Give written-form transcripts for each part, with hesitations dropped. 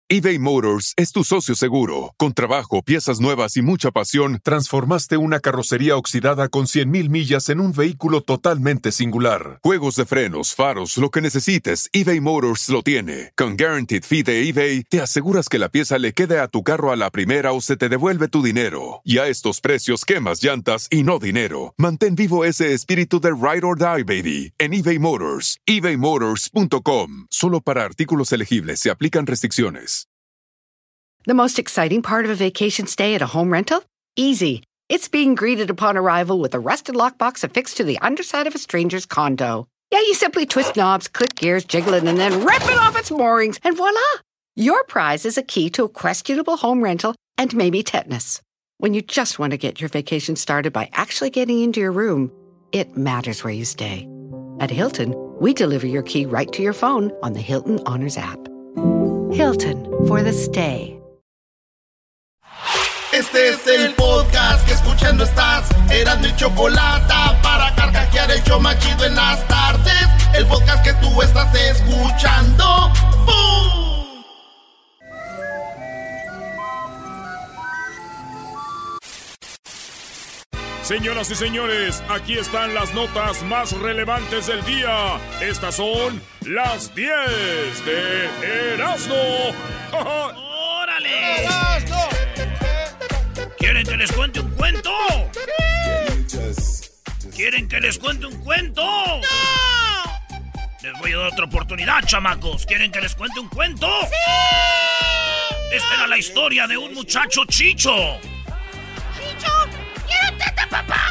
eBay Motors es tu socio seguro. Con trabajo, piezas nuevas y mucha pasión, transformaste una carrocería oxidada con 100,000 millas en un vehículo totalmente singular. Juegos de frenos, faros, lo que necesites, eBay Motors lo tiene. Con Guaranteed Fee de eBay, te aseguras que la pieza le quede a tu carro a la primera o se te devuelve tu dinero. Y a estos precios, quemas llantas y no dinero. Mantén vivo ese espíritu de Ride or Die, baby, en eBay Motors. ebaymotors.com. Solo para artículos elegibles se aplican restricciones. The most exciting part of a vacation stay at a home rental? Easy. It's being greeted upon arrival with a rusted lockbox affixed to the underside of a stranger's condo. Yeah, you simply twist knobs, click gears, jiggle it, and then rip it off its moorings, and voila! Your prize is a key to a questionable home rental and maybe tetanus. When you just want to get your vacation started by actually getting into your room, it matters where you stay. At Hilton, we deliver your key right to your phone on the Hilton Honors app. Hilton, for the stay. Este es el podcast que escuchando estás. Erasmo y Chocolata, para carcajear el show más chido en las tardes. El podcast que tú estás escuchando. ¡Bum! Señoras y señores, aquí están las notas más relevantes del día. Estas son las 10 de Erasmo. ¡Órale! ¡Erasmo! ¿Quieren que les cuente un cuento? ¿Quieren que les cuente un cuento? ¡No! Les voy a dar otra oportunidad, chamacos. ¿Quieren que les cuente un cuento? ¡Sí! Esta era la historia de un muchacho chicho. ¡Chicho! ¡Quiero teta, papá!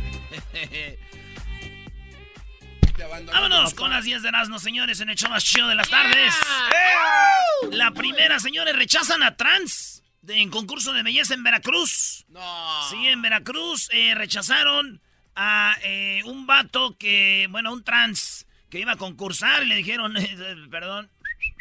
Vámonos con las 10 de Erasmo, señores, en el show más chido de las tardes. La primera, señores, rechazan a trans en concurso de belleza en Veracruz. No. Sí, en Veracruz rechazaron a un vato que, bueno, un trans que iba a concursar y le dijeron, perdón,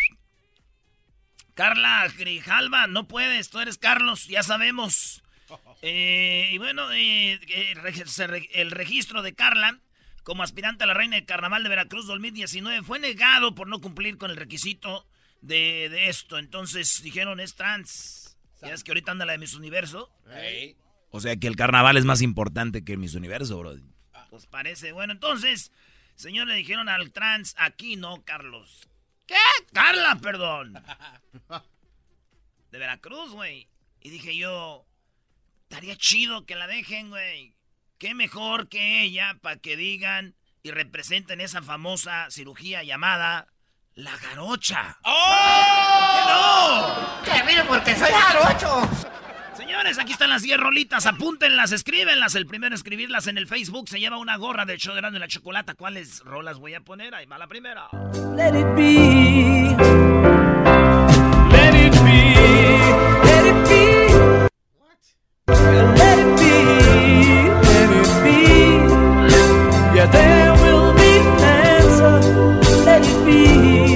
Carla Grijalva, no puedes, tú eres Carlos, ya sabemos. Y bueno, el registro de Carla como aspirante a la reina del Carnaval de Veracruz 2019 fue negado por no cumplir con el requisito de esto. Entonces dijeron, es trans. Ya es que ahorita anda la de Miss Universo. Hey. O sea que el carnaval es más importante que Miss Universo, bro. Pues parece. Bueno, entonces, señor, le dijeron al trans, aquí no, Carlos. ¿Qué? Carla, perdón. De Veracruz, güey. Y dije yo, estaría chido que la dejen, güey. Qué mejor que ella para que digan y representen esa famosa cirugía llamada la jarocha. ¡Oh! ¡Qué no! ¡Terrible porque soy jarocho! Señores, aquí están las 10 rolitas, apúntenlas, escríbenlas. El primero en escribirlas en el Facebook se lleva una gorra del show de Erasmo y la Chocolata. ¿Cuáles rolas voy a poner? Ahí va la primera. Let it be. Let it be. Let it be. What? Let it be. Let it be. Yeah, there will be an answer. Let it be.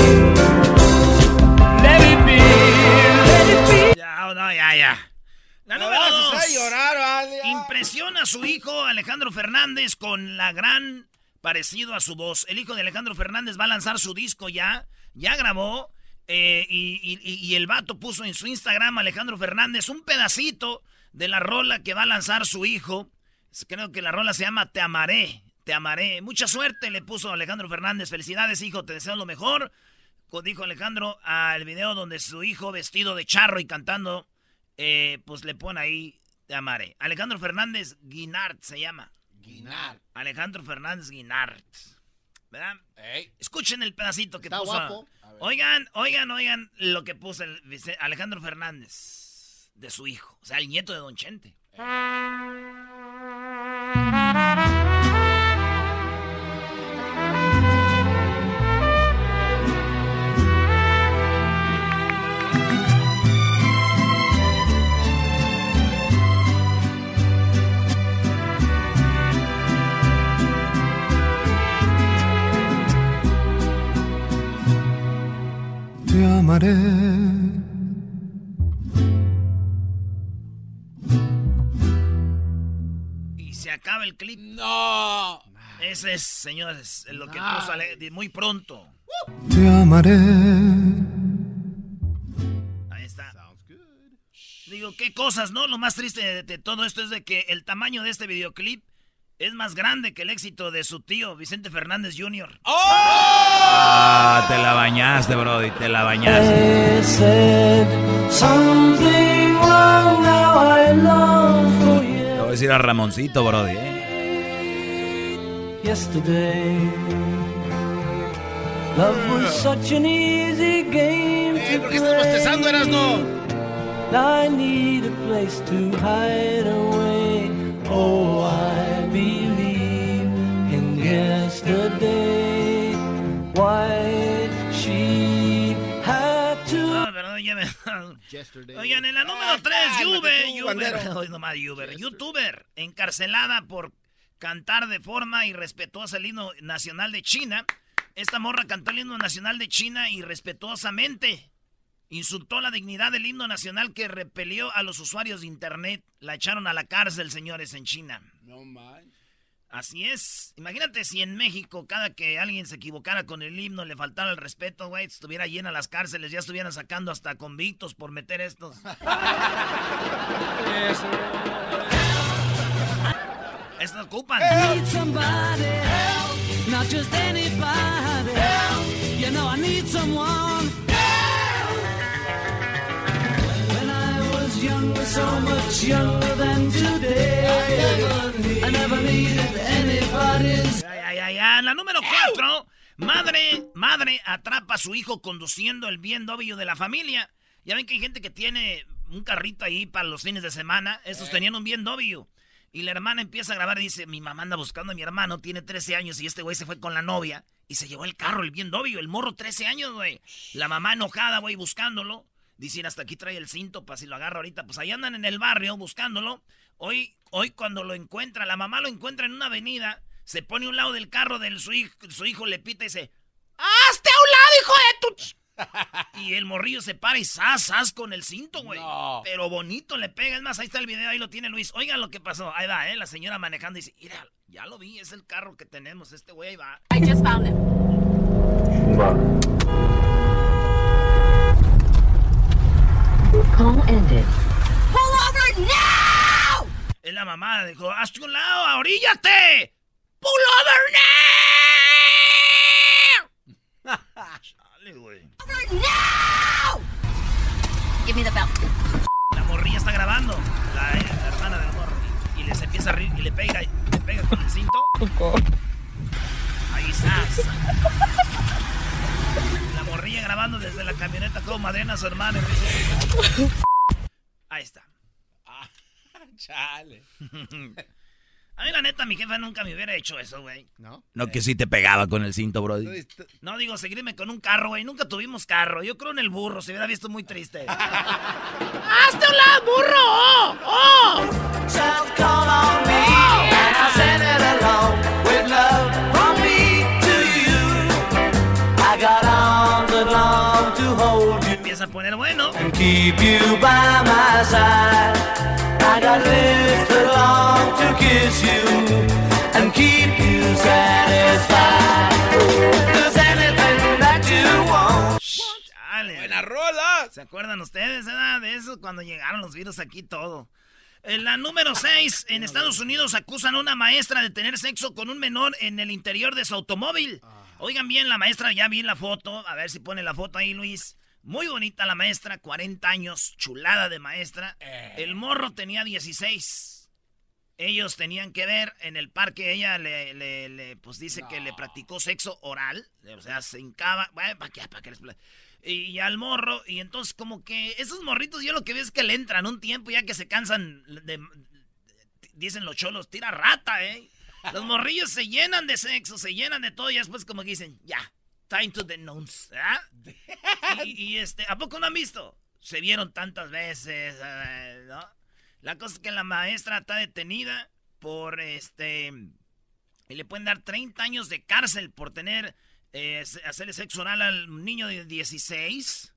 Let it be. Let it be. Ya. La número 2. Impresiona a su hijo Alejandro Fernández con la gran parecido a su voz. El hijo de Alejandro Fernández va a lanzar su disco ya grabó y el vato puso en su Instagram Alejandro Fernández un pedacito de la rola que va a lanzar su hijo. Creo que la rola se llama Te amaré. Mucha suerte le puso Alejandro Fernández. Felicidades, hijo, te deseo lo mejor. Dijo Alejandro al video donde su hijo vestido de charro y cantando, pues le pone ahí Te amaré. Alejandro Fernández Guinart se llama. Guinart. Alejandro Fernández Guinart. ¿Verdad? Hey. Escuchen el pedacito que está puso. Guapo. Oigan lo que puso Alejandro Fernández de su hijo. O sea, el nieto de Don Chente. Te amaré. Y se acaba el clip. No. Ese es, señores, lo que puso muy pronto. Te amaré. Ahí está. Digo, qué cosas, ¿no? Lo más triste de todo esto es de que el tamaño de este videoclip es más grande que el éxito de su tío, Vicente Fernández Jr. ¡Oh! Ah, te la bañaste, brody, te la bañaste. Te voy a decir a Ramoncito, brody, Yesterday, love was such an easy game to ¿por qué estás bostezando, Erasno? I need a place to hide away. Oh, I believe in yesterday. Why she had to. No, perdón, ya me. Oigan, en la número 3, YouTuber, encarcelada por cantar de forma irrespetuosa el himno nacional de China. Esta morra cantó el himno nacional de China irrespetuosamente. Insultó la dignidad del himno nacional que repelió a los usuarios de internet. La echaron a la cárcel, señores, en China. No manches. Así es. Imagínate si en México cada que alguien se equivocara con el himno, le faltara el respeto, güey, estuviera llena las cárceles, ya estuvieran sacando hasta convictos por meter estos. Esto ocupan. Need somebody help, not just anybody help. You know I need someone help. When I was younger, so much younger than today, I never needed anybody's. Ya. La número 4. Madre atrapa a su hijo conduciendo el BMW de la familia. Ya ven que hay gente que tiene un carrito ahí para los fines de semana. Estos tenían un BMW. Y la hermana empieza a grabar y dice, mi mamá anda buscando a mi hermano, tiene 13 años y este güey se fue con la novia y se llevó el carro, el BMW, el morro 13 años, güey. La mamá enojada, güey, buscándolo. Dicen, hasta aquí trae el cinto para si lo agarra ahorita. Pues ahí andan en el barrio buscándolo. Hoy cuando lo encuentra, la mamá lo encuentra en una avenida, se pone a un lado del carro de su hijo le pita y dice, ¡hazte a un lado, hijo de tu... Y el morrillo se para y sas con el cinto, güey. No. Pero bonito le pega. Es más, ahí está el video, ahí lo tiene Luis. Oigan lo que pasó. Ahí va, la señora manejando y dice, mira, ya lo vi, es el carro que tenemos. Este güey ahí va. I just found it. Call ended. Pull over now! Es la mamá, dijo, hazte un lado, oríllate. Pull over now. Chale, güey. Over now! Give me the belt. La morrilla está grabando, la hermana del morro, y les empieza a reír y le pega con el cinto. Ahí estás. La morrilla grabando desde la camioneta como madrina a su hermano. Ahí está. Chale. A mí la neta, mi jefa nunca me hubiera hecho eso, güey. No, que sí te pegaba con el cinto, brody. No, digo, seguirme con un carro, güey. Nunca tuvimos carro. Yo creo en el burro. Se hubiera visto muy triste. ¡Hazte un lado, burro! ¡Oh! Sounds call on me, and I send it along with love from me to you. I got arms that long to hold you Empieza a poner bueno. and keep you by my side. I got lips that long to kiss you and keep you satisfied. There's anything that you want. Chale. ¡Buena rola! ¿Se acuerdan ustedes, de eso? Cuando llegaron los virus aquí, todo. En la número 6, en Estados Unidos acusan a una maestra de tener sexo con un menor en el interior de su automóvil. Oigan bien, la maestra, ya vi la foto. A ver si pone la foto ahí, Luis. Muy bonita la maestra, 40 años, chulada de maestra. El morro tenía 16. Ellos tenían que ver en el parque. Ella pues dice que le practicó sexo oral. O sea, se hincaba. Bueno, ¿para qué les y al morro, y entonces como que esos morritos yo lo que veo es que le entran un tiempo ya que se cansan dicen los cholos, tira rata, Los morrillos se llenan de sexo, se llenan de todo y después como que dicen, ya, time to the nose, y ¿a poco no han visto? Se vieron tantas veces, ¿no? La cosa es que la maestra está detenida por, y le pueden dar 30 años de cárcel por tener... hacerle sexo oral al niño de 16.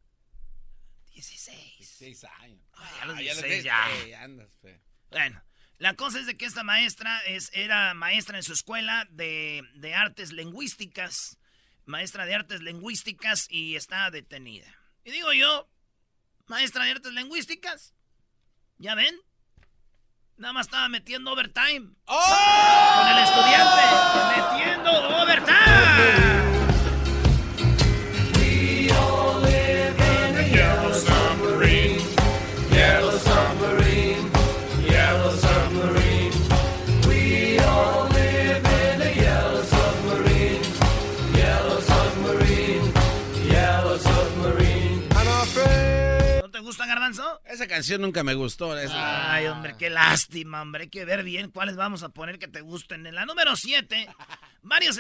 16 años. Ay, a los 16 ya. Andas, fe. Bueno, la cosa es de que esta maestra era maestra en su escuela de artes lingüísticas. Maestra de artes lingüísticas y está detenida. Y digo yo, maestra de artes lingüísticas. ¿Ya ven? Nada más estaba metiendo overtime. ¡Oh! Con el estudiante. Metiendo overtime. We all live in a yellow submarine. Yellow submarine. Yellow submarine. We all live in a yellow submarine. Yellow submarine. Yellow submarine. I'm afraid. ¿No te gusta, Garbanzo? Esa canción nunca me gustó. Ay, hombre, qué lástima, hombre. Hay que ver bien cuáles vamos a poner que te gusten. En la número 7, varios en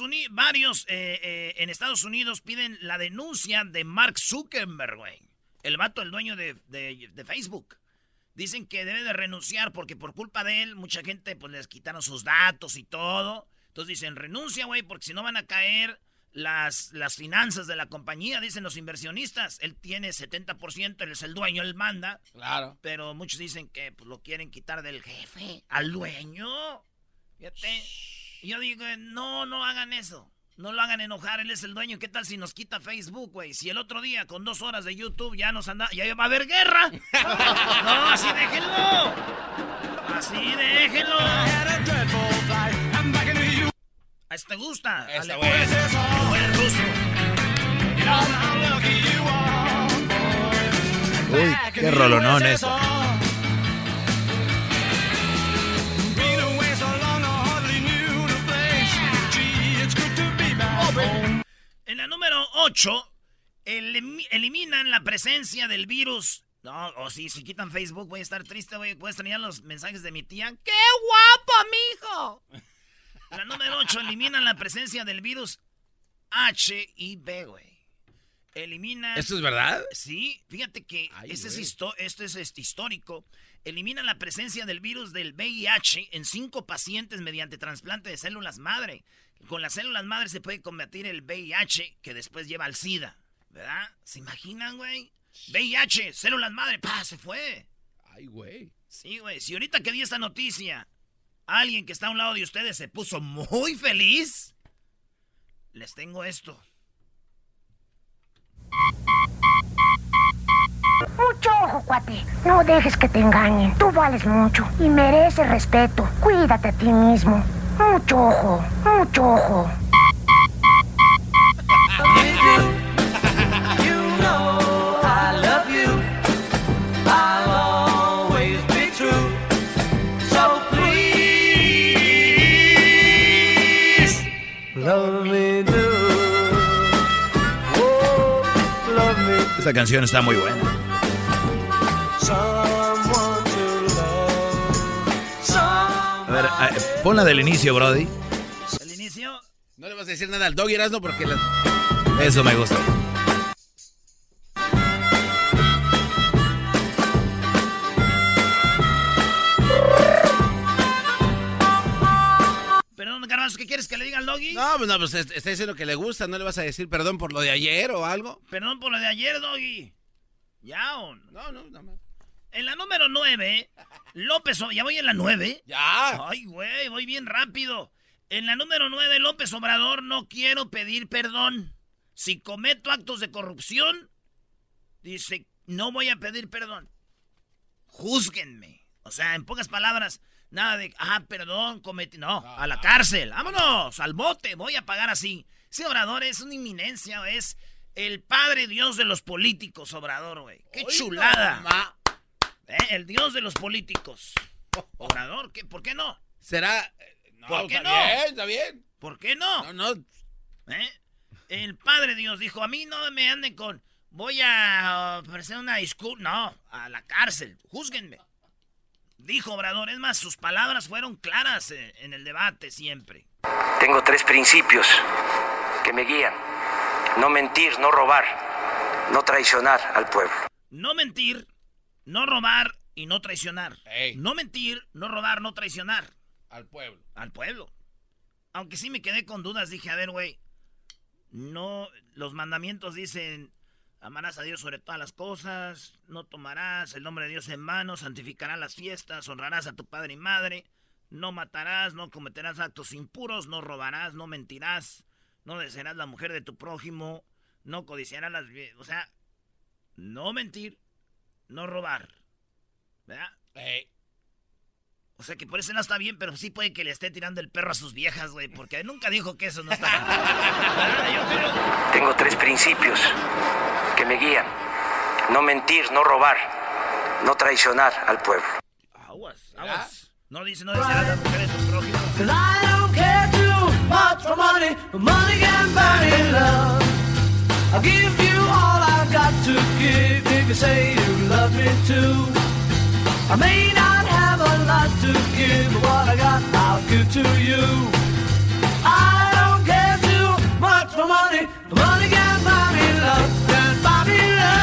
Estados Unidos piden la denuncia de Mark Zuckerberg, güey. El vato, el dueño de Facebook. Dicen que debe de renunciar porque por culpa de él mucha gente pues les quitaron sus datos y todo. Entonces dicen, renuncia, güey, porque si no van a caer las finanzas de la compañía, dicen los inversionistas. Él tiene 70%, él es el dueño, él manda. Claro. Pero muchos dicen que pues, lo quieren quitar del jefe al dueño. Fíjate. Y yo digo, no hagan eso. No lo hagan enojar, él es el dueño. ¿Qué tal si nos quita Facebook, güey? Si el otro día con 2 horas de YouTube ya va a haber guerra. No, así déjenlo. Así déjenlo. ¿A este te gusta? Esta Pues. O el ruso. Uy, qué rolonón eso. En la número 8, eliminan la presencia del virus. No, o si quitan Facebook, voy a estar triste, voy a extrañar los mensajes de mi tía. ¡Qué guapo, mijo! En la número 8, eliminan la presencia del virus HIV, güey. Eliminan... ¿Esto es verdad? Sí, fíjate que esto es histórico. Eliminan la presencia del virus del VIH en 5 pacientes mediante trasplante de células madre. Con las células madre se puede combatir el VIH, que después lleva al SIDA, ¿verdad? ¿Se imaginan, güey? VIH, células madre, ¡pah! Se fue. Ay, güey. Sí, güey. Si ahorita que di esta noticia, alguien que está a un lado de ustedes se puso muy feliz, les tengo esto. Mucho ojo, cuate. No dejes que te engañen. Tú vales mucho y mereces respeto. Cuídate a ti mismo. Mucho ojo, mucho ojo. You know I love you. I'll always be true. So please love me do. Oh, love me. Esta canción está muy buena. Someone to love. A ver, ponla del inicio, Brody. ¿El inicio? No le vas a decir nada al Doggy, Erasmo, porque Eso me gusta. Perdón, Garbanzo, ¿qué quieres que le diga al Doggy? No, pues está diciendo que le gusta. ¿No le vas a decir perdón por lo de ayer o algo? Perdón por lo de ayer, Doggy. ¿Ya o no? No. En la número 9, López... ¿Ya voy en la 9? ¡Ya! Ay, güey, voy bien rápido. En la número 9, López Obrador, no quiero pedir perdón. Si cometo actos de corrupción, dice, no voy a pedir perdón. Júzguenme. O sea, en pocas palabras, nada de, perdón, cometí... No, a la cárcel. Vámonos, al bote, voy a pagar así. Ese Obrador es una inminencia, es el padre Dios de los políticos, Obrador, güey. ¡Qué chulada! No, El Dios de los políticos. Obrador, ¿por qué no? ¿Será? No, ¿Por qué está no? bien, está bien. ¿Por qué no? No. El Padre Dios dijo, a mí no me anden con... Voy a ofrecer una disculpa. No, a la cárcel. Júzguenme. Dijo Obrador. Es más, sus palabras fueron claras en el debate siempre. Tengo 3 principios que me guían. No mentir, no robar, no traicionar al pueblo. No mentir, no robar y no traicionar. Ey. No mentir, no robar, no traicionar. Al pueblo. Al pueblo. Aunque sí me quedé con dudas, dije, a ver, güey, no, los mandamientos dicen, amarás a Dios sobre todas las cosas, no tomarás el nombre de Dios en vano, santificarás las fiestas, honrarás a tu padre y madre, no matarás, no cometerás actos impuros, no robarás, no mentirás, no desearás la mujer de tu prójimo, no codiciarás o sea, no mentir, no robar. ¿Verdad? O sea que por eso no está bien, pero sí puede que le esté tirando el perro a sus viejas, güey, porque nunca dijo que eso no está bien. Tengo 3 principios que me guían. No mentir, no robar, no traicionar al pueblo. Aguas. No dice nada de mujeres su prójimo. I don't care too much for money, but money can buy me love. I'll give you all I've got to give if you say you love me too. I may not have a lot to give, but what I got I'll give to you. I don't care too much for money, but money can buy me love, can buy me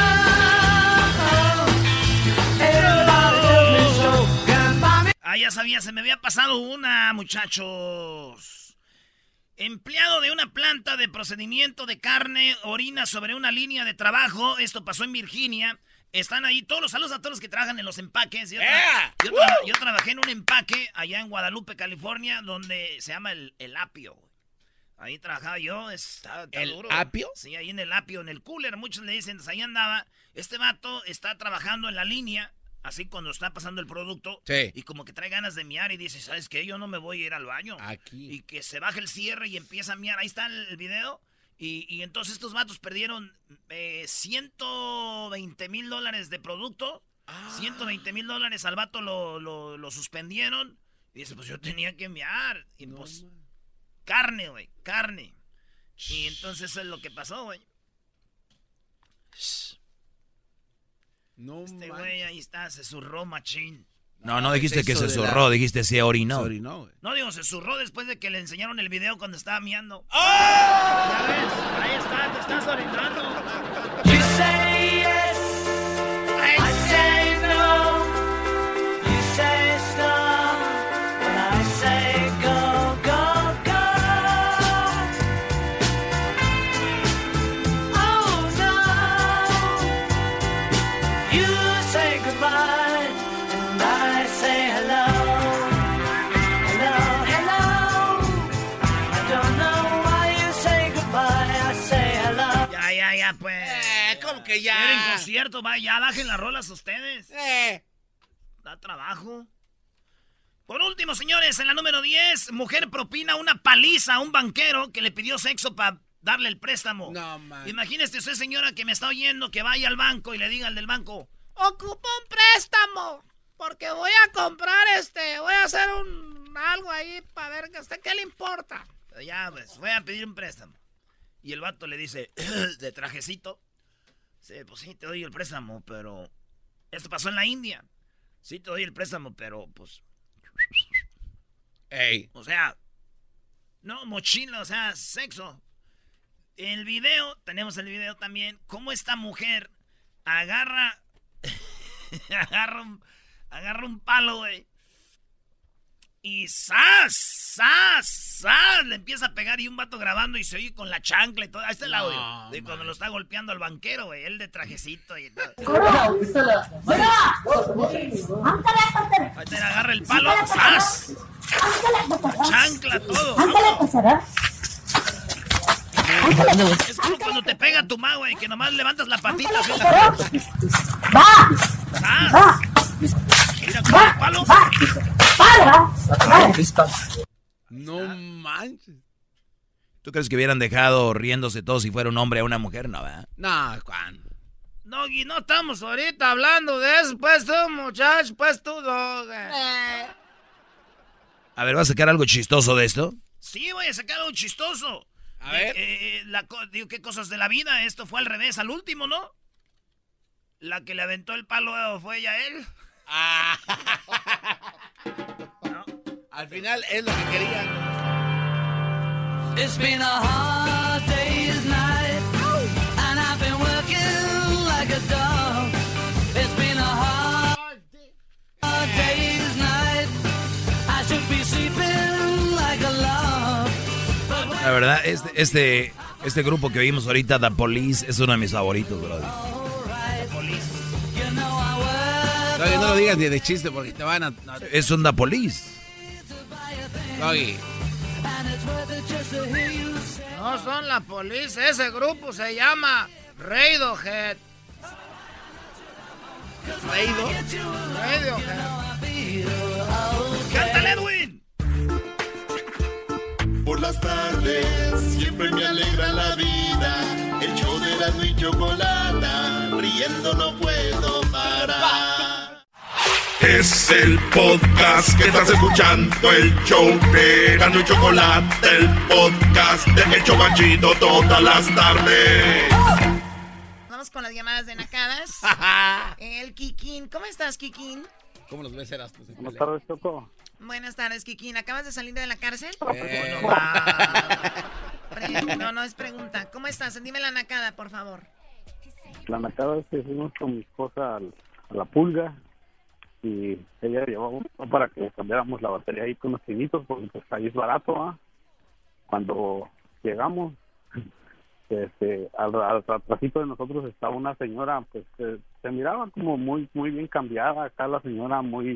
love. Everybody tells me so, can buy me. Ah, ya sabía, se me había pasado una, muchachos. Empleado de una planta de procedimiento de carne orina sobre una línea de trabajo. Esto pasó en Virginia. Están ahí todos los saludos a todos los que trabajan en los empaques. Yo trabajé en un empaque allá en Guadalupe, California, donde se llama el Apio. Ahí trabajaba yo. Está ¿El duro. Apio? Sí, ahí en el Apio, en el cooler. Muchos le dicen, ahí andaba. Este vato está trabajando en la línea, así cuando está pasando el producto. Sí. Y como que trae ganas de miar y dice, ¿sabes qué? Yo no me voy a ir al baño. Aquí. Y que se baja el cierre y empieza a miar. Ahí está el video. Y entonces estos vatos perdieron $120,000 de producto. $120,000 al vato lo suspendieron. Y dice, pues yo tenía que miar. Y pues, carne, güey, carne. Y entonces eso es lo que pasó, güey. No, este güey ahí está, se zurró machín. No dijiste que se zurró, dijiste se orinó. Se orinó, güey. No, digo, se zurró después de que le enseñaron el video cuando estaba miando. ¡Oh! Ya ves, ahí está, te estás orinando. You say yes, I say no. You say stop, but I say go, go, go. Oh no, you say goodbye, and I say hello. Hello, hello. I don't know why you say goodbye, I say hello. Ya, pues. ¿Cómo que ya? ¿Quieren concierto? Ya bajen las rolas ustedes. Da trabajo. Por último, señores, en la número 10, mujer propina una paliza a un banquero que le pidió sexo para darle el préstamo. No, man. Imagínese usted, señora, que me está oyendo, que vaya al banco y le diga al del banco, ocupo un préstamo, porque voy a comprar voy a hacer algo ahí para ver que a usted qué le importa. Ya, pues, voy a pedir un préstamo. Y el vato le dice, de trajecito, sí, pues sí, te doy el préstamo, pero esto pasó en la India. Sí, te doy el préstamo, pero pues... Ey. O sea, no, mochila, o sea, sexo. El video, tenemos el video también, cómo esta mujer agarra un palo, güey. Y ¡zas! Le empieza a pegar y un vato grabando y se oye con la chancla y todo. Ahí está el audio de cuando lo está golpeando al banquero, güey. Él de trajecito y todo. Ahí te agarra el palo. ¡Zas! La chancla, todo. Es como cuando te pega tu mamá, güey, que nomás levantas la patita. Así ¡zas! Mira, con el palo. No manches. ¿Tú crees que hubieran dejado riéndose todos si fuera un hombre a una mujer? No, ¿verdad? No, Juan. No, y no estamos ahorita hablando de eso. Pues tú, muchacho, pues tú, dog. A ver, ¿vas a sacar algo chistoso de esto? Sí, voy a sacar algo chistoso. A ver. Digo, qué cosas de la vida. Esto fue al revés, al último, ¿no? La que le aventó el palo fue ella a él. No. Al final es lo que quería. It's been a hard day's night, and I've been working like a dog. It's been a hard day's night. I should be sleeping like a log. La verdad, este grupo que oímos ahorita, The Police, es uno de mis favoritos, brother. Doggy, no lo digas ni de chiste porque te van a... Es un The Police. Doggy. No son la Police, ese grupo se llama Radiohead. ¿Reído? ¡Cántale, Edwin! Por las tardes siempre me alegra la vida. El show de Erasmo y Chocolata, riendo no puedo parar. Es el podcast que estás escuchando, el show de Erasmo y Chocolata, el podcast de El Chobachito todas las tardes. Vamos con las llamadas de nacadas. El Kikín, ¿cómo estás, Kikín? ¿Cómo los ves, Erasmo? Buenas tardes, Choco. Buenas tardes, Kikín. ¿Acabas de salir de la cárcel? No es pregunta. ¿Cómo estás? Dime la nacada, por favor. La nacada es que fuimos con mi esposa a la pulga y ella llevaba para que cambiáramos la batería ahí con los pinitos porque pues ahí es barato, ¿ah? Cuando llegamos, al atrásito de nosotros estaba una señora, pues se miraba como muy bien cambiada. Acá la señora muy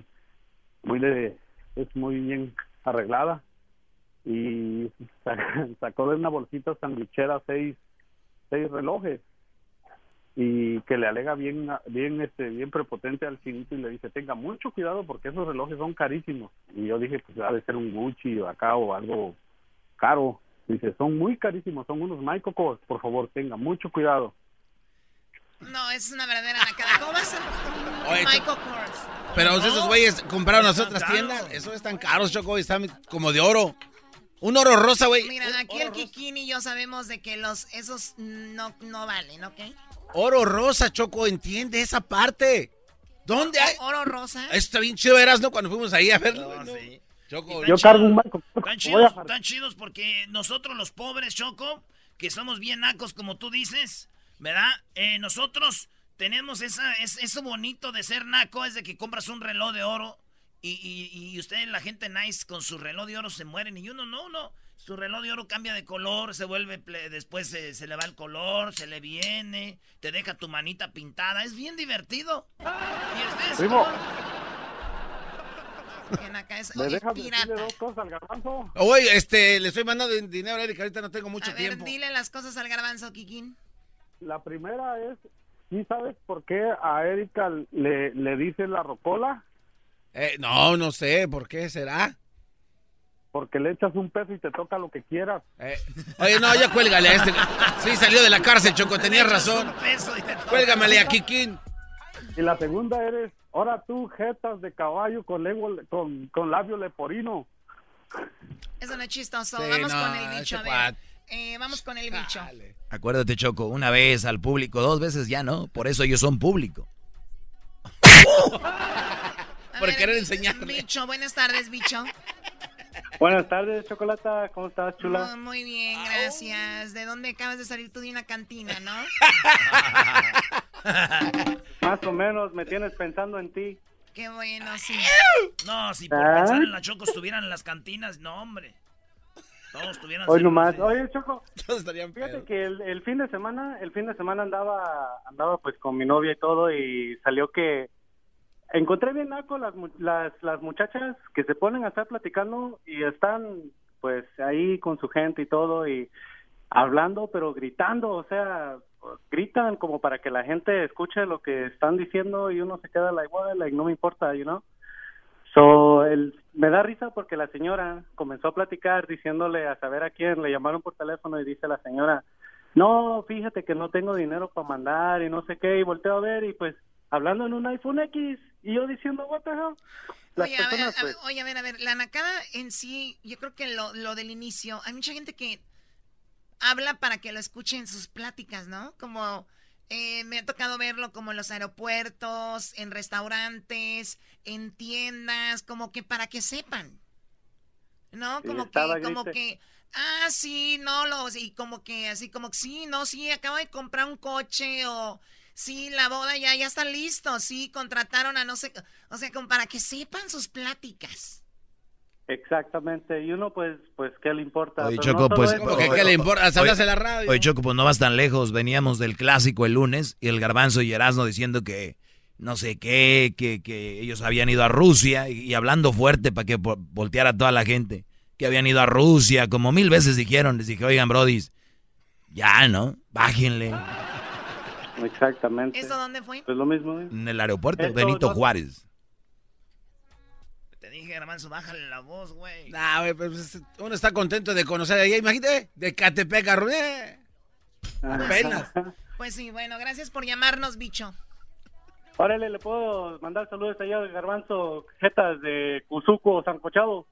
bien arreglada y sacó de una bolsita sandwichera seis relojes y que le alega bien prepotente al chinito y le dice: tenga mucho cuidado porque esos relojes son carísimos. Y yo dije: pues ha de ser un Gucci o acá o algo caro. Dice: son muy carísimos, son unos Michael Kors, por favor tenga mucho cuidado. No, es una verdadera nacada. ¿Cómo va a ser un Michael Kors? Pero esos güeyes compraron las otras tiendas. Eso es tan caro, Choco, y están como de oro. Un oro rosa, güey. Mira, aquí el Kikín y yo sabemos de que esos no valen, ¿ok? Oro rosa, Choco, entiende esa parte. ¿Dónde hay? Oro rosa. Está bien chido, verás, ¿no? Cuando fuimos ahí a verlo. No, sí. Choco, yo cargo un Michael Kors. Están chidos porque nosotros los pobres, Choco, que somos bien nacos como tú dices, ¿verdad? Nosotros tenemos eso bonito de ser naco, es de que compras un reloj de oro y ustedes, la gente nice, con su reloj de oro se mueren y uno no. Su reloj de oro cambia de color, se vuelve, después se le va el color, se le viene, te deja tu manita pintada, es bien divertido. Y ustedes... Primo. ¿Me dejas decirle dos cosas al Garbanzo? Oye, le estoy mandando dinero a Erika, ahorita no tengo mucho tiempo. Dile las cosas al Garbanzo, Kikín. La primera es: ¿sí sabes por qué a Erika le dicen la rocola? No sé, ¿por qué será? Porque le echas un peso y te toca lo que quieras. Oye, no, ya cuélgale a este. Sí, salió de la cárcel, Choco, tenías razón. Cuélgamele a Kikín. Y la segunda eres: ahora tú, jetas de caballo con labio leporino. Eso no es chistoso. Sí, vamos con el bicho, a ver. Vamos con el bicho. Acuérdate, Choco, una vez al público, 2 veces ya no. Por eso ellos son público. Por querer enseñar. Bicho, buenas tardes, bicho. Buenas tardes, Chocolata. ¿Cómo estás, chula? Muy bien, gracias. ¿De dónde acabas de salir tú de una cantina, no? Más o menos, me tienes pensando en ti. Qué bueno, sí. No, si por pensar en la Choco estuvieran en las cantinas, no, hombre. Todos estuvieran... Hoy nomás. Oye, Choco, todos estarían fíjate pedos. que el fin de semana andaba pues con mi novia y todo, y salió que encontré bien naco las muchachas que se ponen a estar platicando y están pues ahí con su gente y todo y hablando, pero gritando, o sea, gritan como para que la gente escuche lo que están diciendo y uno se queda like no me importa, you know. Me da risa porque la señora comenzó a platicar diciéndole a saber a quién, le llamaron por teléfono y dice la señora: no, fíjate que no tengo dinero para mandar y no sé qué, y volteo a ver y pues hablando en un iPhone X y yo diciendo what the hell. Oye, a ver, la nacada en sí, yo creo que lo del inicio, hay mucha gente que habla para que lo escuchen en sus pláticas, ¿no? Como me ha tocado verlo como en los aeropuertos, en restaurantes, en tiendas, como que para que sepan, ¿no? Como que sí, no, y como que así como sí, no, sí, acabo de comprar un coche, o sí, la boda ya está listo, sí, contrataron a no sé, o sea, como para que sepan sus pláticas. Exactamente, y uno pues ¿qué le importa? Oye, Choco, pues ¿qué le importa? Hablas en la radio. Oye, Choco, pues no vas tan lejos. Veníamos del clásico el lunes y el Garbanzo y Erasmo diciendo que no sé qué, que ellos habían ido a Rusia y hablando fuerte para que volteara a toda la gente, que habían ido a Rusia, como 1000 veces dijeron. Les dije: oigan, brodis, ya, ¿no? Bájenle. Exactamente. ¿Eso dónde fue? Pues lo mismo, ¿eh? En el aeropuerto Benito Juárez. Te dije, Garbanzo, bájale la voz, güey. Nah, güey, pues uno está contento de conocer allá. Imagínate, de Catepec a apenas. Pues sí, bueno, gracias por llamarnos, bicho. Órale, le puedo mandar saludos allá al Garbanzo, jetas de Cuzuco, Sancochado.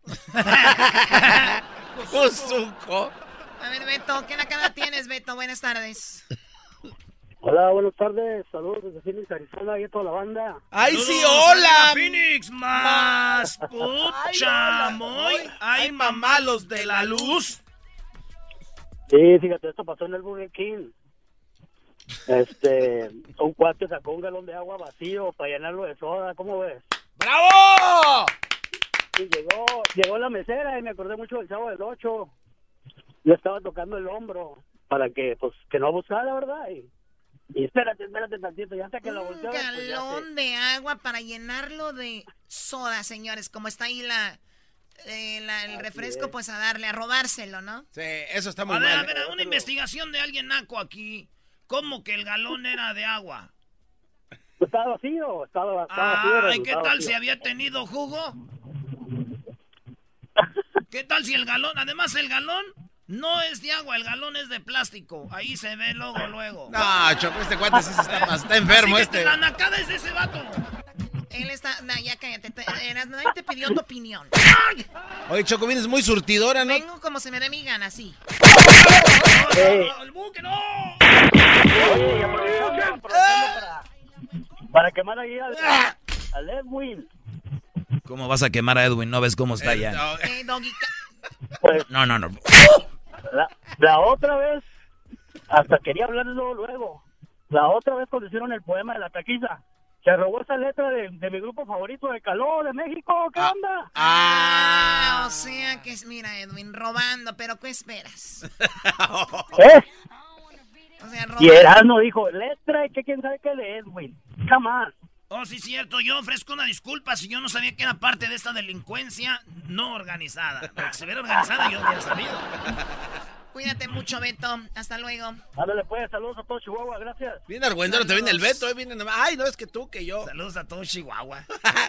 Cuzuco. A ver, Beto, ¿qué nakada tienes, Beto? Buenas tardes. Hola, buenas tardes. Saludos desde Phoenix, Arizona y a toda la banda. ¡Ay, sí, hola! Phoenix, más chamoy. ¡Ay, mamá, los de la luz! Sí, fíjate, esto pasó en el Burger King. Un cuate sacó un galón de agua vacío para llenarlo de soda, ¿cómo ves? ¡Bravo! Y llegó la mesera y me acordé mucho del Chavo del 8. Yo estaba tocando el hombro para que no abusara, ¿verdad? Y espérate tantito, ya hasta que lo volteaba. Un galón de agua para llenarlo de soda, señores, como está ahí el refresco, pues a darle, a robárselo, ¿no? Sí, eso está muy mal. A ver, una investigación de alguien naco aquí. ¿Cómo que el galón era de agua? Estaba vacío, estaba vacío. ¿Y qué tal si había tenido jugo? ¿Qué tal si el galón, además el galón no es de agua, el galón es de plástico? Ahí se ve luego. No, Choco, este cuate sí está enfermo. Así que la nacada es de ese vato. Él está... No, ya cállate. Nadie te pidió tu opinión. Oye, Choco, vienes muy surtidora, ¿no? Vengo como se me dé mi gana, sí. ¡El buque, no! Oye, y aprovechando para quemar ahí al Edwin. ¿Cómo vas a quemar a Edwin? ¿No ves cómo está ya? Doggy. Pues, No. La otra vez, hasta quería hablarlo luego. La otra vez cuando hicieron el poema de la taquiza, se robó esa letra de mi grupo favorito de Calor de México. ¿Qué onda? O sea que es, mira, Edwin, robando, pero ¿qué esperas? O sea, y Erasmo dijo, letra y que quién sabe qué de Edwin. Jamás. Oh, sí, cierto. Yo ofrezco una disculpa si yo no sabía que era parte de esta delincuencia no organizada. Porque si hubiera organizada, yo hubiera sabido. Cuídate mucho, Beto. Hasta luego. Ándale, pues. Saludos a todo Chihuahua. Gracias. Viene argüendero, te viene el Beto. Viene... Ay, no, es que tú, que yo. Saludos a todo Chihuahua.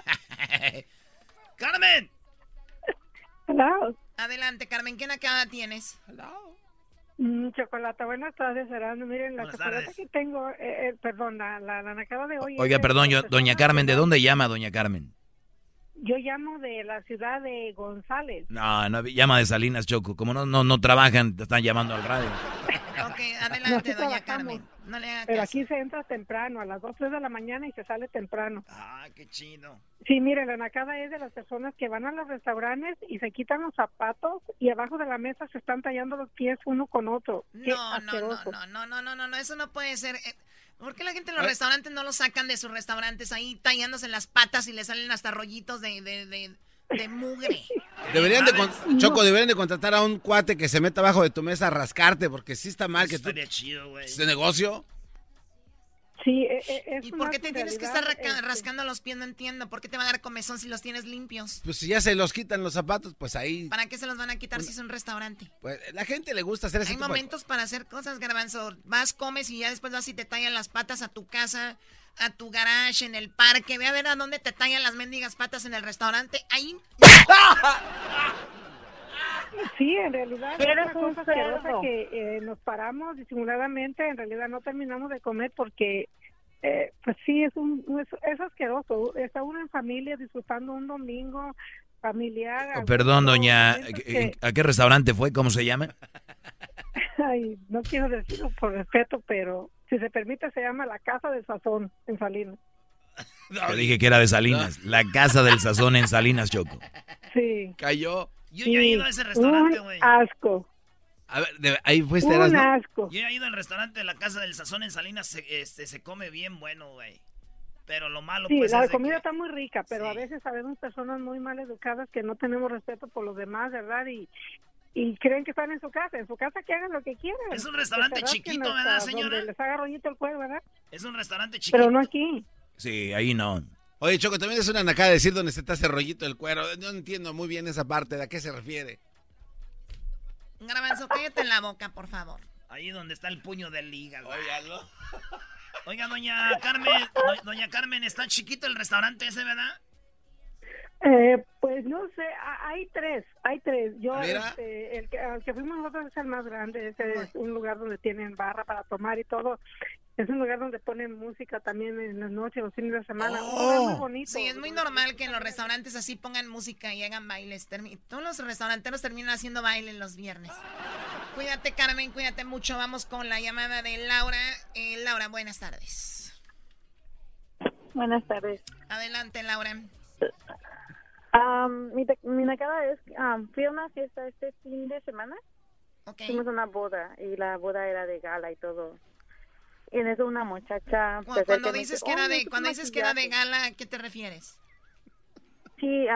¡Carmen! Hello. Adelante, Carmen. ¿Qué nakada tienes? Hello. Chocolata, buenas tardes, Erasmo. Miren, la chocolata que tengo, perdón, la nakada de hoy. Oiga, perdón, doña Carmen, ¿de dónde llama doña Carmen? Yo llamo de la ciudad de González. No, llama de Salinas, Choco. Como no trabajan, te están llamando al radio. Ok, adelante, doña Carmen. No le hagas Pero caso. aquí se entra temprano, a las 2, 3 de la mañana y se sale temprano. Ah, qué chido. Sí, mire, la nakada es de las personas que van a los restaurantes y se quitan los zapatos y abajo de la mesa se están tallando los pies uno con otro. Qué asqueroso. No, eso no puede ser. ¿Por qué la gente en los restaurantes no lo sacan de sus restaurantes ahí tallándose las patas y le salen hasta rollitos de mugre? Choco, deberían de contratar a un cuate que se meta abajo de tu mesa a rascarte, porque sí está mal que tú... Estaría chido, güey. ¿Este negocio? Sí, ¿Y por qué te tienes que estar rascando los pies? No entiendo. ¿Por qué te va a dar comezón si los tienes limpios? Pues si ya se los quitan los zapatos, pues ahí... ¿Para qué se los van a quitar si es un restaurante? Pues la gente le gusta hacer ese Hay tipo momentos para hacer cosas, Garbanzo. Vas, comes y ya después vas y te tallan las patas a tu casa, a tu garage, en el parque. Ve a ver a dónde te tallan las mendigas patas en el restaurante. Ahí... Sí, en realidad es una cosa asquerosa que nos paramos disimuladamente, en realidad no terminamos de comer porque pues sí, es asqueroso. Está uno en familia disfrutando un domingo familiar. Perdón, doña, ¿a qué restaurante fue? ¿Cómo se llama? Ay, no quiero decirlo por respeto, pero si se permite se llama La Casa del Sazón en Salinas. Yo dije que era de Salinas. La Casa del Sazón en Salinas, Choco. Sí. Cayó. Yo ya he ido a ese restaurante, güey. Asco. A ver, ahí fuiste, Un asco. Yo he ido al restaurante de La Casa del Sazón en Salinas, se come bien bueno, güey. Pero lo malo, sí, pues, la es comida está muy rica, pero a veces sabemos personas muy mal educadas que no tenemos respeto por los demás, ¿verdad? Y creen que están en su casa que hagan lo que quieran. Es un restaurante chiquito, ¿verdad, señora? Donde les haga rollito el cuero, ¿verdad? Es un restaurante chiquito. Pero no aquí. Sí, ahí no. Oye, Choco, también es una nacada decir dónde se te hace rollito el cuero. No entiendo muy bien esa parte, ¿de a qué se refiere? Garbanzo, cállate en la boca, por favor. Ahí donde está el puño del hígado. Óyalo. Oiga, doña Carmen, ¿está chiquito el restaurante ese, verdad? Pues no sé, hay tres. Yo, al que fuimos nosotros es el más grande. Ese es un lugar donde tienen barra para tomar y todo. Es un lugar donde ponen música también en las noches, los fines de semana. Un lugar muy bonito. Sí, es muy normal que en los restaurantes así pongan música y hagan bailes. Todos los restauranteros terminan haciendo baile los viernes. Cuídate, Carmen, cuídate mucho. Vamos con la llamada de Laura. Laura, buenas tardes. Buenas tardes. Adelante, Laura. Mi nakada es, fui a una fiesta este fin de semana. Okay. Fuimos a una boda y la boda era de gala y todo. Y en eso una muchacha... Cuando dices que era de gala, ¿a qué te refieres? Sí,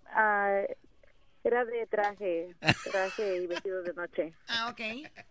era de traje y vestido de noche. Ah, ok.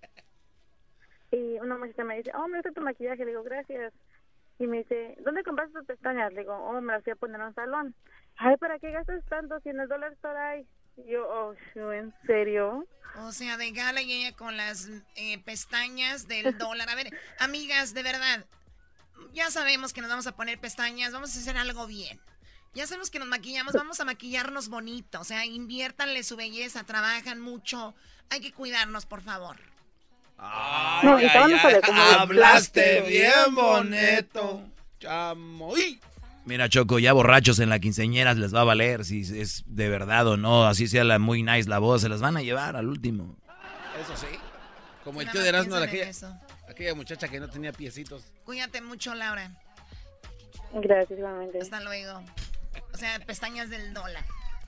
Y una muchacha me dice, me gusta tu maquillaje. Le digo, gracias. Y me dice, ¿dónde compraste tus pestañas? Le digo, me las fui a poner en un salón. Ay, ¿para qué gastas tanto si en el dólar store hay? Y yo, ¿en serio? O sea, de gala y ella con las pestañas del dólar. A ver, amigas, de verdad, ya sabemos que nos vamos a poner pestañas, vamos a hacer algo bien. Ya sabemos que nos maquillamos, vamos a maquillarnos bonito. O sea, inviértanle su belleza, trabajan mucho. Hay que cuidarnos, por favor. Ay, hablaste bien bonito, chamoy. Mira, Choco, ya borrachos en la quinceañera les va a valer si es de verdad o no. Así sea muy nice la voz, se las van a llevar al último. Eso sí. Como el tío de Erasmo, aquella muchacha que no tenía piecitos. Cuídate mucho, Laura. Gracias, igualmente. Hasta luego. O sea, pestañas del dólar.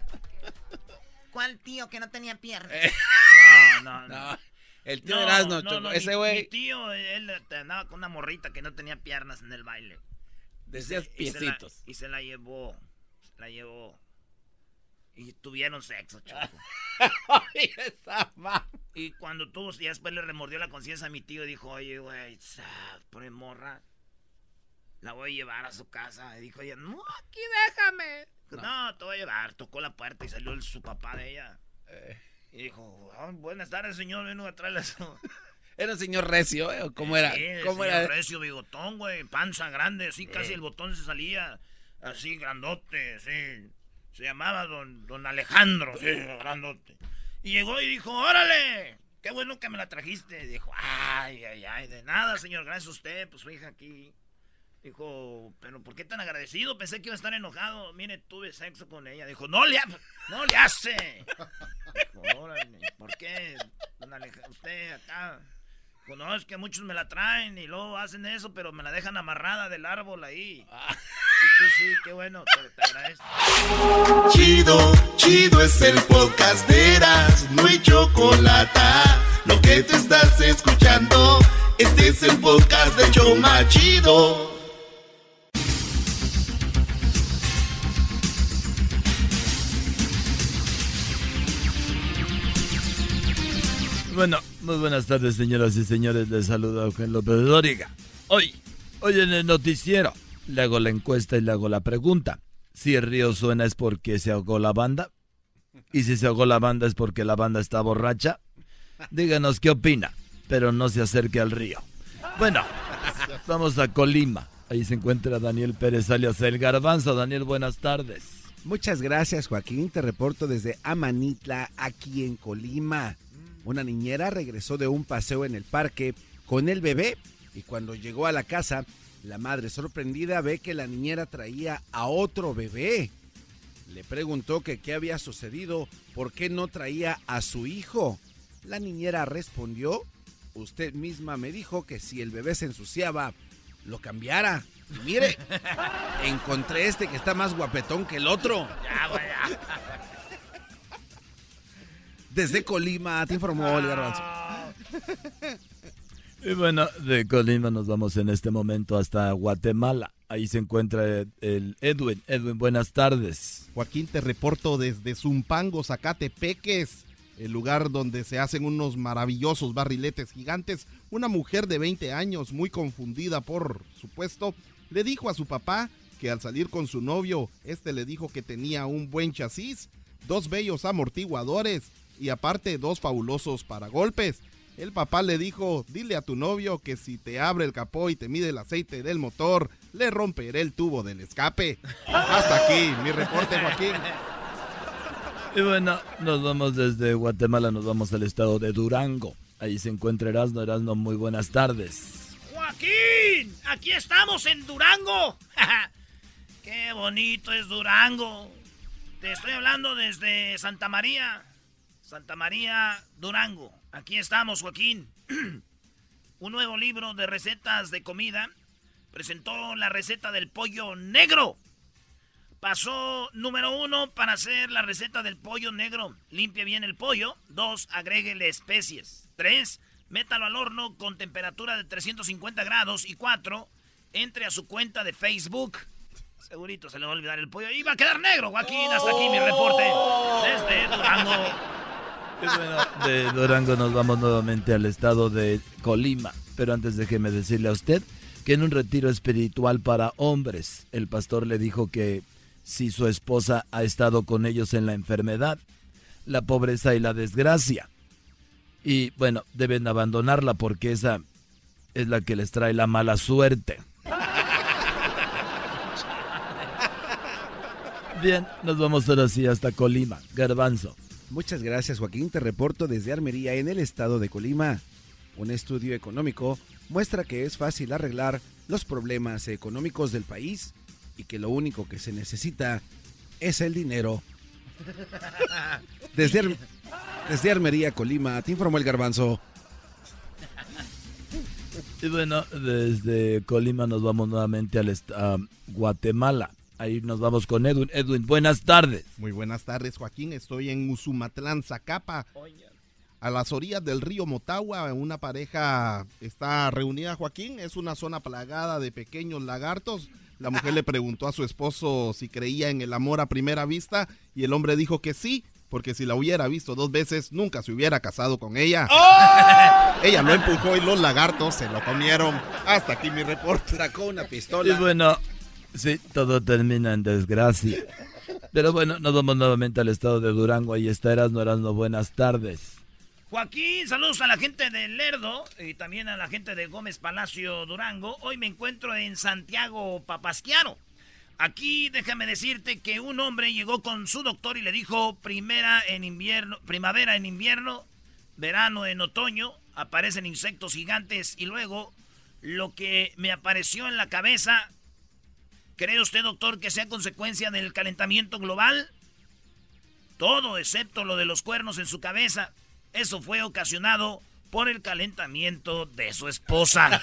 ¿Cuál tío que no tenía piernas? No. El tío de Erasmo, Choco, ese güey. Mi tío, él andaba con una morrita que no tenía piernas en el baile. Decías piecitos. Y se la llevó. Y tuvieron sexo, Choco. Ay, esa y cuando tuvo, ya después le remordió la conciencia a mi tío y dijo, oye, güey, por morra, la voy a llevar a su casa. Y dijo ella, no, aquí déjame. No, te voy a llevar. Tocó la puerta y salió su papá de ella. Y dijo, buenas tardes, señor, vengo a traerle eso. ¿Era un señor recio, ¿o cómo era? Sí, ¿Cómo era? era? Recio, bigotón, güey, panza grande, así casi el botón se salía, así grandote, sí. Se llamaba don Alejandro, sí, grandote. Y llegó y dijo, órale, qué bueno que me la trajiste. Y dijo, ay, de nada, señor, gracias a usted, pues su hija aquí. Dijo, pero ¿por qué tan agradecido? Pensé que iba a estar enojado. Mire, tuve sexo con ella. Dijo, no le hace. Dijo, órale, ¿por qué, don Alejandro, usted acá? Dijo, no, es que muchos me la traen y luego hacen eso, pero me la dejan amarrada del árbol ahí. Y tú sí, qué bueno, te agradezco. Chido es el podcast de Erasmo y Chocolata. Lo que te estás escuchando, este es el podcast de Choma Chido. Bueno, muy buenas tardes, señoras y señores. Les saluda Eugenio López Dóriga. Hoy en el noticiero le hago la encuesta y le hago la pregunta. Si el río suena es porque se ahogó la banda. Y si se ahogó la banda es porque la banda está borracha. Díganos qué opina, pero no se acerque al río. Bueno, vamos a Colima. Ahí se encuentra Daniel Pérez alias El Garbanzo. Daniel, buenas tardes. Muchas gracias, Joaquín. Te reporto desde Amanitla, aquí en Colima. Una niñera regresó de un paseo en el parque con el bebé y cuando llegó a la casa, la madre sorprendida ve que la niñera traía a otro bebé. Le preguntó que qué había sucedido, por qué no traía a su hijo. La niñera respondió, usted misma me dijo que si el bebé se ensuciaba, lo cambiara. Y mire, encontré este que está más guapetón que el otro. Ya, vaya. Desde Colima, te informó El Garbanzo. Y bueno, de Colima nos vamos en este momento hasta Guatemala. Ahí se encuentra el Edwin. Edwin, buenas tardes. Joaquín, te reporto desde Zumpango, Zacatepeques, el lugar donde se hacen unos maravillosos barriletes gigantes. Una mujer de 20 años, muy confundida por supuesto, le dijo a su papá que al salir con su novio, le dijo que tenía un buen chasis, 2 bellos amortiguadores y aparte 2 fabulosos paragolpes. El papá le dijo, dile a tu novio que si te abre el capó y te mide el aceite del motor, le romperé el tubo del escape. Hasta aquí, mi reporte, Joaquín. Y bueno, nos vamos desde Guatemala, nos vamos al estado de Durango. Ahí se encuentra Erasmo. Erasmo, muy buenas tardes. ¡Joaquín! ¡Aquí estamos en Durango! ¡Qué bonito es Durango! Te estoy hablando desde Santa María, Durango. Aquí estamos, Joaquín. Un nuevo libro de recetas de comida presentó la receta del pollo negro. Pasó número 1 para hacer la receta del pollo negro. Limpie bien el pollo. 2, agréguele especies. 3, métalo al horno con temperatura de 350 grados. Y 4, entre a su cuenta de Facebook. Segurito se le va a olvidar el pollo. Y va a quedar negro, Joaquín. Hasta aquí mi reporte desde Durango. Y bueno, de Durango nos vamos nuevamente al estado de Colima. Pero antes déjeme decirle a usted que en un retiro espiritual para hombres, el pastor le dijo que si su esposa ha estado con ellos en la enfermedad, la pobreza y la desgracia, y bueno, deben abandonarla porque esa es la que les trae la mala suerte. Bien, nos vamos ahora sí hasta Colima. Garbanzo. Muchas gracias, Joaquín. Te reporto desde Armería, en el estado de Colima. Un estudio económico muestra que es fácil arreglar los problemas económicos del país y que lo único que se necesita es el dinero. Desde Armería, Colima, te informó el Garbanzo. Y bueno, desde Colima nos vamos nuevamente a Guatemala. Ahí nos vamos con Edwin. Edwin, buenas tardes. Muy buenas tardes, Joaquín. Estoy en Usumatlán, Zacapa. A las orillas del río Motagua, una pareja está reunida, Joaquín. Es una zona plagada de pequeños lagartos. La mujer le preguntó a su esposo si creía en el amor a primera vista y el hombre dijo que sí, porque si la hubiera visto 2 veces, nunca se hubiera casado con ella. ¡Oh! Ella lo empujó y los lagartos se lo comieron. Hasta aquí mi reporte. Sacó una pistola. Y bueno, sí, todo termina en desgracia. Pero bueno, nos vamos nuevamente al estado de Durango. Ahí está Erasmo, buenas tardes. Joaquín, saludos a la gente de Lerdo y también a la gente de Gómez Palacio, Durango. Hoy me encuentro en Santiago Papasquiaro. Aquí déjame decirte que un hombre llegó con su doctor y le dijo primavera en invierno, verano en otoño, aparecen insectos gigantes y luego lo que me apareció en la cabeza, ¿cree usted, doctor, que sea consecuencia del calentamiento global? Todo excepto lo de los cuernos en su cabeza. Eso fue ocasionado por el calentamiento de su esposa.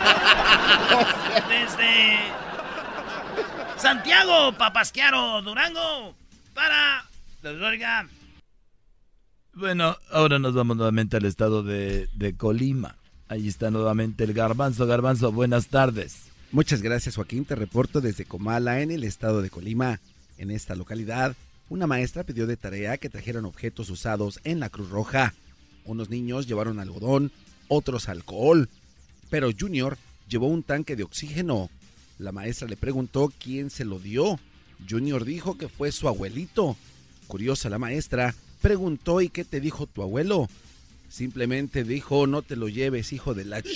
Desde Santiago Papasquiaro, Durango, para Oiga. Bueno, ahora nos vamos nuevamente al estado de Colima. Ahí está nuevamente el Garbanzo. Garbanzo, buenas tardes. Muchas gracias, Joaquín. Te reporto desde Comala, en el estado de Colima. En esta localidad, una maestra pidió de tarea que trajeran objetos usados en la Cruz Roja. Unos niños llevaron algodón, otros alcohol, pero Junior llevó un tanque de oxígeno. La maestra le preguntó quién se lo dio. Junior dijo que fue su abuelito. Curiosa la maestra, preguntó: ¿y qué te dijo tu abuelo? Simplemente dijo: no te lo lleves, hijo de la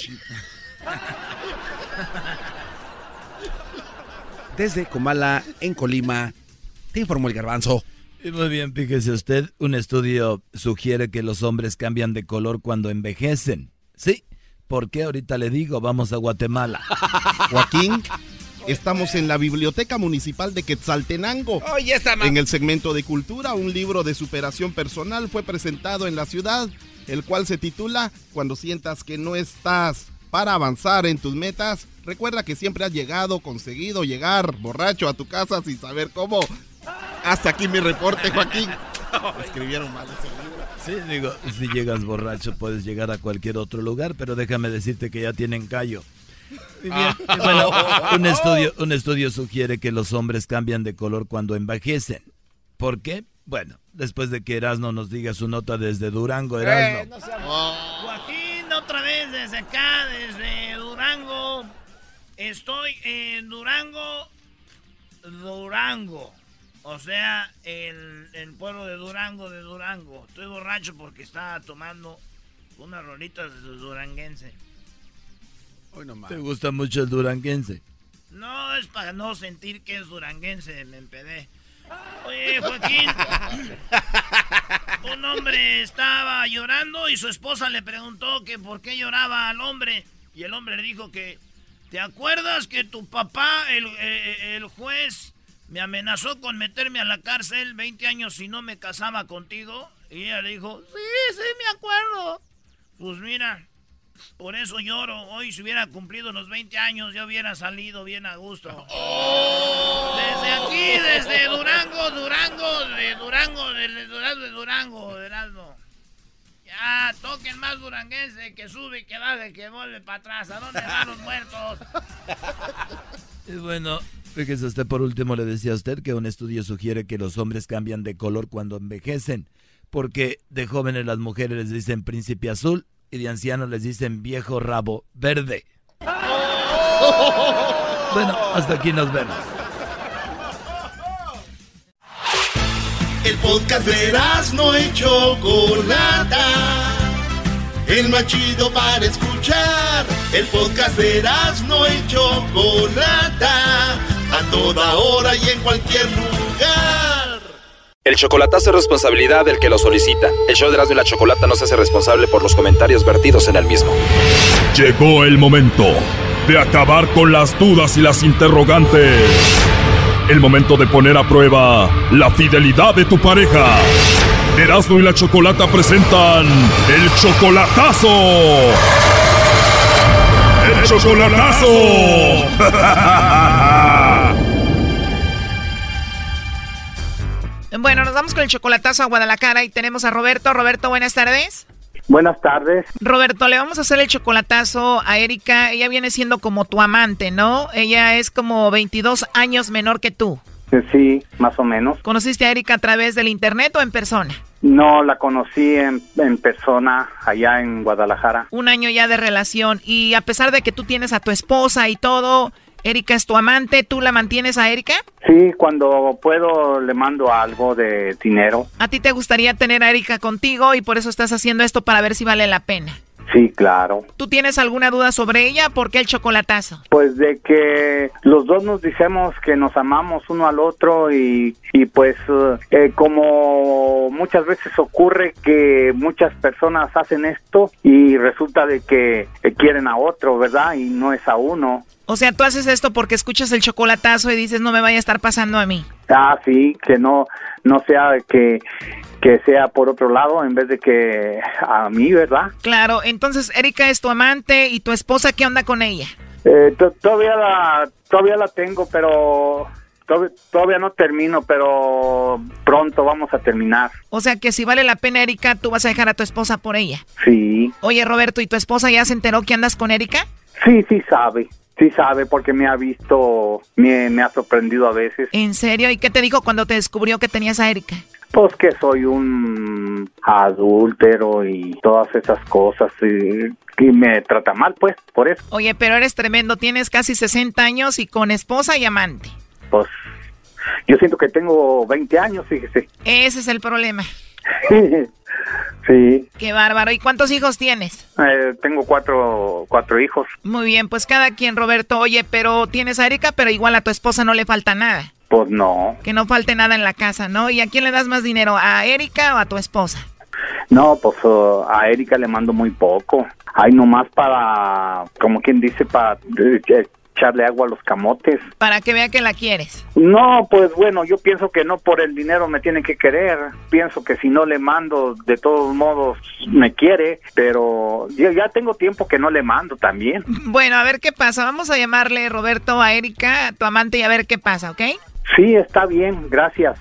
Desde Comala, en Colima, te informó el Garbanzo. Y muy bien, fíjese usted, un estudio sugiere que los hombres cambian de color cuando envejecen. Sí, ¿por qué? Ahorita le digo, vamos a Guatemala. Joaquín, estamos en la Biblioteca Municipal de Quetzaltenango. En el segmento de cultura, un libro de superación personal fue presentado en la ciudad, el cual se titula Cuando sientas que no estás para avanzar en tus metas, recuerda que siempre has conseguido llegar borracho a tu casa sin saber cómo. Hasta aquí mi reporte, Joaquín. Escribieron mal ese libro. Sí, digo, si llegas borracho puedes llegar a cualquier otro lugar, pero déjame decirte que ya tienen callo. Y bien, y bueno, un estudio sugiere que los hombres cambian de color cuando envejecen. ¿Por qué? Bueno, después de que Erasmo nos diga su nota desde Durango, Erasmo. Joaquín, otra vez desde acá, desde Durango. Estoy en Durango. O sea, el pueblo de Durango. Estoy borracho porque estaba tomando Unas rolitas de su duranguense. Hoy no más. ¿Te gusta mucho el duranguense? No, es para no sentir que es duranguense, me empedé. Oye, Joaquín, un hombre estaba llorando y su esposa le preguntó que por qué lloraba al hombre. Y el hombre le dijo que, ¿te acuerdas que tu papá, el juez, me amenazó con meterme a la cárcel 20 años si no me casaba contigo? Y ella le dijo, sí, me acuerdo. Pues mira, por eso lloro. Hoy si hubiera cumplido los 20 años ya hubiera salido bien a gusto. Desde aquí, desde Durango, Erasmo. Ya, toquen más duranguense, que sube y que baje, que vuelve para atrás. ¿A dónde van los muertos? Y bueno, fíjese usted, por último le decía a usted que un estudio sugiere que los hombres cambian de color cuando envejecen, porque de jóvenes las mujeres les dicen príncipe azul y de ancianos les dicen viejo rabo verde. Bueno, hasta aquí nos vemos. El podcast de Erazno y Chocolata, el más chido para escuchar. El podcast de Erazno y Chocolata, a toda hora y en cualquier lugar. El chocolatazo es responsabilidad del que lo solicita. El show de Erazno y la Chocolata no se hace responsable por los comentarios vertidos en el mismo. Llegó el momento de acabar con las dudas y las interrogantes. El momento de poner a prueba la fidelidad de tu pareja. Erazno y la Chocolata presentan El Chocolatazo. ¡El Chocolatazo! Bueno, nos vamos con el chocolatazo a Guadalajara y tenemos a Roberto. Roberto, buenas tardes. Buenas tardes. Roberto, le vamos a hacer el chocolatazo a Erika. Ella viene siendo como tu amante, ¿no? Ella es como 22 años menor que tú. Sí, más o menos. ¿Conociste a Erika a través del internet o en persona? No, la conocí en persona allá en Guadalajara. 1 año ya de relación y a pesar de que tú tienes a tu esposa y todo, Erika es tu amante, ¿tú la mantienes a Erika? Sí, cuando puedo le mando algo de dinero. ¿A ti te gustaría tener a Erika contigo y por eso estás haciendo esto para ver si vale la pena? Sí, claro. ¿Tú tienes alguna duda sobre ella? ¿Por qué el chocolatazo? Pues de que los dos nos dijimos que nos amamos uno al otro y pues como muchas veces ocurre que muchas personas hacen esto y resulta de que quieren a otro, ¿verdad? Y no es a uno. O sea, tú haces esto porque escuchas el chocolatazo y dices, no me vaya a estar pasando a mí. Ah, sí, que no sea que sea por otro lado en vez de que a mí, ¿verdad? Claro, entonces Erika es tu amante y tu esposa, ¿qué onda con ella? Todavía la tengo, pero todavía no termino, pero pronto vamos a terminar. O sea que si vale la pena, Erika, tú vas a dejar a tu esposa por ella. Sí. Oye, Roberto, ¿y tu esposa ya se enteró que andas con Erika? Sí sabe. Sí sabe porque me ha visto, me ha sorprendido a veces. ¿En serio? ¿Y qué te dijo cuando te descubrió que tenías a Erika? Pues que soy un adúltero y todas esas cosas y me trata mal, pues, por eso. Oye, pero eres tremendo, tienes casi 60 años y con esposa y amante. Pues yo siento que tengo 20 años, fíjese. Ese es el problema. Sí. Qué bárbaro. ¿Y cuántos hijos tienes? Tengo cuatro hijos. Muy bien, pues cada quien, Roberto. Oye, pero tienes a Erika, pero igual a tu esposa no le falta nada. Pues no. Que no falte nada en la casa, ¿no? ¿Y a quién le das más dinero? ¿A Erika o a tu esposa? No, pues a Erika le mando muy poco. Hay nomás para, como quien dice, para echarle agua a los camotes. Para que vea que la quieres. No, pues bueno, yo pienso que no por el dinero me tiene que querer. Pienso que si no le mando, de todos modos me quiere, pero yo ya tengo tiempo que no le mando también. Bueno, a ver qué pasa. Vamos a llamarle, Roberto, a Erika, a tu amante, y a ver qué pasa, ¿ok? Sí, está bien, gracias.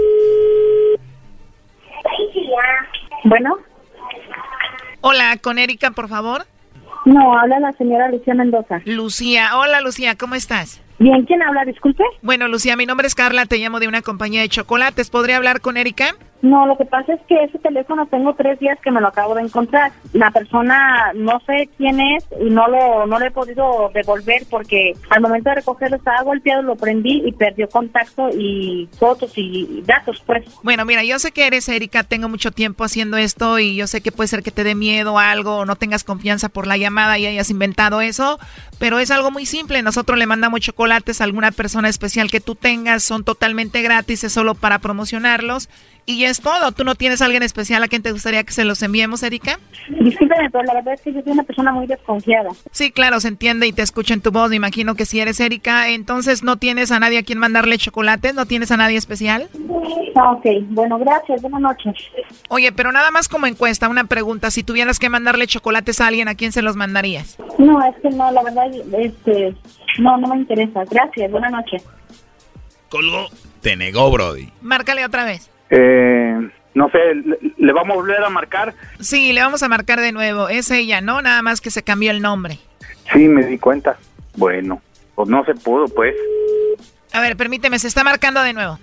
Bueno. Hola, con Erika, por favor. No, habla la señora Lucía Mendoza. Lucía, hola Lucía, ¿cómo estás? Bien, ¿quién habla? Disculpe. Bueno, Lucía, mi nombre es Carla, te llamo de una compañía de chocolates. ¿Podría hablar con Erika? No, lo que pasa es que ese teléfono tengo 3 días que me lo acabo de encontrar. La persona no sé quién es y no lo he podido devolver porque al momento de recogerlo estaba golpeado, lo prendí y perdió contacto y fotos y datos, pues. Bueno, mira, yo sé que eres Erika, tengo mucho tiempo haciendo esto y yo sé que puede ser que te dé miedo a algo o no tengas confianza por la llamada y hayas inventado eso, pero es algo muy simple. Nosotros le mandamos chocolates a alguna persona especial que tú tengas, son totalmente gratis, es solo para promocionarlos. Y es todo. ¿Tú no tienes a alguien especial a quien te gustaría que se los enviemos, Erika? Discúlpeme, pero la verdad es que yo soy una persona muy desconfiada. Sí, claro, se entiende y te escucho en tu voz. Me imagino que si eres Erika, entonces ¿no tienes a nadie a quien mandarle chocolates? ¿No tienes a nadie especial? Ok, bueno, gracias. Buenas noches. Oye, pero nada más como encuesta, una pregunta. Si tuvieras que mandarle chocolates a alguien, ¿a quién se los mandarías? No, es que no, la verdad, no me interesa. Gracias, buenas noches. Colgó. Te negó, Brody. Márcale otra vez. No sé, ¿le vamos a volver a marcar? Sí, le vamos a marcar de nuevo. Es ella, ¿no? Nada más que se cambió el nombre. Sí, me di cuenta. Bueno, pues no se pudo, pues. A ver, permíteme, se está marcando de nuevo.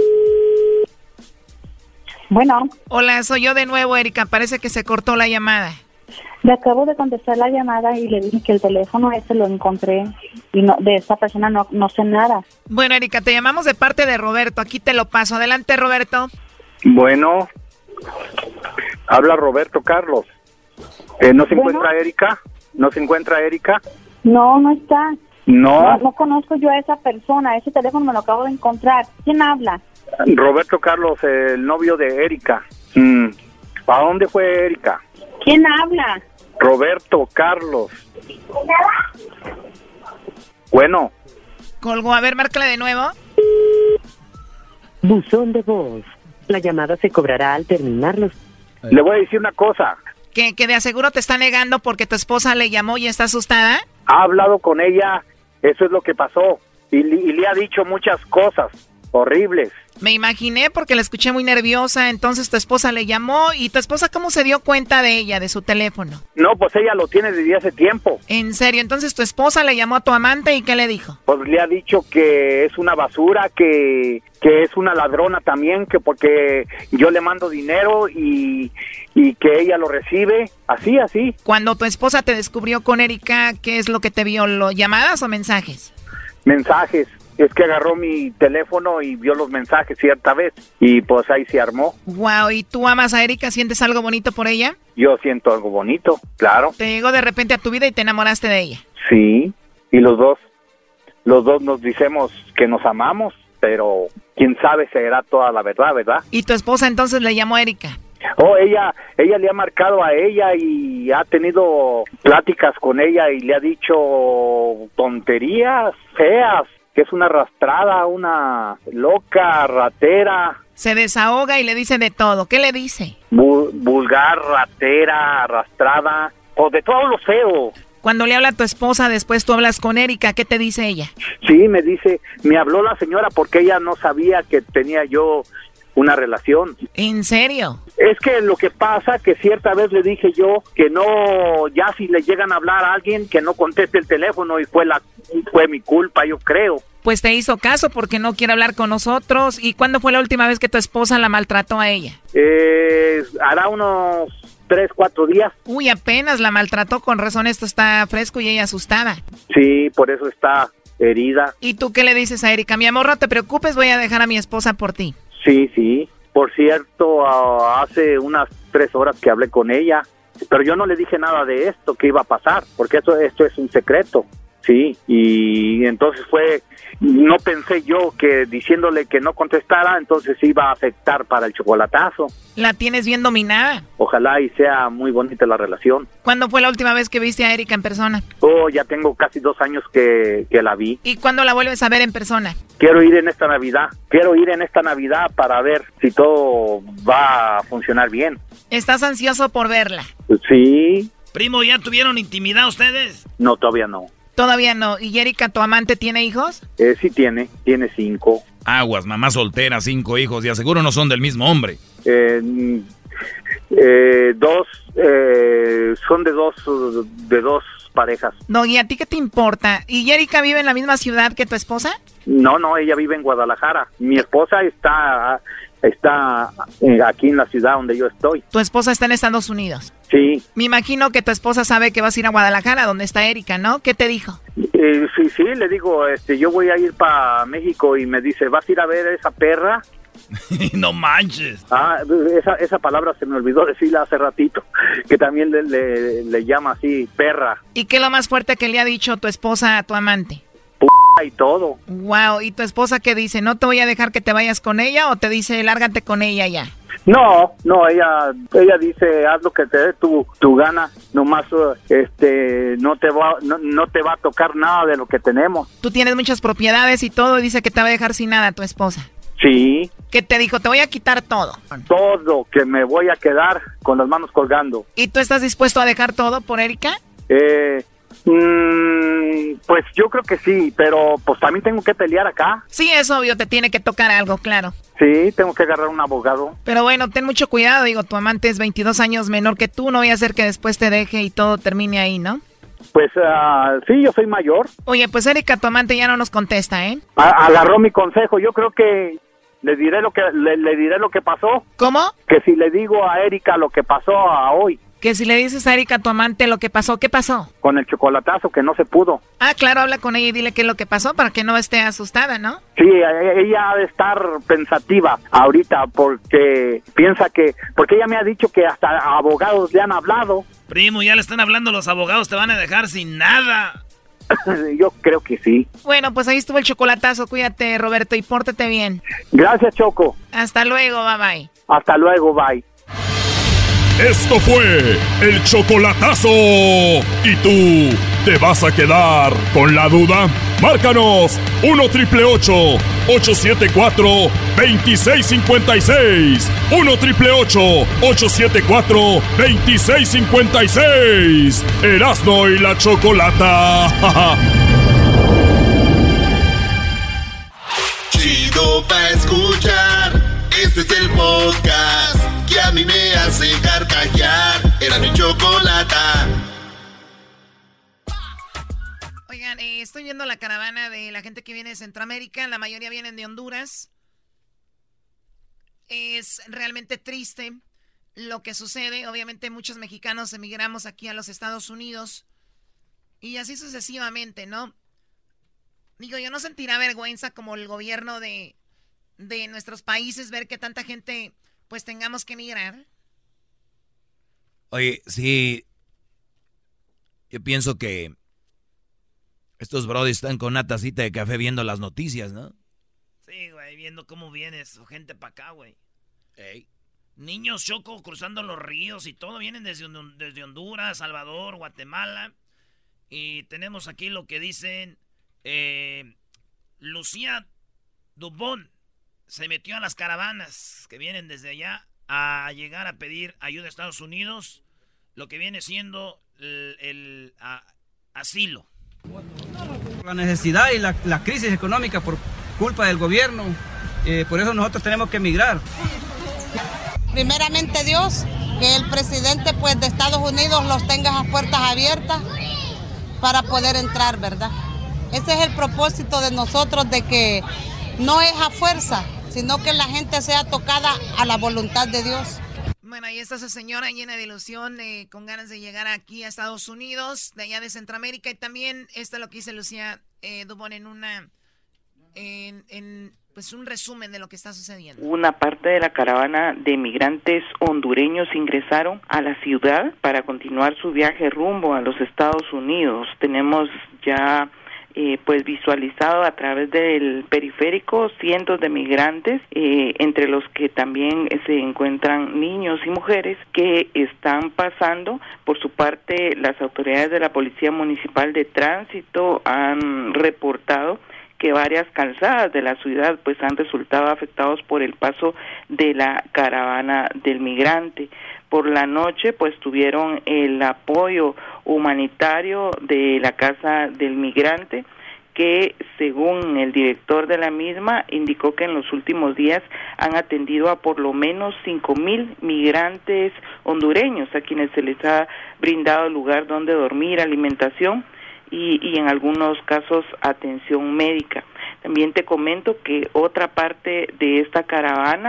Bueno. Hola, soy yo de nuevo, Erika. Parece que se cortó la llamada. Le acabo de contestar la llamada y le dije que el teléfono ese lo encontré y no, de esta persona no sé nada. Bueno, Erika, te llamamos de parte de Roberto. Aquí te lo paso. Adelante, Roberto. Bueno, habla Roberto Carlos. ¿No se encuentra Erika? ¿No se encuentra Erika? No, no está. No. No conozco yo a esa persona. Ese teléfono me lo acabo de encontrar. ¿Quién habla? Roberto Carlos, el novio de Erika. ¿A dónde fue Erika? ¿Quién habla? Roberto Carlos. Bueno. Colgó. A ver, márcale de nuevo. Buzón de voz. La llamada se cobrará al terminar los... Le voy a decir una cosa. Que de aseguro te está negando porque tu esposa le llamó y está asustada. Ha hablado con ella, eso es lo que pasó. Y le ha dicho muchas cosas horribles. Me imaginé porque la escuché muy nerviosa, entonces tu esposa le llamó. ¿Y tu esposa cómo se dio cuenta de ella, de su teléfono? No, pues ella lo tiene desde hace tiempo. ¿En serio? Entonces tu esposa le llamó a tu amante y ¿qué le dijo? Pues le ha dicho que es una basura, que es una ladrona también, que porque yo le mando dinero y que ella lo recibe, así. Cuando tu esposa te descubrió con Erika, ¿qué es lo que te vio? ¿Llamadas o mensajes? Mensajes. Es que agarró mi teléfono y vio los mensajes cierta vez y pues ahí se armó. Wow, ¿y tú amas a Erika? ¿Sientes algo bonito por ella? Yo siento algo bonito, claro. ¿Te llegó de repente a tu vida y te enamoraste de ella? Sí, y los dos nos decimos que nos amamos, pero quién sabe si era toda la verdad, ¿verdad? ¿Y tu esposa entonces le llamó a Erika? Oh, ella le ha marcado a ella y ha tenido pláticas con ella y le ha dicho tonterías feas. Que es una arrastrada, una loca, ratera. Se desahoga y le dice de todo. ¿Qué le dice? Vulgar, ratera, arrastrada, o de todo lo feo. Cuando le habla a tu esposa, después tú hablas con Erika, ¿qué te dice ella? Sí, me habló la señora porque ella no sabía que tenía yo una relación. ¿En serio? Es que lo que pasa que cierta vez le dije yo que no, ya si le llegan a hablar a alguien que no conteste el teléfono y fue mi culpa, yo creo. Pues te hizo caso porque no quiere hablar con nosotros. ¿Y cuándo fue la última vez que tu esposa la maltrató a ella? Hará unos 3, 4 días. Uy, apenas la maltrató, con razón esto está fresco y ella asustada. Sí, por eso está herida. ¿Y tú qué le dices a Erika? Mi amor, no te preocupes, voy a dejar a mi esposa por ti. Sí. Por cierto, hace unas 3 horas que hablé con ella, pero yo no le dije nada de esto, que iba a pasar, porque esto es un secreto, sí, y entonces no pensé yo que diciéndole que no contestara, entonces iba a afectar para el chocolatazo. La tienes bien dominada. Ojalá y sea muy bonita la relación. ¿Cuándo fue la última vez que viste a Erika en persona? Oh, ya tengo casi 2 años que la vi. ¿Y cuándo la vuelves a ver en persona? Quiero ir en esta Navidad para ver si todo va a funcionar bien. ¿Estás ansioso por verla? Sí. Primo, ¿ya tuvieron intimidad ustedes? No, todavía no. Todavía no. ¿Y Erika, tu amante, tiene hijos? Sí tiene 5. Aguas, mamá soltera, 5 hijos, y aseguro no son del mismo hombre. 2, son de dos parejas. No, ¿y a ti qué te importa? ¿Y Erika vive en la misma ciudad que tu esposa? No, ella vive en Guadalajara. Mi esposa está está aquí en la ciudad donde yo estoy. Tu esposa está en Estados Unidos. Sí. Me imagino que tu esposa sabe que vas a ir a Guadalajara, donde está Erika, ¿no? ¿Qué te dijo? Sí, le digo, yo voy a ir para México y me dice, ¿vas a ir a ver a esa perra? No manches. Esa palabra se me olvidó decirla hace ratito, que también le llama así, perra. ¿Y qué es lo más fuerte que le ha dicho tu esposa a tu amante? Y todo. Wow, ¿y tu esposa qué dice? ¿No te voy a dejar que te vayas con ella o te dice lárgate con ella ya? No, ella dice haz lo que te dé tu gana, nomás no te va a tocar nada de lo que tenemos. Tú tienes muchas propiedades y todo, y dice que te va a dejar sin nada tu esposa. Sí. ¿Qué te dijo? Te voy a quitar todo. Todo, que me voy a quedar con las manos colgando. ¿Y tú estás dispuesto a dejar todo por Erika? Pues yo creo que sí, pero pues también tengo que pelear acá. Sí, es obvio, te tiene que tocar algo, claro. Sí, tengo que agarrar un abogado. Pero bueno, ten mucho cuidado, digo, tu amante es 22 años menor que tú, no voy a hacer que después te deje y todo termine ahí, ¿no? Pues sí, yo soy mayor. Oye, pues Erika, tu amante ya no nos contesta, ¿eh? Agarró mi consejo, yo creo que le diré lo que pasó. ¿Cómo? Que si le digo a Erika lo que pasó hoy. Que si le dices a Erika, tu amante, lo que pasó, ¿qué pasó? Con el chocolatazo, que no se pudo. Ah, claro, habla con ella y dile qué es lo que pasó para que no esté asustada, ¿no? Sí, ella ha de estar pensativa ahorita porque piensa porque ella me ha dicho que hasta abogados le han hablado. Primo, ya le están hablando los abogados, te van a dejar sin nada. Yo creo que sí. Bueno, pues ahí estuvo el chocolatazo, cuídate, Roberto, y pórtate bien. Gracias, Choco. Hasta luego, bye bye. Hasta luego, bye. Esto fue el chocolatazo. ¿Y tú te vas a quedar con la duda? Márcanos 1-888-874-2656. 1-888-874-2656. Erasmo y la Chocolata. Chido pa' escuchar. Este es el podcast que a mí me hace carcajear. Era mi Chocolata. Oigan, estoy viendo la caravana de la gente que viene de Centroamérica. La mayoría vienen de Honduras. Es realmente triste lo que sucede. Obviamente muchos mexicanos emigramos aquí a los Estados Unidos. Y así sucesivamente, ¿no? Digo, yo no sentirá vergüenza como el gobierno de nuestros países ver que tanta gente pues tengamos que emigrar. Oye, sí, yo pienso que estos brodis están con una tacita de café viendo las noticias, ¿no? Sí, güey, viendo cómo viene su gente para acá, güey. Ey. Niños, Choco, cruzando los ríos y todo, vienen desde Honduras, Salvador, Guatemala. Y tenemos aquí lo que dicen, Lucía Dubón se metió a las caravanas que vienen desde allá a llegar a pedir ayuda a Estados Unidos, lo que viene siendo el asilo. La necesidad y la crisis económica por culpa del gobierno, por eso nosotros tenemos que emigrar. Primeramente Dios, que el presidente pues de Estados Unidos los tenga las puertas abiertas para poder entrar, ¿verdad? Ese es el propósito de nosotros, de que no es a fuerza, sino que la gente sea tocada a la voluntad de Dios. Bueno, ahí está esa señora llena de ilusión, con ganas de llegar aquí a Estados Unidos, de allá de Centroamérica. Y también esto es lo que dice Lucía Dubón en pues un resumen de lo que está sucediendo. Una parte de la caravana de migrantes hondureños ingresaron a la ciudad para continuar su viaje rumbo a los Estados Unidos. Tenemos ya pues visualizado a través del periférico cientos de migrantes, entre los que también se encuentran niños y mujeres que están pasando. Por su parte, las autoridades de la Policía Municipal de Tránsito han reportado que varias calzadas de la ciudad pues han resultado afectados por el paso de la caravana del migrante. Por la noche pues tuvieron el apoyo humanitario de la Casa del Migrante, que según el director de la misma indicó que en los últimos días han atendido a por lo menos 5,000 migrantes hondureños a quienes se les ha brindado lugar donde dormir, alimentación y en algunos casos atención médica. También te comento que otra parte de esta caravana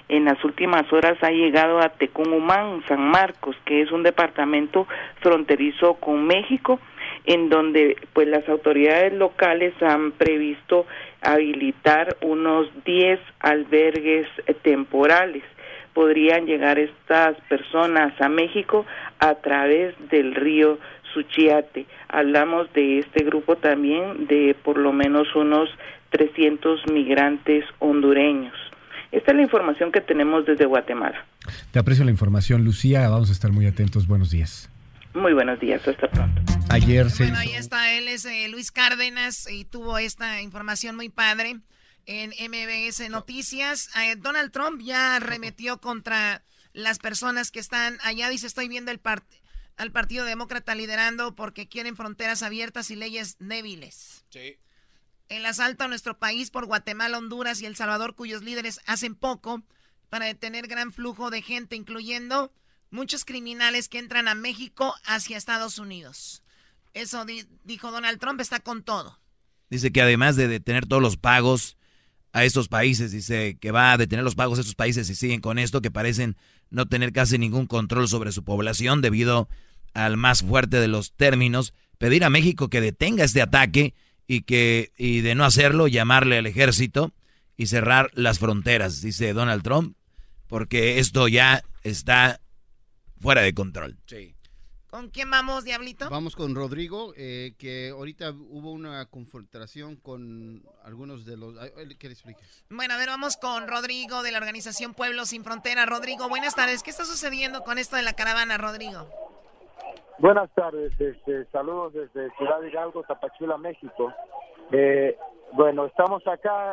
en las últimas horas ha llegado a Tecumumán, San Marcos, que es un departamento fronterizo con México, en donde pues las autoridades locales han previsto habilitar unos 10 albergues temporales. Podrían llegar estas personas a México a través del río Suchiate. Hablamos de este grupo también de por lo menos unos 300 migrantes hondureños. Esta es la información que tenemos desde Guatemala. Te aprecio la información, Lucía. Vamos a estar muy atentos. Buenos días. Muy buenos días, hasta pronto. Ayer se Bueno, ahí está, él es Luis Cárdenas y tuvo esta información muy padre en MBS Noticias. Donald Trump ya arremetió contra las personas que están allá. Dice, estoy viendo al Partido Demócrata liderando porque quieren fronteras abiertas y leyes débiles. Sí. El asalto a nuestro país por Guatemala, Honduras y El Salvador, cuyos líderes hacen poco para detener gran flujo de gente, incluyendo muchos criminales que entran a México hacia Estados Unidos. Eso dijo Donald Trump, está con todo. Dice que además de detener todos los pagos a estos países, dice que va a detener los pagos a estos países si siguen con esto, que parecen no tener casi ningún control sobre su población debido al más fuerte de los términos, pedir a México que detenga este ataque y de no hacerlo, llamarle al ejército y cerrar las fronteras, dice Donald Trump, porque esto ya está fuera de control. Sí. ¿Con quién vamos, Diablito? Vamos con Rodrigo, que ahorita hubo una confrontación con algunos de los... ¿Qué le explique? Bueno, a ver, vamos con Rodrigo de la organización Pueblos Sin Frontera. Rodrigo, buenas tardes. ¿Qué está sucediendo con esto de la caravana, Rodrigo? Buenas tardes, saludos desde Ciudad Hidalgo, Tapachula, México. Bueno, estamos acá,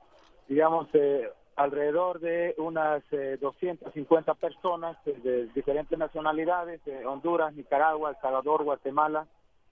alrededor de unas 250 personas de diferentes nacionalidades, Honduras, Nicaragua, El Salvador, Guatemala.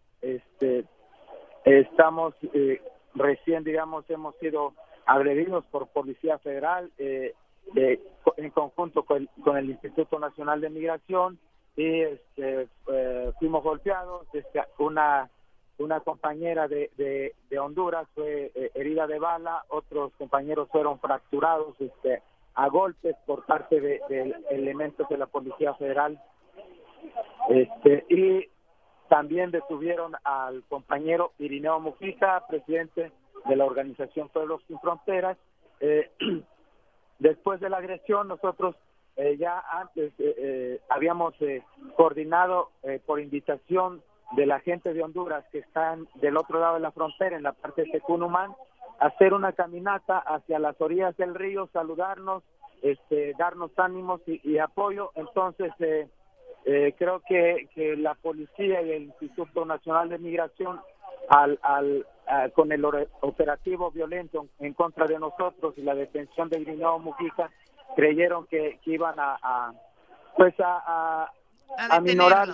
Estamos recién, hemos sido agredidos por Policía Federal en conjunto con el Instituto Nacional de Migración y fuimos golpeados. Una compañera de Honduras fue herida de bala, otros compañeros fueron fracturados a golpes por parte de elementos de la Policía Federal. Y también detuvieron al compañero Irineo Mujica, presidente de la organización Pueblos Sin Fronteras. Después de la agresión, nosotros ya antes habíamos coordinado por invitación de la gente de Honduras que están del otro lado de la frontera, en la parte de Tecunumán, hacer una caminata hacia las orillas del río, saludarnos, darnos ánimos y apoyo. Entonces, creo que la policía y el Instituto Nacional de Migración, con el operativo violento en contra de nosotros y la detención de Irineo Mujica, creyeron que iban a minorar,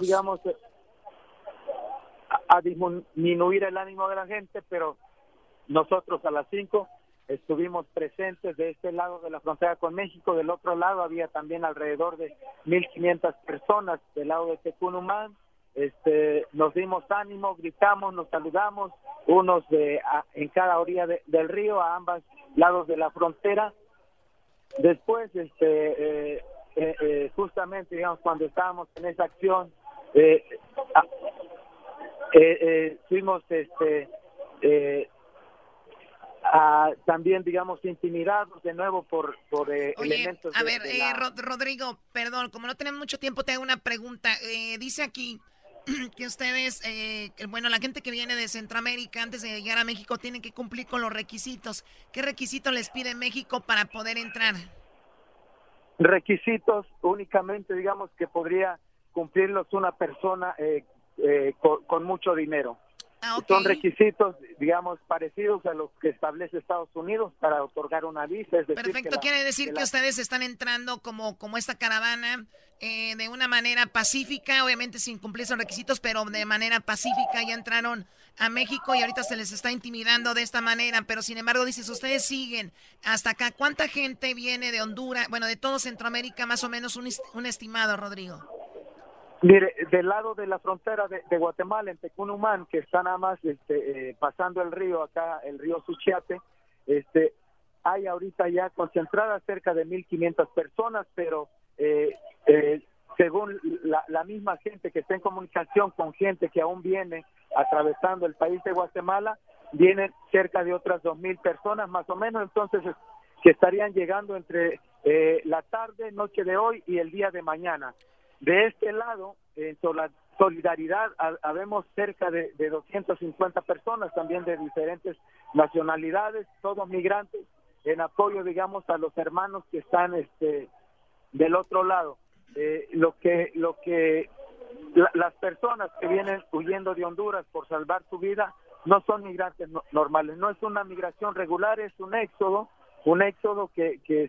a disminuir el ánimo de la gente, pero nosotros a las 5 estuvimos presentes de este lado de la frontera con México. Del otro lado había también alrededor de 1,500 personas del lado de Tecunumán. Nos dimos ánimo, gritamos, nos saludamos, unos en cada orilla del río, a ambos lados de la frontera. Después, justamente, cuando estábamos en esa acción, fuimos también, intimidados de nuevo por elementos. A ver, Rodrigo, perdón, como no tenemos mucho tiempo, te hago una pregunta. Dice aquí que ustedes, la gente que viene de Centroamérica antes de llegar a México tienen que cumplir con los requisitos. ¿Qué requisitos les pide México para poder entrar? Requisitos únicamente, que podría cumplirlos una persona con mucho dinero. Okay. Son requisitos, parecidos a los que establece Estados Unidos para otorgar una visa. Es decir, perfecto, quiere decir que ustedes están entrando como esta caravana de una manera pacífica, obviamente sin cumplir esos requisitos, pero de manera pacífica ya entraron a México y ahorita se les está intimidando de esta manera, pero sin embargo dices, ustedes siguen hasta acá. ¿Cuánta gente viene de Honduras, de todo Centroamérica, más o menos un estimado, Rodrigo? Mire, del lado de la frontera de Guatemala, en Tecunumán, que está nada más pasando el río, acá el río Suchiate, hay ahorita ya concentradas cerca de 1,500 personas, pero según la misma gente que está en comunicación con gente que aún viene atravesando el país de Guatemala, vienen cerca de otras 2,000 personas más o menos, entonces que estarían llegando entre la tarde, noche de hoy y el día de mañana. De este lado, en solidaridad, habemos cerca de 250 personas también de diferentes nacionalidades, todos migrantes, en apoyo, digamos, a los hermanos que están del otro lado. Las personas que vienen huyendo de Honduras por salvar su vida no son migrantes normales, no es una migración regular, es un éxodo que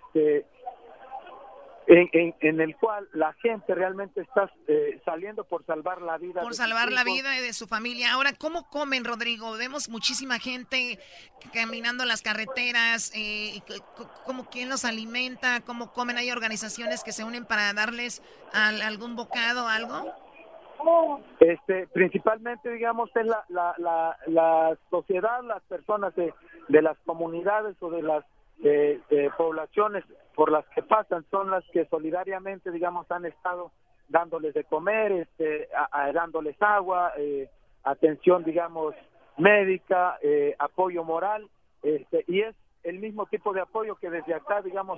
en el cual la gente realmente está saliendo por salvar la vida. Por salvar la vida de su familia. Ahora, ¿cómo comen, Rodrigo? Vemos muchísima gente caminando las carreteras. ¿Cómo quién los alimenta? ¿Cómo comen? ¿Hay organizaciones que se unen para darles algún bocado o algo? Principalmente, digamos, es la sociedad, las personas de las comunidades o de las poblaciones por las que pasan son las que solidariamente, digamos, han estado dándoles de comer, dándoles agua, atención, digamos, médica, apoyo moral, y es el mismo tipo de apoyo que desde acá, digamos,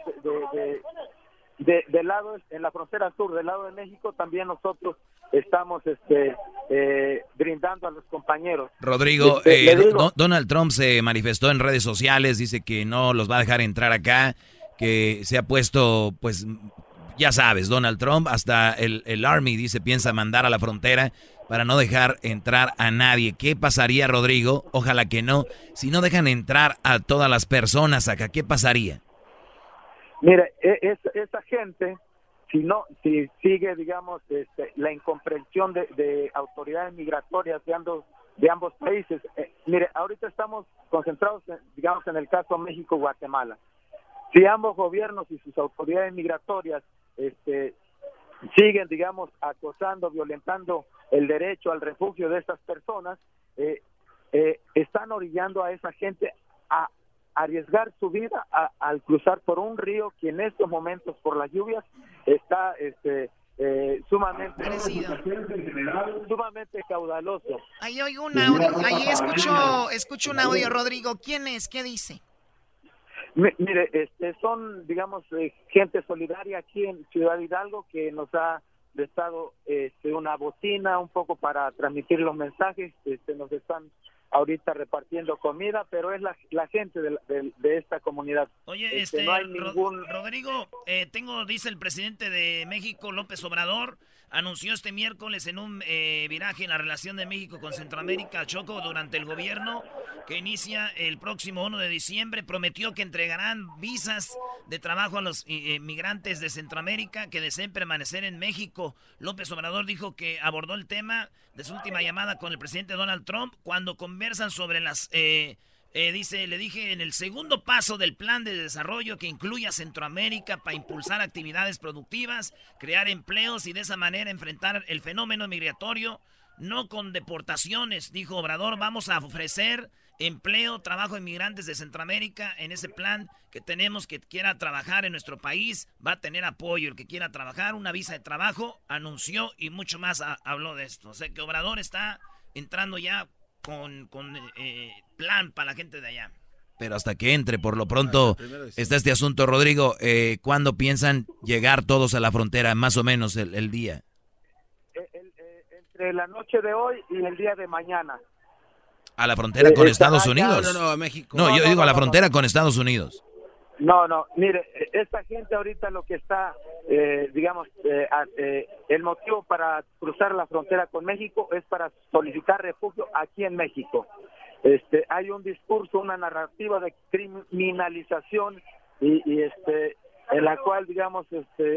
del lado, en la frontera sur, del lado de México, también nosotros estamos brindando a los compañeros. Rodrigo, Donald Trump se manifestó en redes sociales, dice que no los va a dejar entrar acá, que se ha puesto, pues, ya sabes, Donald Trump, hasta el Army, dice, piensa mandar a la frontera para no dejar entrar a nadie. ¿Qué pasaría, Rodrigo? Ojalá que no. Si no dejan entrar a todas las personas acá, ¿qué pasaría? Mire, esa gente, si sigue, digamos, la incomprensión de autoridades migratorias de ambos países. Mire, ahorita estamos concentrados, digamos, en el caso México-Guatemala. Si ambos gobiernos y sus autoridades migratorias siguen, digamos, acosando, violentando el derecho al refugio de estas personas, están orillando a esa gente a arriesgar su vida al cruzar por un río que en estos momentos, por las lluvias, está sumamente caudaloso. Ahí oigo un audio, ahí escucho un audio, Rodrigo. ¿Quién es? ¿Qué dice? Mire, son, digamos, gente solidaria aquí en Ciudad Hidalgo que nos ha prestado una bocina un poco para transmitir los mensajes. Nos están ahorita repartiendo comida, pero es la gente de esta comunidad. Oye, no hay ningún... Rodrigo, dice el presidente de México, López Obrador, anunció este miércoles en un viraje en la relación de México con Centroamérica, Choco, durante el gobierno que inicia el próximo 1 de diciembre, prometió que entregarán visas de trabajo a los migrantes de Centroamérica que deseen permanecer en México. López Obrador dijo que abordó el tema de su última llamada con el presidente Donald Trump cuando conversan sobre las... dice, le dije, en el segundo paso del plan de desarrollo que incluye a Centroamérica para impulsar actividades productivas, crear empleos y de esa manera enfrentar el fenómeno migratorio, no con deportaciones, dijo Obrador. Vamos a ofrecer empleo, trabajo a inmigrantes de Centroamérica en ese plan que tenemos. Que quiera trabajar en nuestro país va a tener apoyo. El que quiera trabajar, una visa de trabajo, anunció, y mucho más habló de esto. O sea que Obrador está entrando ya con plan para la gente de allá. Pero hasta que entre, por lo pronto, está este asunto, Rodrigo. ¿Cuándo piensan llegar todos a la frontera, más o menos el día? Entre la noche de hoy y el día de mañana. ¿A la frontera con Estados Unidos? No, a México. No, yo digo a la frontera con Estados Unidos. No, mire, esta gente ahorita lo que está, digamos, el motivo para cruzar la frontera con México es para solicitar refugio aquí en México. Hay un discurso, una narrativa de criminalización y en la cual, digamos,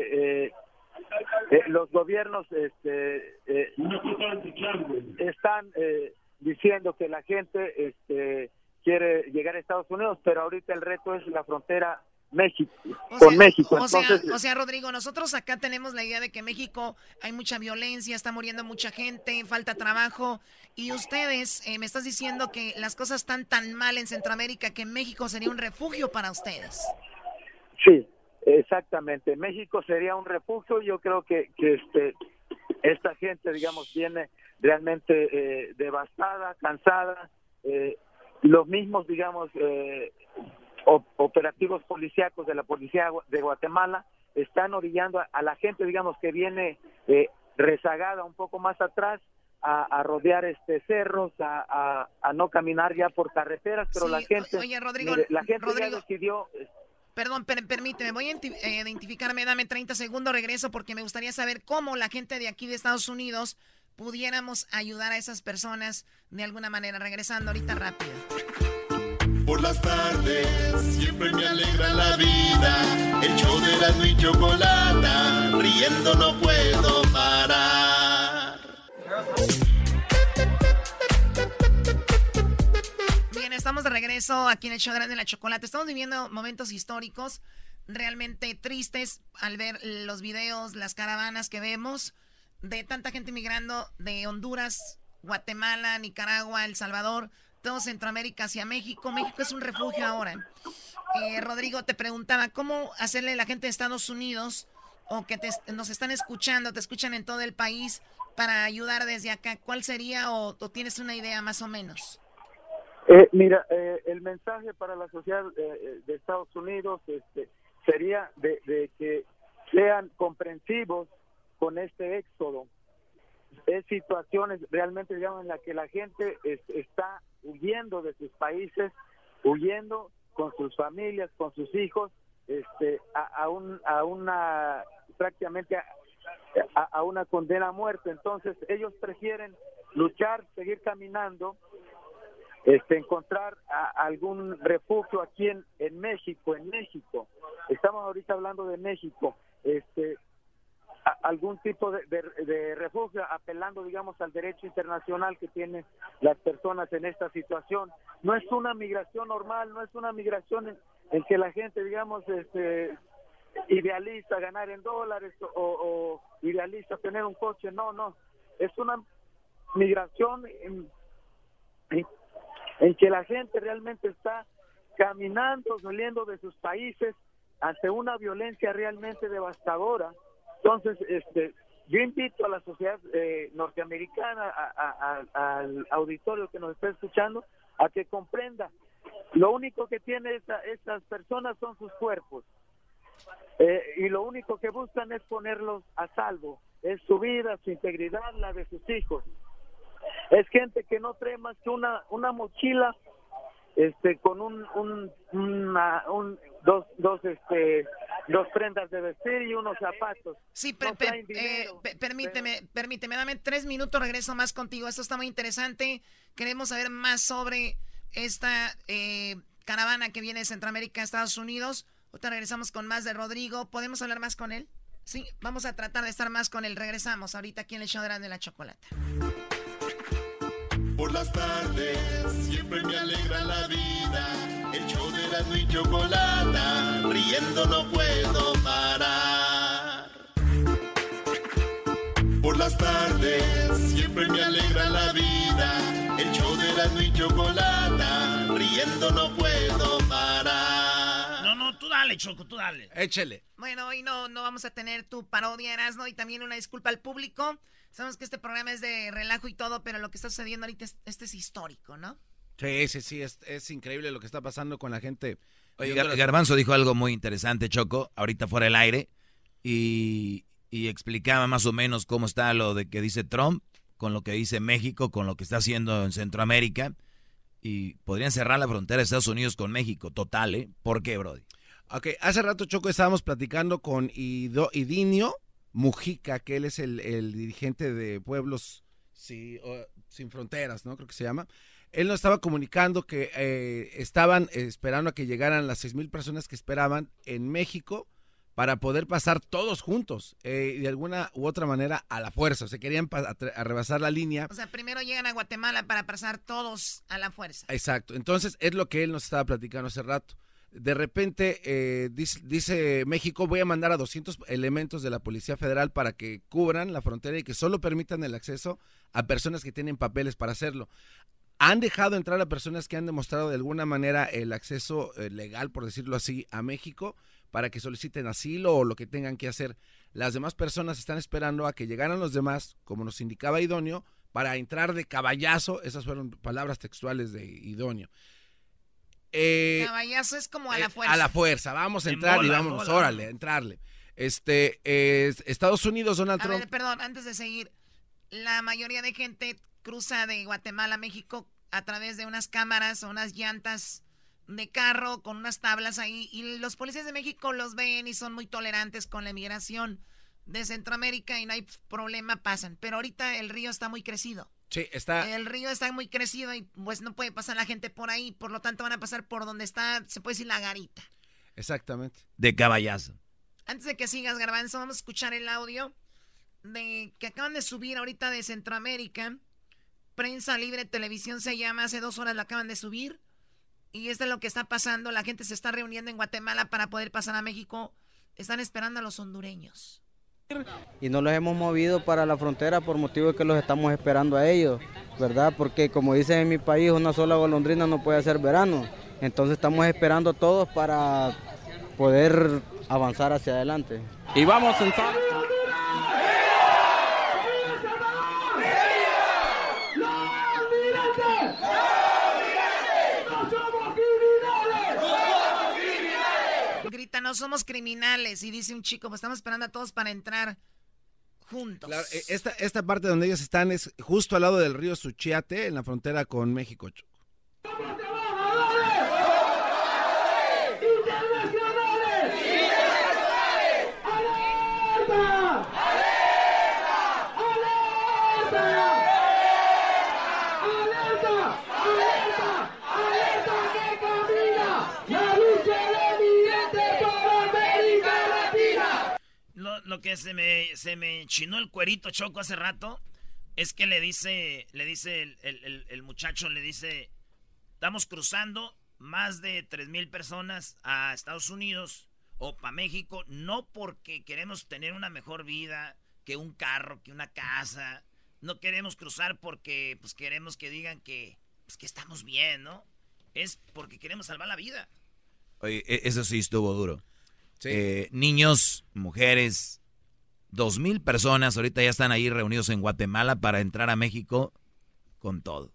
los gobiernos están diciendo que la gente quiere llegar a Estados Unidos, pero ahorita el reto es la frontera México, México. Entonces, o sea, Rodrigo, nosotros acá tenemos la idea de que México hay mucha violencia, está muriendo mucha gente, falta trabajo, y ustedes me estás diciendo que las cosas están tan mal en Centroamérica que México sería un refugio para ustedes. Sí, exactamente. México sería un refugio. Yo creo que esta gente, digamos, viene realmente devastada, cansada. Los mismos, digamos, operativos policíacos de la policía de Guatemala están orillando a la gente, digamos, que viene rezagada un poco más atrás a rodear cerros, a no caminar ya por carreteras, pero sí, la gente, oye, Rodrigo, la gente Rodrigo, ya decidió. Perdón, permíteme, voy a identificarme, dame 30 segundos, regreso, porque me gustaría saber cómo la gente de aquí de Estados Unidos pudiéramos ayudar a esas personas de alguna manera. Regresando ahorita rápido. Por las tardes siempre me alegra la vida. El show de Erasmo y Chocolata, riendo no puedo parar. Bien, estamos de regreso aquí en el show de la Chocolata. Estamos viviendo momentos históricos realmente tristes al ver los videos, las caravanas que vemos de tanta gente migrando de Honduras, Guatemala, Nicaragua, El Salvador, todo Centroamérica hacia México. México es un refugio ahora. Rodrigo, te preguntaba, ¿cómo hacerle a la gente de Estados Unidos o que nos están escuchando, te escuchan en todo el país para ayudar desde acá? ¿Cuál sería o tienes una idea más o menos? Mira, el mensaje para la sociedad de Estados Unidos sería de que sean comprensivos con este éxodo. Es situaciones realmente, digamos, en las que la gente está huyendo de sus países, huyendo con sus familias, con sus hijos, prácticamente a una condena a muerte. Entonces ellos prefieren luchar, seguir caminando, encontrar algún refugio aquí en México. Estamos ahorita hablando de México, algún tipo de refugio, apelando, digamos, al derecho internacional que tienen las personas en esta situación. No es una migración normal, no es una migración en que la gente, digamos, idealiza ganar en dólares o idealiza tener un coche. No, es una migración en que la gente realmente está caminando, saliendo de sus países ante una violencia realmente devastadora. Entonces, yo invito a la sociedad norteamericana, al auditorio que nos está escuchando, a que comprenda. Lo único que tienen estas personas son sus cuerpos. Y lo único que buscan es ponerlos a salvo. Es su vida, su integridad, la de sus hijos. Es gente que no trae más que una mochila con dos prendas de vestir y unos zapatos. Sí, permíteme, dame 3 minutos, regreso más contigo. Esto está muy interesante. Queremos saber más sobre esta caravana que viene de Centroamérica a Estados Unidos. Ahorita regresamos con más de Rodrigo. ¿Podemos hablar más con él? Sí, vamos a tratar de estar más con él. Regresamos ahorita aquí en el show de la Chocolata. Por las tardes siempre me alegra la vida. El show de Erasmo y Chocolata, riendo no puedo parar. Por las tardes siempre me alegra la vida. El show de Erasmo y Chocolata, riendo no puedo parar. No, tú dale, Choco, tú dale. Échele. Bueno, hoy no vamos a tener tu parodia, Erasmo, y también una disculpa al público. Sabemos que este programa es de relajo y todo, pero lo que está sucediendo ahorita es histórico, ¿no? Sí, es increíble lo que está pasando con la gente. Oye, Garbanzo dijo algo muy interesante, Choco, ahorita fuera del aire, y explicaba más o menos cómo está lo de que dice Trump, con lo que dice México, con lo que está haciendo en Centroamérica, y podrían cerrar la frontera de Estados Unidos con México, total, ¿eh? ¿Por qué, Brody? Ok, hace rato, Choco, estábamos platicando con Idinio Mujica, que él es el dirigente de Pueblos Sin Fronteras, ¿no? Creo que se llama. Él nos estaba comunicando que estaban esperando a que llegaran las 6,000 personas que esperaban en México para poder pasar todos juntos, de alguna u otra manera a la fuerza. O sea, querían rebasar la línea. O sea, primero llegan a Guatemala para pasar todos a la fuerza. Exacto. Entonces, es lo que él nos estaba platicando hace rato. de repente dice México, voy a mandar a 200 elementos de la Policía Federal para que cubran la frontera y que solo permitan el acceso a personas que tienen papeles para hacerlo. Han dejado entrar a personas que han demostrado de alguna manera el acceso legal, por decirlo así, a México para que soliciten asilo o lo que tengan que hacer. Las demás personas están esperando a que llegaran los demás, como nos indicaba Idóneo, para entrar de caballazo. Esas fueron palabras textuales de Idóneo. Caballazo es como a la fuerza. A la fuerza, vamos a entrar y vámonos, órale, a entrarle. Estados Unidos, Donald Trump. A ver, perdón, antes de seguir, la mayoría de gente cruza de Guatemala a México a través de unas cámaras o unas llantas de carro con unas tablas ahí, y los policías de México los ven y son muy tolerantes con la inmigración de Centroamérica y no hay problema, pasan. Pero ahorita el río está muy crecido. Sí, está. El río está muy crecido y pues no puede pasar la gente por ahí, por lo tanto van a pasar por donde está, se puede decir, la garita. Exactamente. De caballazo. Antes de que sigas, Garbanzo, vamos a escuchar el audio de que acaban de subir ahorita de Centroamérica. Prensa Libre Televisión se llama, hace 2 horas la acaban de subir. Y esto es lo que está pasando, la gente se está reuniendo en Guatemala para poder pasar a México. Están esperando a los hondureños. Y no los hemos movido para la frontera por motivo de que los estamos esperando a ellos, ¿verdad? Porque como dicen en mi país, una sola golondrina no puede hacer verano. Entonces estamos esperando todos para poder avanzar hacia adelante. Y vamos a entrar. Grita, no somos criminales. Y dice un chico, pues estamos esperando a todos para entrar juntos. Claro, esta parte donde ellos están es justo al lado del río Suchiate, en la frontera con México. Lo que se me chinó el cuerito, Choco, hace rato, es que le dice el muchacho, le dice, estamos cruzando más de 3,000 personas a Estados Unidos o para México, no porque queremos tener una mejor vida, que un carro, que una casa, no queremos cruzar porque pues queremos que digan que, pues, que estamos bien, ¿no? Es porque queremos salvar la vida. Oye, eso sí estuvo duro. Sí. Niños, mujeres, 2,000 personas ahorita ya están ahí reunidos en Guatemala para entrar a México con todo.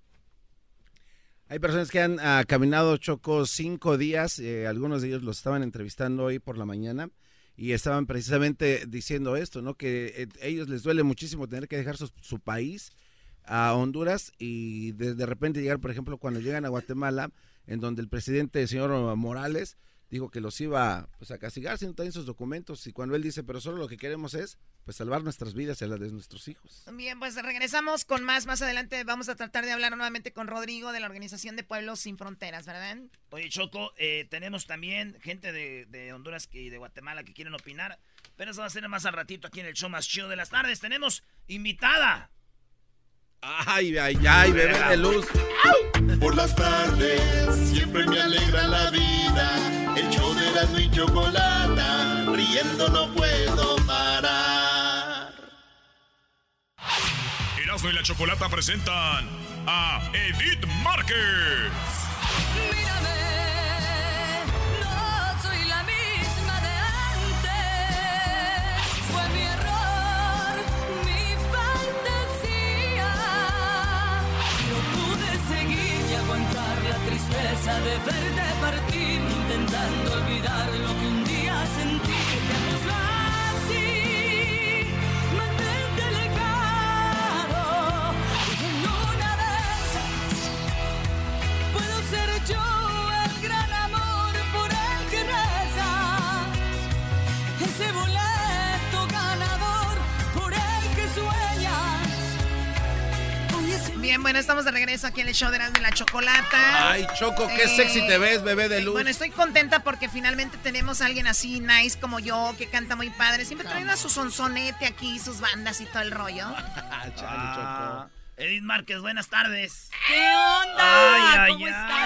Hay personas que han caminado, Choco, 5 días, algunos de ellos los estaban entrevistando hoy por la mañana y estaban precisamente diciendo esto, ¿no? Que a ellos les duele muchísimo tener que dejar su país a Honduras y de repente llegar, por ejemplo, cuando llegan a Guatemala, en donde el presidente, el señor Morales, dijo que los iba pues a castigar si no traen sus documentos, y cuando él dice, pero solo lo que queremos es pues salvar nuestras vidas y las de nuestros hijos. Bien, pues regresamos con más adelante. Vamos a tratar de hablar nuevamente con Rodrigo de la Organización de Pueblos Sin Fronteras, ¿verdad? Oye, Choco, tenemos también gente de Honduras y de Guatemala que quieren opinar, pero eso va a ser más al ratito aquí en el show más chido de las tardes. Tenemos invitada. Ay, bebé de luz. Por las tardes siempre me alegra la vida. El show de Erasmo y Chocolata, riendo no puedo parar. Erasmo y la Chocolata presentan a Edith Márquez. Mírame, no soy la misma de antes. Fue mi error, mi fantasía. No pude seguir y aguantar la tristeza de verte partir, intentando olvidar lo que un día sentí. Dejémoslo así, mantente alejado. Y en una de esas puedo ser yo el gran amor por el que rezas, ese boleto ganador por el que sueñas. Bien, bueno, estamos de regreso aquí en el show de Erasmo y la Chocolata. Ay, Choco, qué sexy te ves, bebé de luz. Bueno, estoy contenta porque finalmente tenemos a alguien así nice como yo, que canta muy padre. Siempre traen a su sonsonete aquí, sus bandas y todo el rollo. Edith Márquez, buenas tardes. ¿Qué onda? Ay, ¿Cómo están?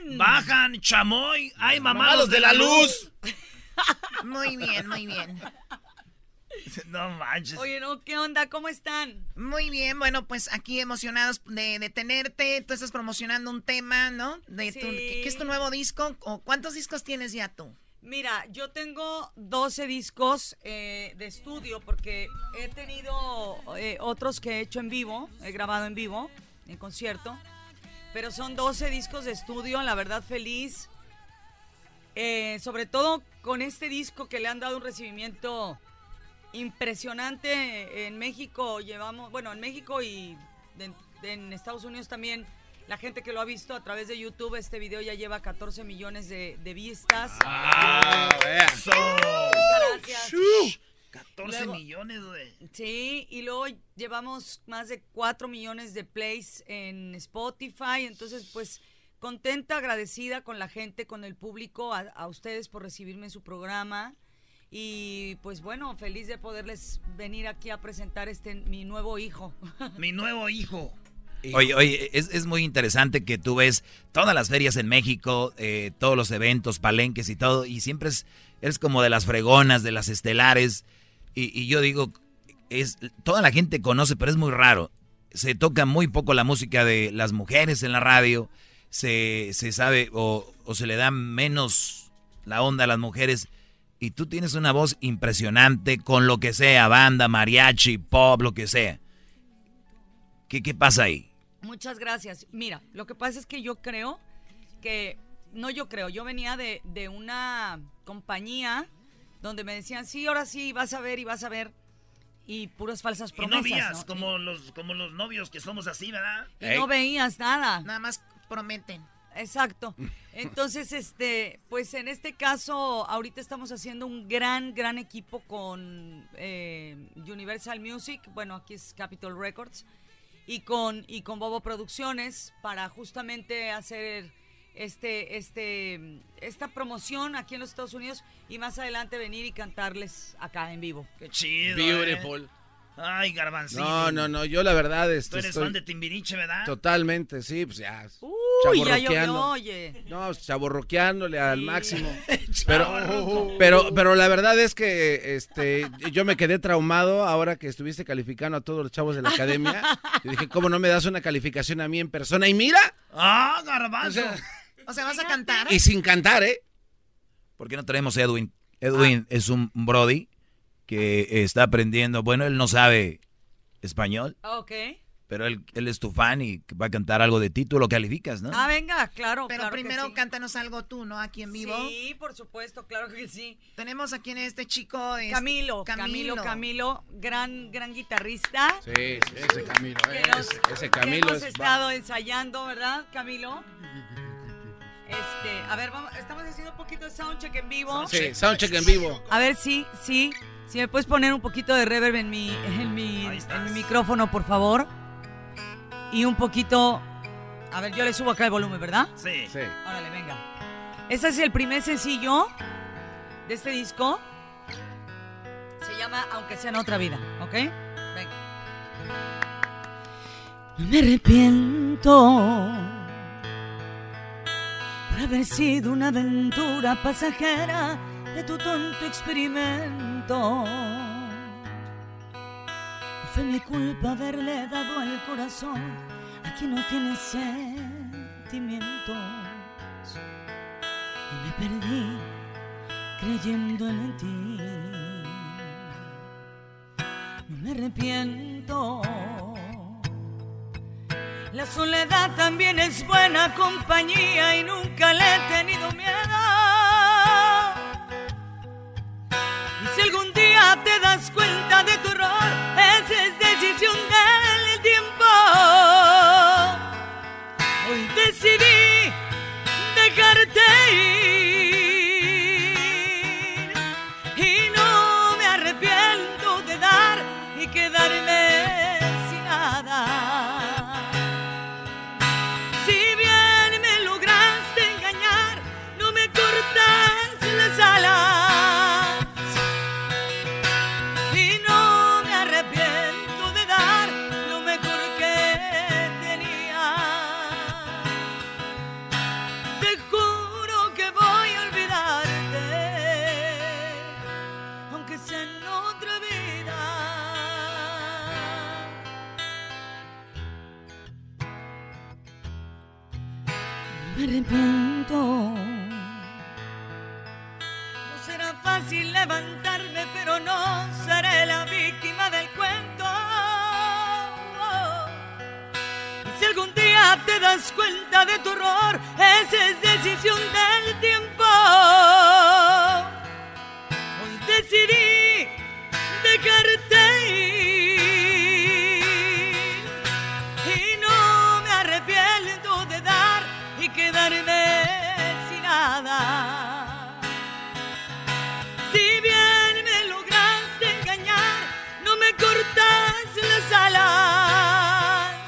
Bajan, chamoy. Ay, mamados de la luz. Muy bien, muy bien. No manches. Oye, no, ¿qué onda? ¿Cómo están? Muy bien, bueno, pues aquí emocionados de tenerte. Tú estás promocionando un tema, ¿no? Sí. ¿Qué es tu nuevo disco? ¿O cuántos discos tienes ya tú? Mira, yo tengo 12 discos de estudio porque he tenido otros que he hecho en vivo, he grabado en vivo, en concierto, pero son 12 discos de estudio, la verdad feliz, sobre todo con este disco que le han dado un recibimiento impresionante en México. En México y en Estados Unidos también. La gente que lo ha visto a través de YouTube, este video ya lleva 14 millones de vistas. Eso. Gracias. 14 millones, güey. Sí, y luego llevamos más de 4 millones de plays en Spotify. Entonces, pues, contenta, agradecida con la gente, con el público, a ustedes por recibirme en su programa. Y, pues, bueno, feliz de poderles venir aquí a presentar mi nuevo hijo. Mi nuevo hijo. Oye, es muy interesante que tú ves todas las ferias en México, todos los eventos, palenques y todo, y siempre eres como de las fregonas, de las estelares, y yo digo, toda la gente conoce, pero es muy raro. Se toca muy poco la música de las mujeres en la radio, se sabe o se le da menos la onda a las mujeres, y tú tienes una voz impresionante con lo que sea, banda, mariachi, pop, lo que sea. ¿Qué pasa ahí? Muchas gracias. Mira, lo que pasa es que yo venía de una compañía donde me decían, sí, ahora sí, vas a ver, y puras falsas promesas. Y no veías, ¿no? como los novios que somos así, ¿verdad? Y no veías nada. Nada más prometen. Exacto. Entonces, pues en este caso, ahorita estamos haciendo un gran equipo con Universal Music, bueno, aquí es Capitol Records, y con Bobo Producciones para justamente hacer esta promoción aquí en los Estados Unidos y más adelante venir y cantarles acá en vivo. Qué chido. Beautiful. Ay, Garbanzito. No, yo la verdad Tú eres fan de Timbiriche, ¿verdad? Totalmente, sí, pues ya. Ya llovió, oye. No, chavorroqueándole al máximo. Pero la verdad es que yo me quedé traumado ahora que estuviste calificando a todos los chavos de la academia. Y dije, ¿cómo no me das una calificación a mí en persona? Y mira. Ah, Garbanzo. O sea, ¿vas a cantar? Y sin cantar, ¿eh? ¿Por qué no traemos a Edwin? Edwin es un brody que está aprendiendo. Bueno, él no sabe español. Ok. Pero él es tu fan y va a cantar algo de ti, tú lo calificas, ¿no? Ah, venga, claro. Pero claro primero cántanos algo tú, ¿no? Aquí en vivo. Sí, por supuesto, claro que sí. Tenemos aquí en este chico... Camilo, gran guitarrista. Sí, ese Camilo. Ese Camilo hemos estado ensayando, ¿verdad, Camilo? A ver, estamos haciendo un poquito de soundcheck en vivo. Sí, soundcheck en vivo. A ver, sí. Si me puedes poner un poquito de reverb en mi micrófono, por favor. Y un poquito... A ver, yo le subo acá el volumen, ¿verdad? Sí. Órale, venga. Este es el primer sencillo de este disco. Se llama Aunque sea en otra vida, ¿ok? Venga. No me arrepiento por haber sido una aventura pasajera de tu tonto experimento. Fue mi culpa haberle dado al corazón a quien no tiene sentimientos. Y me perdí creyendo en ti. No me arrepiento. La soledad también es buena compañía y nunca le he tenido miedo. Y si algún día te das cuenta de tu error, esa es decisión del tiempo. Hoy decidí dejarte ir y no me arrepiento de dar y quedarme sin nada. Si bien me lograste engañar, no me cortes arrepiento. No será fácil levantarme, pero no seré la víctima del cuento. Y si algún día te das cuenta de tu error, esa es decisión del tiempo. Hoy decidí dejarte ir y no me arrepiento de dar y quedarme sin nada. Si bien me lograste engañar, no me cortas las alas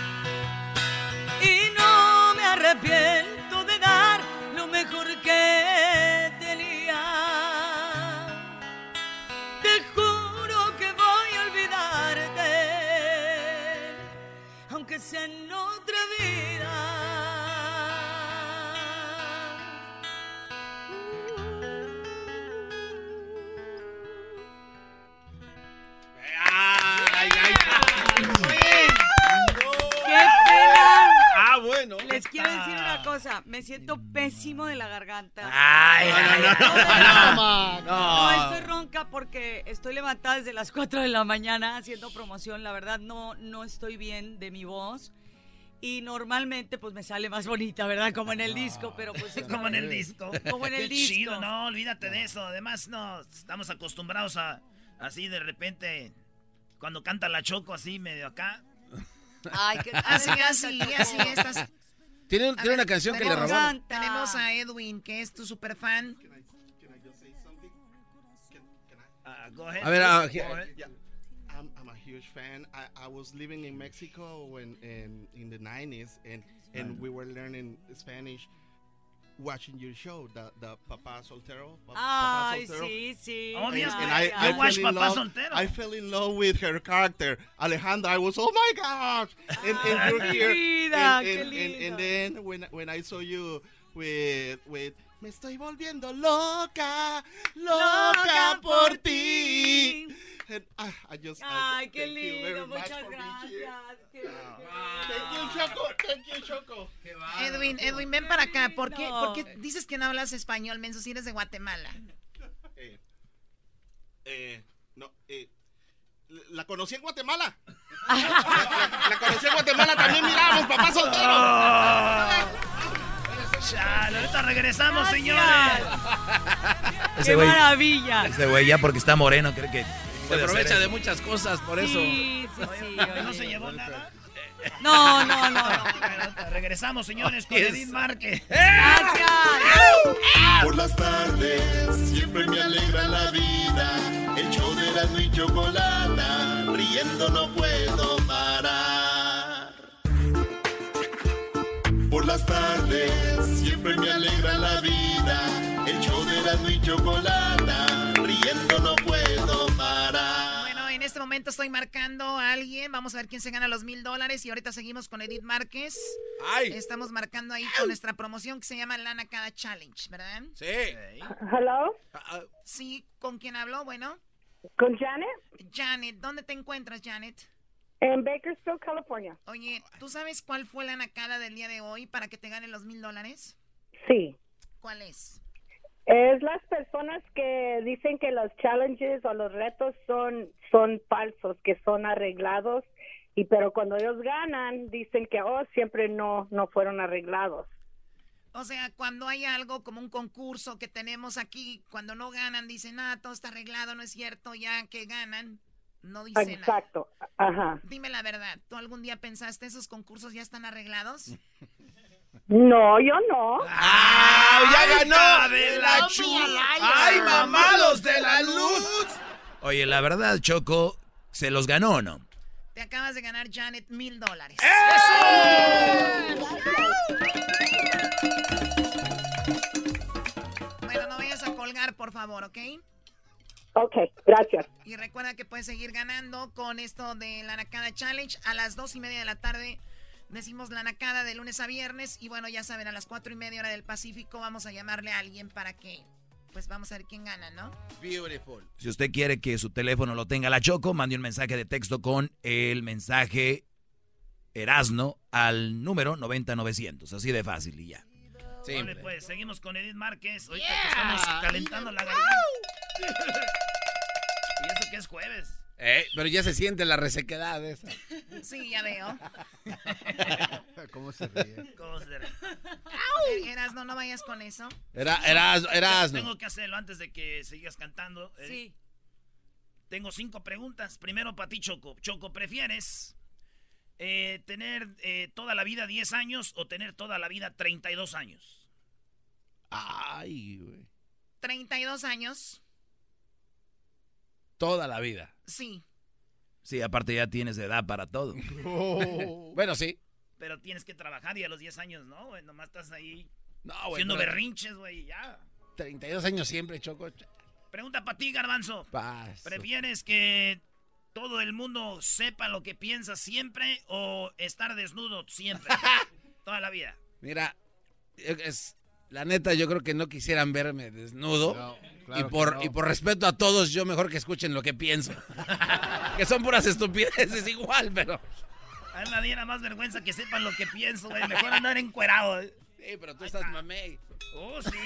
y no me arrepiento de dar lo mejor que tenía. Te juro que voy a olvidarte, aunque sea en otra vida. ¡Qué pena! Ah, bueno. Les quiero decir una cosa, me siento pésimo de la garganta. Ay, No, estoy ronca porque estoy levantada desde las 4 de la mañana haciendo promoción. La verdad no estoy bien de mi voz. Y normalmente pues me sale más bonita, ¿verdad? Como en el disco, pero pues... Como en el disco. Como en el Qué disco. chido, no, olvídate de eso. Además, no, estamos acostumbrados a... Así de repente, cuando canta la Choco así medio acá. Ay, qué Así estás. Tiene una canción que le robó. Tenemos a Edwin, que es tu super fan. Go ahead. A ver, go here. ahead. Yeah, I'm a huge fan. I was living in Mexico when in the 90s, and we were learning Spanish, watching your show, the Papá Soltero. Ay, Papá Soltero. sí. Obviously. And I watch fell in Papá love. Soltero. I fell in love with her character, Alejandra. I was, oh my gosh! And you're here. Vida, qué And lindo. then when I saw you with me estoy volviendo loca por ti. And I just Ay, qué thank you very lindo, much muchas for being here. gracias. Thank you, Choco. Edwin, ven para acá. ¿Por qué No. dices que no hablas español, menso, si eres de Guatemala? La conocí en Guatemala. La conocí en Guatemala, también miramos Papá Soltero. Chale, ahorita regresamos, Gracias. señores. Ese ¡Qué güey- maravilla! Ese güey ya porque está moreno cree que... Se puede aprovecha hacer de eso. muchas cosas, por eso. Sí. ¿No se llevó nada? No. Bueno, regresamos, señores, con Yes. Edith Márquez. Gracias. Por las tardes siempre me alegra la vida. El show de Erasmo y Chocolata, riendo no puedo parar. Por las tardes siempre me alegra la vida. El show de Erasmo y Chocolata, riendo no puedo parar. Bueno, en este momento estoy marcando a alguien. Vamos a ver quién se gana los $1,000. Y ahorita seguimos con Edith Márquez. Ay. Estamos marcando ahí con nuestra promoción que se llama La Nacada Challenge, ¿verdad? Sí. Hello, Sí, ¿con quién hablo? Bueno. con Janet Janet, ¿dónde te encuentras, Janet? en Bakersfield, California. Oye, ¿tú sabes cuál fue la nacada del día de hoy para que te ganen los $1,000? Sí. ¿Cuál es? Es las personas que dicen que los challenges o los retos son falsos, que son arreglados, pero cuando ellos ganan dicen que siempre no fueron arreglados. O sea, cuando hay algo como un concurso que tenemos aquí, cuando no ganan dicen, todo está arreglado, no es cierto, ya que ganan, no dicen nada. Exacto, ajá. Dime la verdad, ¿tú algún día pensaste esos concursos ya están arreglados? No, yo no. ¡Ya ganó! de la ¡Ay, mamados de la luz! Oye, la verdad, Choco, ¿se los ganó o no? Te acabas de ganar, Janet, $1,000. Bueno, no vayas a colgar, por favor, ¿ok? Ok, gracias. Y recuerda que puedes seguir ganando con esto de la Nacada Challenge. A las 2:30 de la tarde decimos la Nacada de lunes a viernes. Y bueno, ya saben, a las 4:30 hora del Pacífico vamos a llamarle a alguien para que, pues vamos a ver quién gana, ¿no? Beautiful. Si usted quiere que su teléfono lo tenga la Choco, mande un mensaje de texto con el mensaje Erasno al número 90900. Así de fácil y ya. Vale, pues, seguimos con Edith Márquez. Ahorita que estamos calentando la garganta. Y eso que es jueves. Pero ya se siente la resequedad esa. Sí, ya veo. ¿Cómo se ríe? ¿Cómo se ríe? Erasno, no vayas con eso. Erasno. Tengo que hacerlo antes de que sigas cantando. Sí. Tengo 5 preguntas. Primero para ti, Choco. Choco, ¿prefieres tener toda la vida 10 años o tener toda la vida 32 años? Ay, güey. 32 años. Toda la vida. Sí. Sí, aparte ya tienes edad para todo. Bueno, sí. Pero tienes que trabajar y a los 10 años, ¿no? Güey? Nomás estás ahí haciendo berrinches, güey, ya. 32 años siempre, Choco. Pregunta para ti, Garbanzo. ¿Prefieres que todo el mundo sepa lo que piensas siempre o estar desnudo siempre? Toda la vida. Mira, la neta, yo creo que no quisieran verme desnudo. No, claro y por respeto a todos, yo mejor que escuchen lo que pienso. Que son puras estupideces igual, pero... A mí me diera más vergüenza que sepan lo que pienso, güey. Mejor andar encuerado. Sí, pero tú estás mamey. Oh, sí.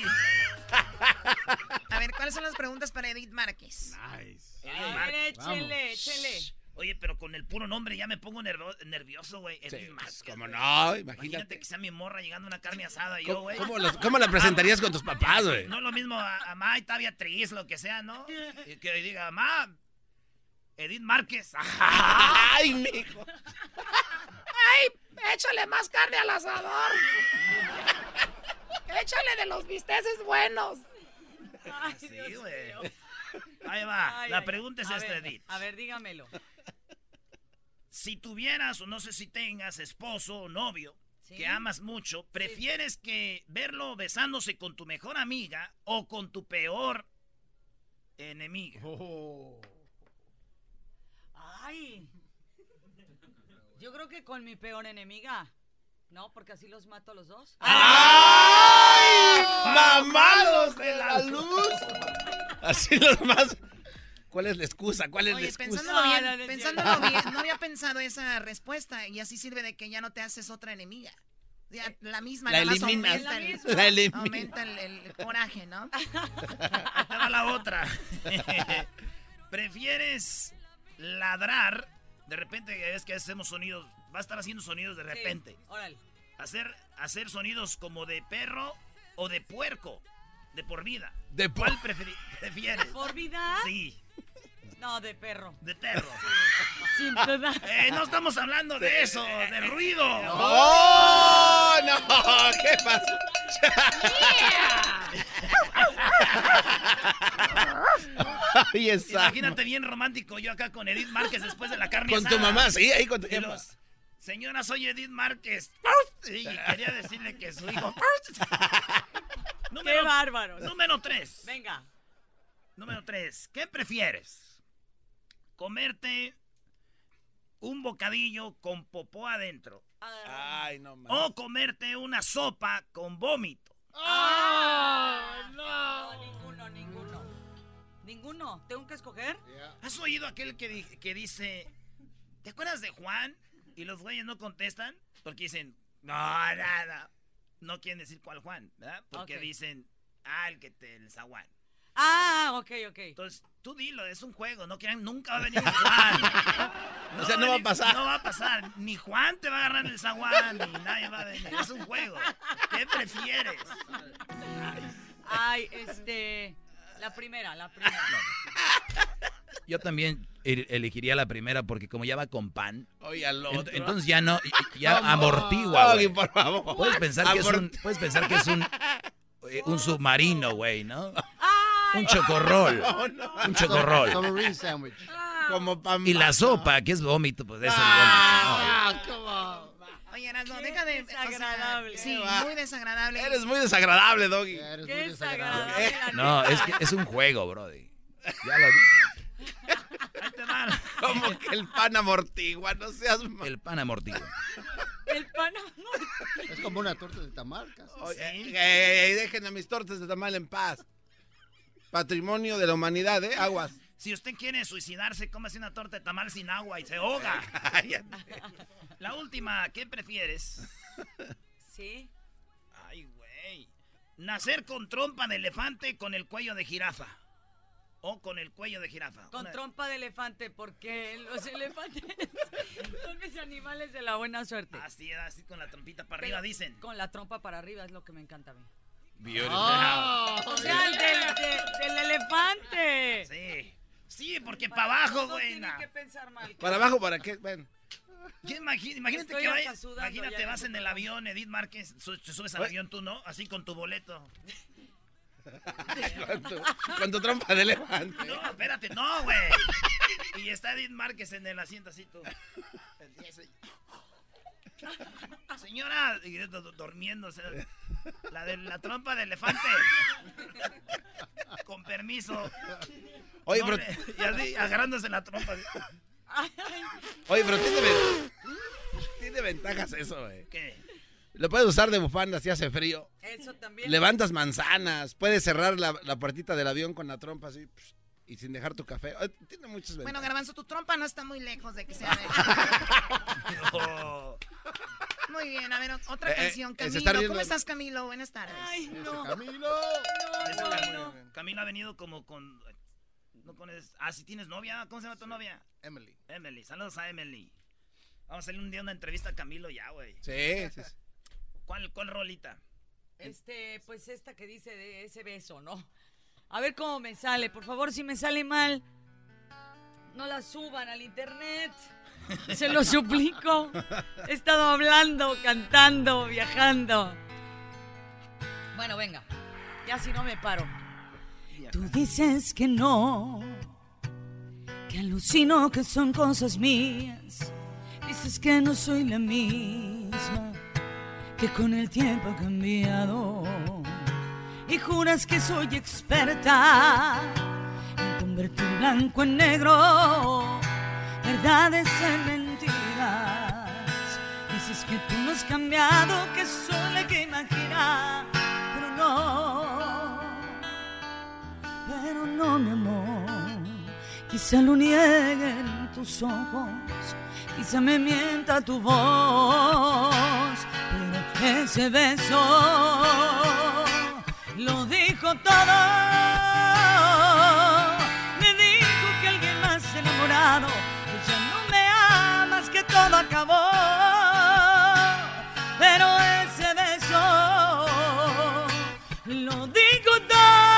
A ver, ¿cuáles son las preguntas para Edith Márquez? Nice. Échele. Oye, pero con el puro nombre ya me pongo nervioso, güey. Edith Márquez. ¿Cómo no? Imagínate que sea mi morra llegando a una carne asada y yo, güey. ¿Cómo la presentarías con tus papás, güey? No es lo mismo a Ma y Beatriz, lo que sea, ¿no? Y que diga, Ma, Edith Márquez. ¡Ay, mijo! ¡Ay, échale más carne al asador! ¡Échale de los bisteces buenos! Ay, sí, Dios güey. mío. Ahí va. La pregunta es esta, Edith. A ver, dígamelo. Si tuvieras, o no sé si tengas, esposo o novio, ¿sí?, que amas mucho, ¿prefieres que verlo besándose con tu mejor amiga o con tu peor enemiga? Ay. Yo creo que con mi peor enemiga. No, porque así los mato a los dos. ¡Ay! ¡Mamados de la luz! Así los más... ¿Cuál es la excusa? Pensándolo bien, no había pensado esa respuesta y así sirve de que ya no te haces otra enemiga. Ya, la misma, la nada más eliminas. aumenta el coraje, ¿no? Ahí va la otra. ¿Prefieres ladrar? De repente, es que hacemos sonidos, va a estar haciendo sonidos de repente. Sí, órale. Hacer sonidos como de perro o de puerco, de por vida. ¿Cuál prefieres? ¿De por vida? Sí. No, de perro. De perro. Sí. Sin duda. No estamos hablando de eso, de ruido. ¡Oh, no! ¿Qué pasó? Imagínate bien romántico yo acá con Edith Márquez después de la carne asada. Con tu mamá, sí, ahí con tu jefa. Señora, soy Edith Márquez. Y quería decirle que su hijo... ¡Qué bárbaro! Número 3. Venga. Número 3. ¿Qué prefieres? ¿Comerte un bocadillo con popó adentro? Ay, no mames. ¿O comerte una sopa con vómito? Ninguno. ¿Tengo que escoger? ¿Has oído aquel que dice... ¿Te acuerdas de Juan? Y los güeyes no contestan porque dicen... No, nada. No quieren decir cuál Juan, ¿verdad? Porque dicen... el zaguán. Ok. Entonces, tú dilo, es un juego. Nunca va a venir Juan. No va a pasar. No va a pasar. Ni Juan te va a agarrar el zaguán, ni nadie va a venir. Es un juego. ¿Qué prefieres? La primera. Yo también elegiría la primera porque como ya va con pan, oye, al otro. Entonces ya no, ya amortigua, güey. Por favor. Puedes pensar que es un submarino, güey, ¿no? Un chocorrol. Un chocorrol. Submarine sandwich. Como pan. Y la sopa, que es vómito, pues es el vómito. Oye, no, deja de... desagradable. Sí, muy desagradable. Eres muy desagradable, Doggy. Qué desagradable. No, es un juego, brody. Ya lo dije. Como que el pan amortigua, no seas mal. El pan amortigua. El pan amortigua. Es como una torta de tamal, casi. Dejen a mis tortas de tamal en paz. Patrimonio de la humanidad, aguas. Si usted quiere suicidarse, cómase una torta de tamal sin agua y se ahoga. La última, ¿qué prefieres? Sí. Ay, güey. Nacer con trompa de elefante con el cuello de jirafa. O con el cuello de jirafa. Con trompa de elefante, porque los elefantes son mis animales de la buena suerte. Así con la trompita para arriba, dicen. Con la trompa para arriba es lo que me encanta a mí. Oh. O sea, del elefante. Sí. Sí, porque para abajo, güey. No tiene que pensar mal. ¿Para abajo para qué? Bueno. Imagínate que imagínate, vas en el avión, Edith Márquez, te subes al avión tú, ¿no? Así con tu boleto. Con tu trompa de elefante. No, espérate, no, güey. Y está Edith Márquez en el asiento así tú. Señora, durmiendo, o sea, la de la trompa de elefante. Con permiso. Oye, no, pero... Y así, agarrándose la trompa. Oye, pero tiene ventajas eso, güey. ¿Qué? Lo puedes usar de bufanda si hace frío. Eso también. Levantas manzanas. Puedes cerrar la puertita del avión con la trompa así y sin dejar tu café. Tiene muchas ventajas. Bueno, Garbanzo, tu trompa no está muy lejos de que sea No. Muy bien, a ver, otra canción. Camilo, ¿cómo estás, Camilo? Buenas tardes. Ay, no. Camilo ha venido como con... si tienes novia. ¿Cómo se llama tu novia? Emily. Saludos a Emily. Vamos a hacerle un día una entrevista a Camilo ya, güey. Sí. ¿Cuál rolita? Pues esta que dice de ese beso, ¿no? A ver cómo me sale. Por favor, si me sale mal, no la suban al internet. Se lo suplico. He estado hablando, cantando, viajando. Bueno, venga. Ya si no me paro. Tú dices que no, que alucino que son cosas mías. Dices que no soy la misma, que con el tiempo he cambiado. Y juras que soy experta en convertir blanco en negro, verdades en mentiras. Dices que tú no has cambiado, que soy la que imagina, pero no, mi amor. Quizá lo nieguen tus ojos, quizá me mienta tu voz, pero ese beso lo dijo todo. Me dijo que alguien más enamorado, que ya no me amas, que todo acabó, pero ese beso lo dijo todo.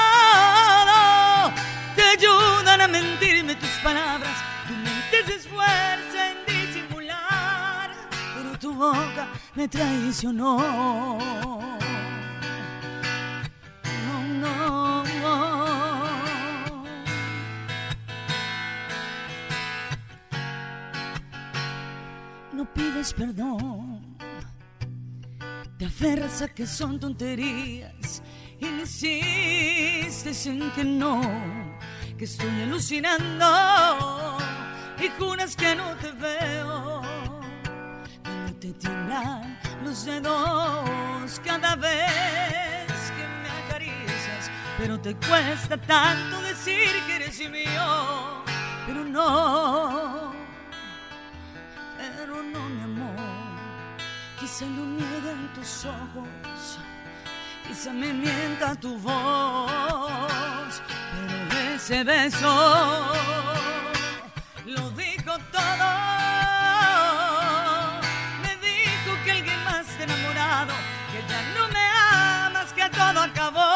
Te ayudan a mentirme tus palabras, tu mente se esfuerza en disimular, pero tu boca me traicionó. No. No pides perdón, te aferras a que son tonterías, insistes en que no, que estoy alucinando, y juras que no te veo, cuando te tiemblan los dedos cada vez que me acaricias, pero te cuesta tanto decir que eres mío, pero no, mi amor. Quizá lo nieguen tus ojos, quizá me mienta tu voz, pero ese beso lo dijo todo. Me dijo que alguien más te ha enamorado, que ya no me amas, que todo acabó,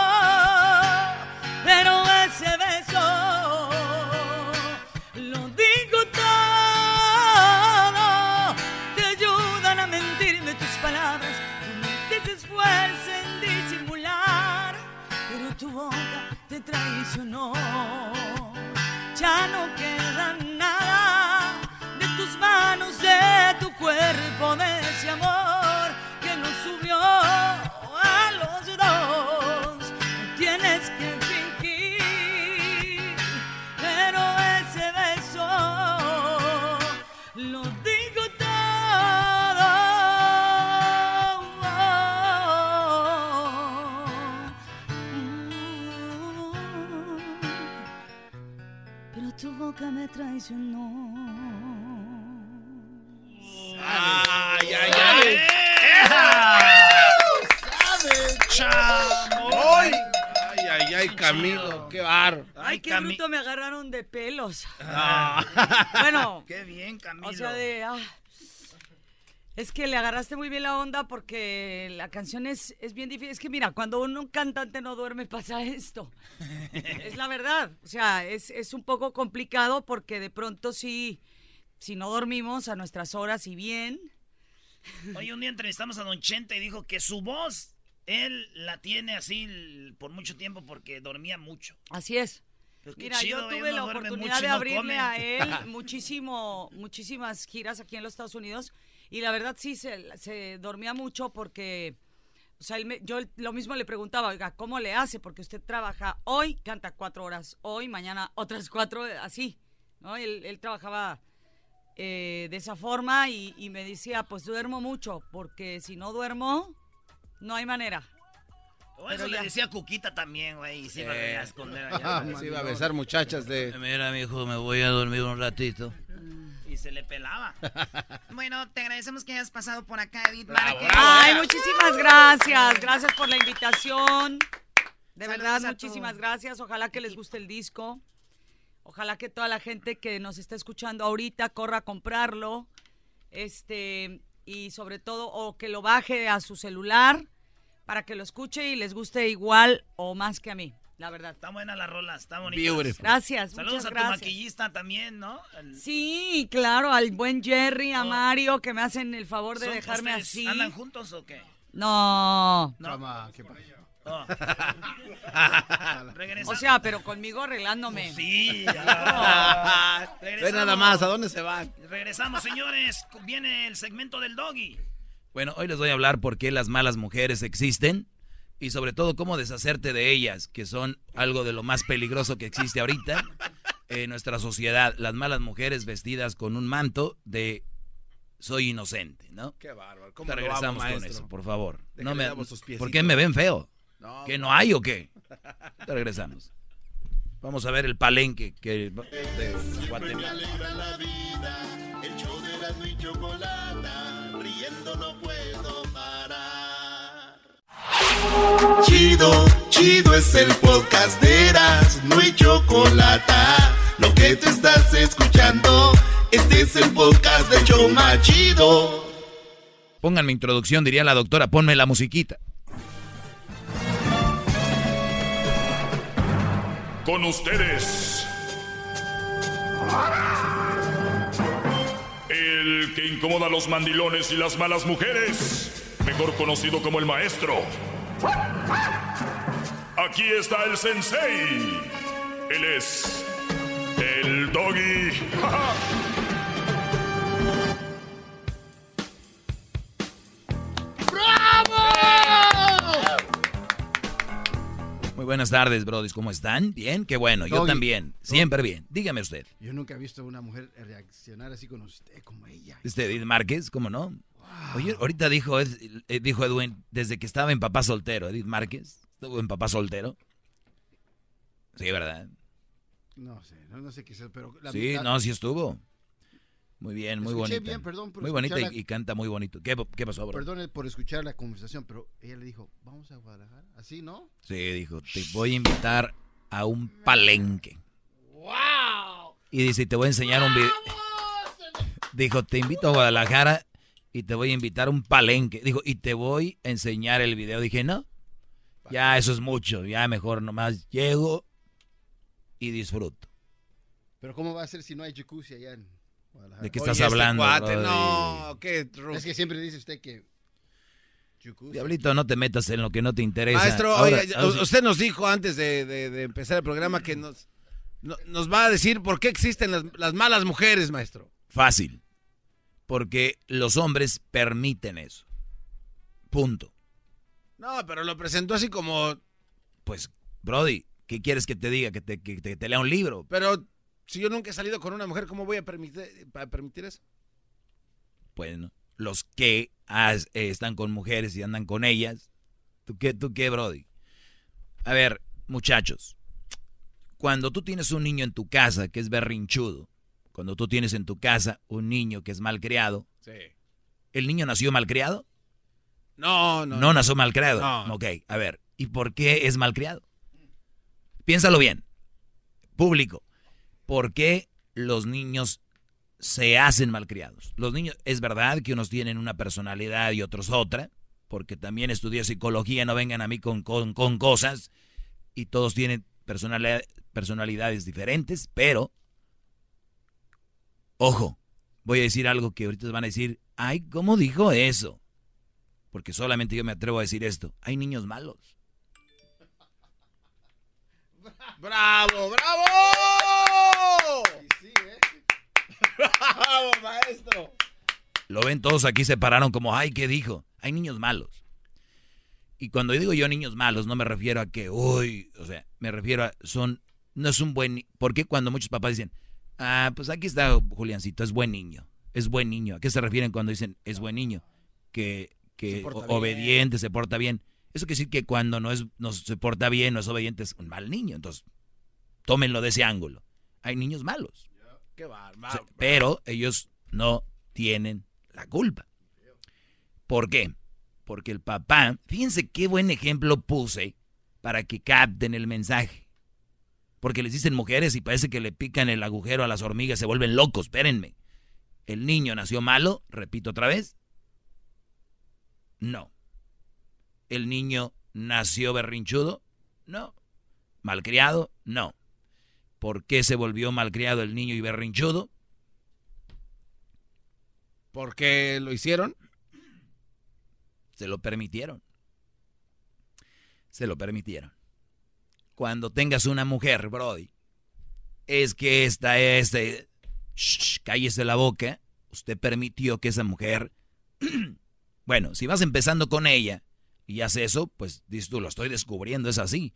pero ese beso lo dijo todo. Te ayudan a mentirme tus palabras, tu mente se esfuerza en disimular, pero tu boca te traicionó. Ya no queda nada de tus manos, de tu cuerpo, de ese amor que nos subió a los dos. No tienes que fingir, pero ese beso lo digo todo. Pero tu boca me traicionó. ¡Ay! Camilo, qué bar. Ay, qué bruto, me agarraron de pelos. Ah. Bueno. Qué bien, Camilo. O sea, es que le agarraste muy bien la onda porque la canción es bien difícil. Es que mira, cuando un cantante no duerme pasa esto. Es la verdad. O sea, es un poco complicado porque de pronto si no dormimos a nuestras horas y bien. Oye, un día entrevistamos a Don Chente y dijo que su voz, él la tiene así por mucho tiempo porque dormía mucho. Así es. Pues mira, chido, yo tuve la oportunidad de abrirle a él muchísimas giras aquí en los Estados Unidos y la verdad sí se dormía mucho porque, o sea, yo lo mismo le preguntaba, oiga, ¿cómo le hace? Porque usted trabaja hoy, canta 4 horas, hoy, mañana otras 4, así, ¿no? Él trabajaba de esa forma y me decía, pues duermo mucho, porque si no duermo, no hay manera. O eso le decía Cuquita también, güey, y se iba a esconder allá. Se iba a besar muchachas de... Mira, mijo, me voy a dormir un ratito. Y se le pelaba. Bueno, te agradecemos que hayas pasado por acá, Edith Márquez. Ay, muchísimas gracias. Gracias por la invitación. De verdad, muchísimas gracias. Ojalá que les guste el disco. Ojalá que toda la gente que nos está escuchando ahorita corra a comprarlo. Y sobre todo, o que lo baje a su celular para que lo escuche y les guste igual o más que a mí. La verdad. Está buena la rola, está bonita. Beautiful. Gracias, saludos muchas a gracias. tu maquillista también, ¿no? Sí, claro, al buen Jerry, a Mario, que me hacen el favor de dejarme así. ¿Andan juntos o qué? No. ¿Qué pasa? Oh. O sea, pero conmigo arreglándome. Pues sí. Ve nada más, ¿a dónde se van? Regresamos, señores. Viene el segmento del Doggy. Bueno, hoy les voy a hablar por qué las malas mujeres existen y sobre todo cómo deshacerte de ellas, que son algo de lo más peligroso que existe ahorita en nuestra sociedad. Las malas mujeres vestidas con un manto de soy inocente, ¿no? Qué bárbaro. ¿Cómo regresamos con eso, por favor? No me damos sus piecitos. ¿Por qué me ven feo? No, ¿Que no hay o qué? Regresamos. Vamos a ver el palenque de Guatemala. Me alegra la vida, el show de Erasmo y Chocolata, riendo no puedo parar. Chido, chido es el podcast de Erasmo y Chocolata, lo que te estás escuchando, este es el podcast de Choma Chido. Pongan mi introducción, diría la doctora, ponme la musiquita. Con ustedes, el que incomoda a los mandilones y las malas mujeres, mejor conocido como el maestro. Aquí está el sensei. Él es el Doggy. Muy buenas tardes, brodis. ¿Cómo están? ¿Bien? Qué bueno. Yo también. Siempre bien. Dígame usted. Yo nunca he visto a una mujer reaccionar así con usted, como ella. Edith Márquez, ¿cómo no? Wow. Oye, ahorita dijo Edwin, desde que estaba en Papá Soltero. Edith Márquez, ¿estuvo en Papá Soltero? Sí, ¿verdad? No sé, no sé qué sea, pero... Sí, sí estuvo. Muy bien, muy bonita. Bien, perdón por muy bonita y canta muy bonito. ¿Qué pasó, bro? Perdón por escuchar la conversación, pero ella le dijo, vamos a Guadalajara, ¿así, no? Sí, dijo, te voy a invitar a un palenque. ¡Wow! Y dice, te voy a enseñar un video. Dijo, te invito a Guadalajara y te voy a invitar a un palenque. Dijo, y te voy a enseñar el video. Dije, no, ya eso es mucho, ya mejor nomás llego y disfruto. Pero ¿cómo va a ser si no hay jacuzzi allá en Guadalajara? ¿De qué estás hablando? No, qué es que siempre dice usted que... jacuzzi. Diablito, no te metas en lo que no te interesa. Maestro, ahora, usted nos dijo antes de empezar el programa que nos va a decir por qué existen las malas mujeres, maestro. Fácil. Porque los hombres permiten eso. Punto. No, pero lo presentó así como... Pues, Brody, ¿qué quieres que te diga? ¿Que te lea un libro? Pero si yo nunca he salido con una mujer, ¿cómo voy a permitir eso? Bueno, los que están con mujeres y andan con ellas. ¿Tú qué, Brody? A ver, muchachos. Cuando tú tienes un niño en tu casa que es berrinchudo, cuando tú tienes en tu casa un niño que es malcriado, sí. ¿El niño nació malcriado? No. ¿No nació malcriado? No. Ok, a ver, ¿y por qué es malcriado? piénsalo bien, público, ¿por qué los niños se hacen malcriados? Los niños, es verdad que unos tienen una personalidad y otros otra, porque también estudié psicología, no vengan a mí con cosas, y todos tienen personalidades diferentes, pero, ojo, voy a decir algo que ahorita van a decir, ay, ¿cómo dijo eso? Porque solamente yo me atrevo a decir esto, hay niños malos. ¡Bravo, bravo! Sí, ¡bravo, maestro! Lo ven, todos aquí se pararon como, ay, ¿qué dijo? Hay niños malos. Y cuando digo yo niños malos, no me refiero a que, uy, o sea, me refiero a, no es un buen, porque cuando muchos papás dicen, pues aquí está Juliancito, es buen niño, es buen niño. ¿A qué se refieren cuando dicen es buen niño? Que obediente, se porta bien. Eso quiere decir que cuando no se porta bien, no es obediente, es un mal niño. Entonces, tómenlo de ese ángulo. Hay niños malos. Qué bárbaro. O sea, pero ellos no tienen la culpa. ¿Por qué? Porque el papá, fíjense qué buen ejemplo puse para que capten el mensaje. Porque les dicen mujeres y parece que le pican el agujero a las hormigas, se vuelven locos, espérenme. ¿El niño nació malo? Repito otra vez. No. ¿El niño nació berrinchudo? No. ¿Malcriado? No. ¿Por qué se volvió malcriado el niño y berrinchudo? ¿Por qué lo hicieron? Se lo permitieron. Se lo permitieron. Cuando tengas una mujer, brody, es que cállese la boca. Usted permitió que esa mujer, bueno, si vas empezando con ella y haces eso, pues dices tú, lo estoy descubriendo, es así.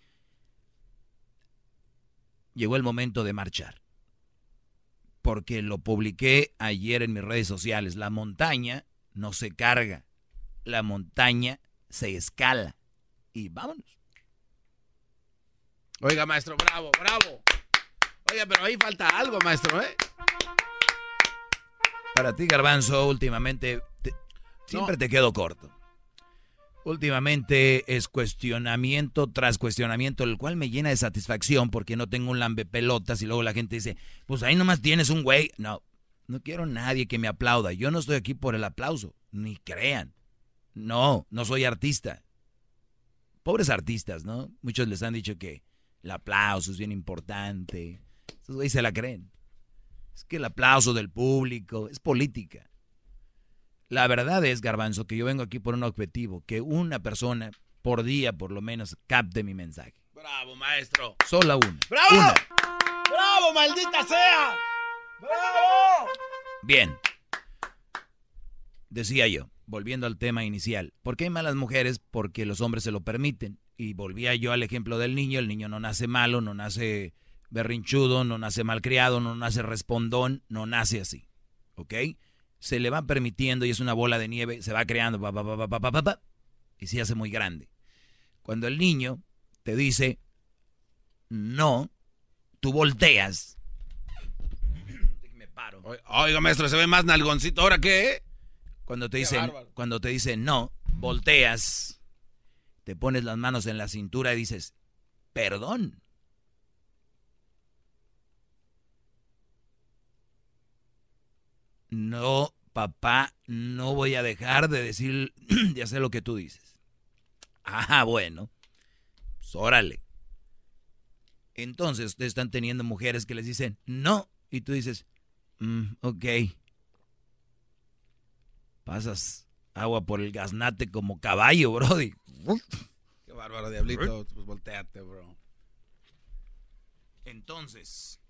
Llegó el momento de marchar. Porque lo publiqué ayer en mis redes sociales. La montaña no se carga. La montaña se escala. Y vámonos. Oiga, maestro, bravo, bravo. Oiga, pero ahí falta algo, maestro, ¿eh? Para ti, Garbanzo, últimamente siempre te quedo corto. Últimamente es cuestionamiento tras cuestionamiento, el cual me llena de satisfacción porque no tengo un lambepelotas y luego la gente dice, pues ahí nomás tienes un güey. No quiero nadie que me aplauda. Yo no estoy aquí por el aplauso, ni crean. No soy artista. Pobres artistas, ¿no? Muchos les han dicho que el aplauso es bien importante. Esos güeyes se la creen. Es que el aplauso del público es política. La verdad es, Garbanzo, que yo vengo aquí por un objetivo, que una persona por día, por lo menos, capte mi mensaje. ¡Bravo, maestro! Solo una. ¡Bravo! Una. ¡Bravo, maldita sea! ¡Bravo! Bien. Decía yo, volviendo al tema inicial, ¿por qué hay malas mujeres? Porque los hombres se lo permiten. Y volvía yo al ejemplo del niño. El niño no nace malo, no nace berrinchudo, no nace malcriado, no nace respondón, no nace así. ¿Ok? Se le va permitiendo y es una bola de nieve, se va creando, y se hace muy grande. Cuando el niño te dice no, tú volteas. Me paro. Oiga, maestro, se ve más nalgoncito. ¿Ahora qué? Cuando te dice no, volteas, te pones las manos en la cintura y dices, perdón. No, papá, no voy a dejar de hacer lo que tú dices. Bueno. Pues órale. Entonces, ustedes están teniendo mujeres que les dicen, no. Y tú dices, ok. Pasas agua por el gaznate como caballo, brody. Qué bárbaro, diablito. Pues volteate, bro. Entonces,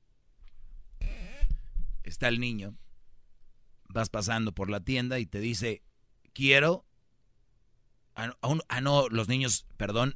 está el niño. Vas pasando por la tienda y te dice, quiero... no, los niños, perdón.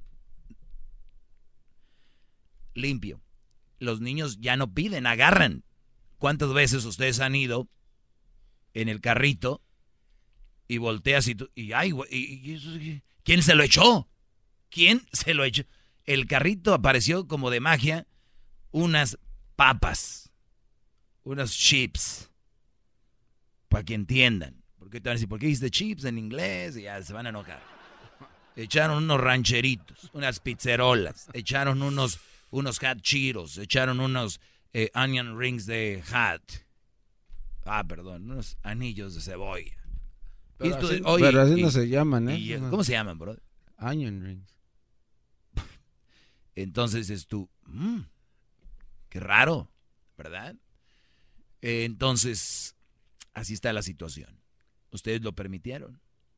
Limpio. Los niños ya no piden, agarran. ¿Cuántas veces ustedes han ido en el carrito y volteas ¿quién se lo echó? ¿Quién se lo echó? El carrito apareció como de magia unas papas, unos chips. Para que entiendan. Porque te van a decir, ¿por qué dices chips en inglés? Y ya se van a enojar. Echaron unos rancheritos, unas pizzerolas, echaron unos unos hot Cheetos, echaron unos onion rings de hot. Perdón, unos anillos de cebolla. Pero así no se llaman, ¿Cómo se llaman, bro? Onion rings. Entonces dices tú, qué raro, ¿verdad? Entonces, así está la situación. Ustedes lo permitieron.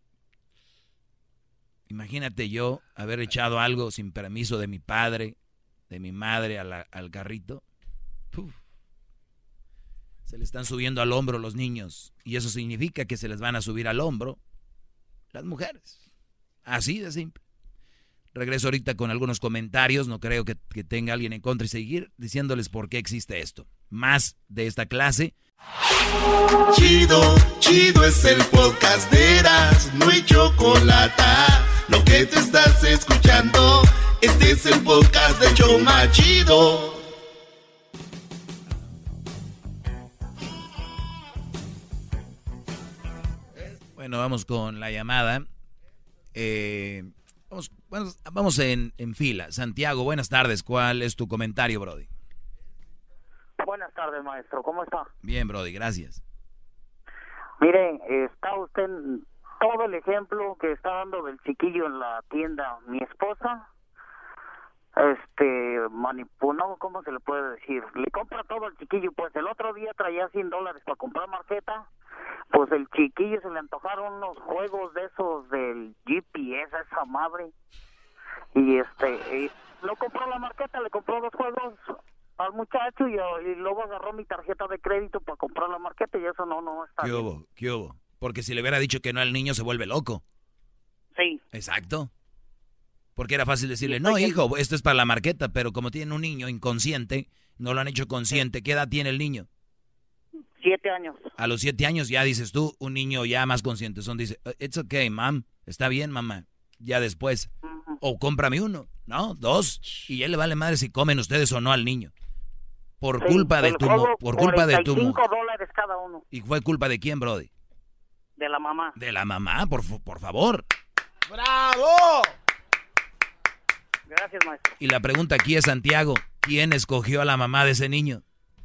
Imagínate yo haber echado algo sin permiso de mi padre, de mi madre al carrito. Uf. Se le están subiendo al hombro los niños. Y eso significa que se les van a subir al hombro las mujeres. Así de simple. Regreso ahorita con algunos comentarios. No creo que tenga alguien en contra y seguir diciéndoles por qué existe esto. Más de esta clase. Chido, chido es el podcast de Erazno y Chocolata. Lo que te estás escuchando, este es el podcast de Choma Chido. Bueno, vamos con la llamada. Vamos en fila. Santiago, buenas tardes. ¿Cuál es tu comentario, Brody? Buenas tardes, maestro. ¿Cómo está? Bien, Brody, gracias. Miren, está usted en todo el ejemplo que está dando del chiquillo en la tienda. Mi esposa, manipuló, ¿cómo se le puede decir? Le compra todo al chiquillo. Pues el otro día traía $100 para comprar marqueta. Pues el chiquillo se le antojaron unos juegos de esos del GPS, esa madre. Y no compró la marqueta, le compró 2 juegos al muchacho y luego agarró mi tarjeta de crédito para comprar la marqueta y eso no está bien. ¿Qué hubo? Porque si le hubiera dicho que no al niño se vuelve loco. Sí. Exacto. Porque era fácil decirle, no, hijo, esto es para la marqueta, pero como tienen un niño inconsciente, no lo han hecho consciente. ¿Qué edad tiene el niño? 7 años. A los 7 años ya dices tú, un niño ya más consciente. Dice, it's okay, mom, está bien, mamá. Ya después, o cómprame uno, ¿no? 2, y ya le vale madre si comen ustedes o no al niño. Por culpa de tu mujer. $45 cada uno. ¿Y fue culpa de quién, Brody? De la mamá. De la mamá, por favor. ¡Bravo! Gracias, maestro. Y la pregunta aquí es, Santiago, ¿quién escogió a la mamá de ese niño?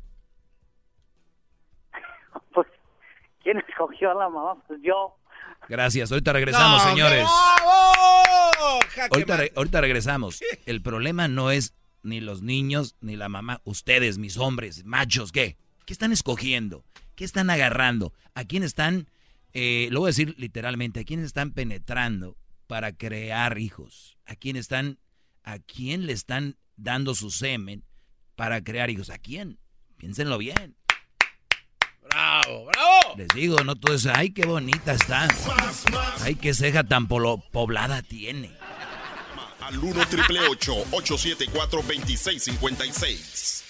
Pues, ¿quién escogió a la mamá? Pues yo. Gracias, ahorita regresamos, señores. Ahorita regresamos. El problema no es ni los niños, ni la mamá. Ustedes, mis hombres, machos, ¿qué? ¿Qué están escogiendo? ¿Qué están agarrando? ¿A quién están, lo voy a decir literalmente, a quién están penetrando para crear hijos? ¿A quién le están dando su semen para crear hijos? ¿A quién? Piénsenlo bien. ¡Bravo, bravo! Les digo, no todo eso. ¡Ay, qué bonita está! ¡Ay, qué ceja tan poblada tiene! Al 1-888-874-2656.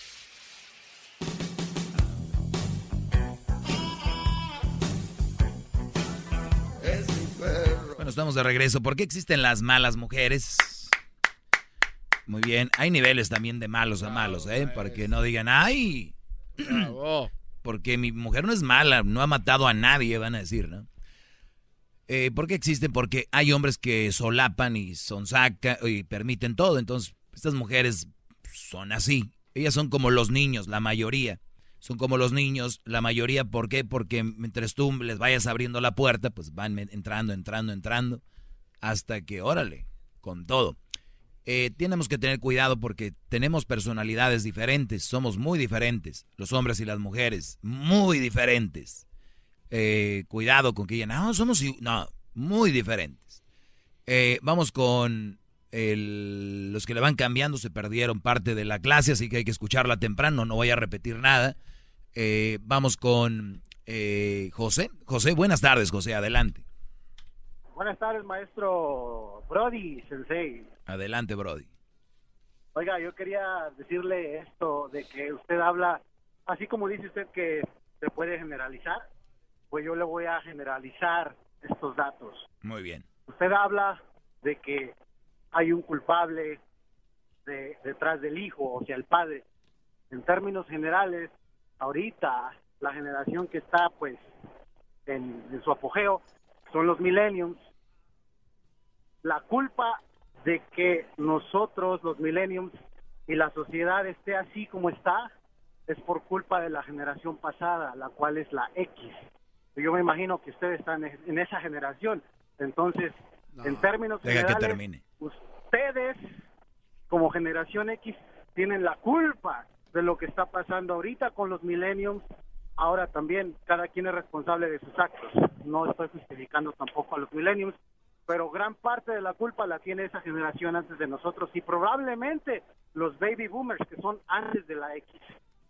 Bueno, estamos de regreso. ¿Por qué existen las malas mujeres? Muy bien. Hay niveles también de malos a malos, para que no digan, ¡ay! Bravo. Porque mi mujer no es mala, no ha matado a nadie, van a decir, ¿no? ¿Por qué existen? Porque hay hombres que solapan y sonsacan y permiten todo. Entonces, estas mujeres son así. Ellas son como los niños, la mayoría. Son como los niños, la mayoría. ¿Por qué? Porque mientras tú les vayas abriendo la puerta, pues van entrando, hasta que, órale, con todo. Tenemos que tener cuidado porque tenemos personalidades diferentes, somos muy diferentes, los hombres y las mujeres, muy diferentes. Cuidado con que digan, no, muy diferentes. Vamos con los que le van cambiando, se perdieron parte de la clase, así que hay que escucharla temprano, no voy a repetir nada. Vamos con José. José, buenas tardes, José, adelante. Buenas tardes, maestro Brody Sensei. Adelante, Brody. Oiga, yo quería decirle esto de que usted habla, así como dice usted que se puede generalizar, pues yo le voy a generalizar estos datos. Muy bien. Usted habla de que hay un culpable detrás del hijo, o sea, el padre. En términos generales, ahorita la generación que está pues en su apogeo son los millennials. La culpa de que nosotros, los millennials, y la sociedad esté así como está, es por culpa de la generación pasada, la cual es la X. Yo me imagino que ustedes están en esa generación. Entonces, en términos generales, que termine. Ustedes, como generación X, tienen la culpa de lo que está pasando ahorita con los millennials. Ahora también, cada quien es responsable de sus actos. No estoy justificando tampoco a los millennials, pero gran parte de la culpa la tiene esa generación antes de nosotros y probablemente los baby boomers, que son antes de la X.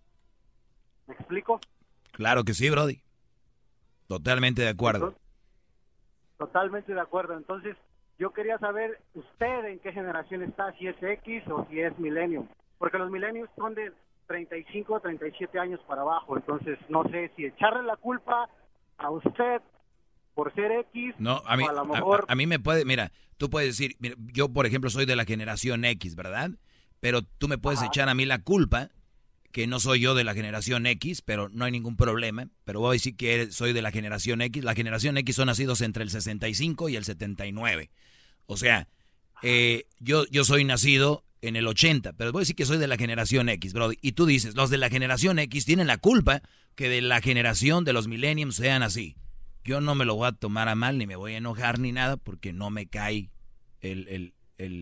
¿Me explico? Claro que sí, Brody. Totalmente de acuerdo. Totalmente de acuerdo. Entonces, yo quería saber usted en qué generación está, si es X o si es millennium. Porque los millennials son de 35 a 37 años para abajo. Entonces, no sé si echarle la culpa a usted por ser X. No, a mí, o a lo mejor... a mí me puede, mira, tú puedes decir, mira, yo por ejemplo soy de la generación X, ¿verdad? Pero tú me puedes echar a mí la culpa, que no soy yo de la generación X, pero no hay ningún problema. Pero voy a decir que soy de la generación X. La generación X son nacidos entre el 65 y el 79. O sea, yo soy nacido en el 80, pero voy a decir que soy de la generación X, bro. Y tú dices, los de la generación X tienen la culpa que de la generación de los millennials sean así. Yo no me lo voy a tomar a mal, ni me voy a enojar, ni nada, porque no me cae el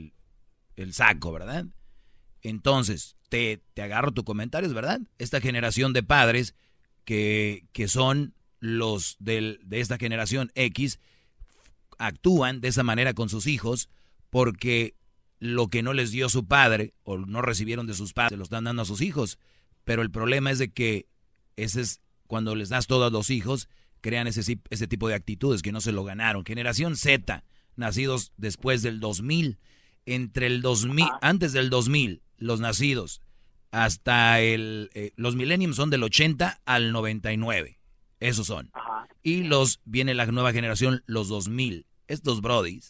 saco, ¿verdad? Entonces, te agarro tu comentario, ¿verdad? Esta generación de padres que son los de esta generación X actúan de esa manera con sus hijos porque lo que no les dio su padre o no recibieron de sus padres se lo están dando a sus hijos. Pero el problema es de que ese es cuando les das todo a los hijos, crean ese tipo de actitudes que no se lo ganaron. Generación Z, nacidos después del 2000, entre el 2000, antes del 2000, los nacidos hasta los millennials son del 80 al 99. Esos son. Y viene la nueva generación, los 2000. Estos brodis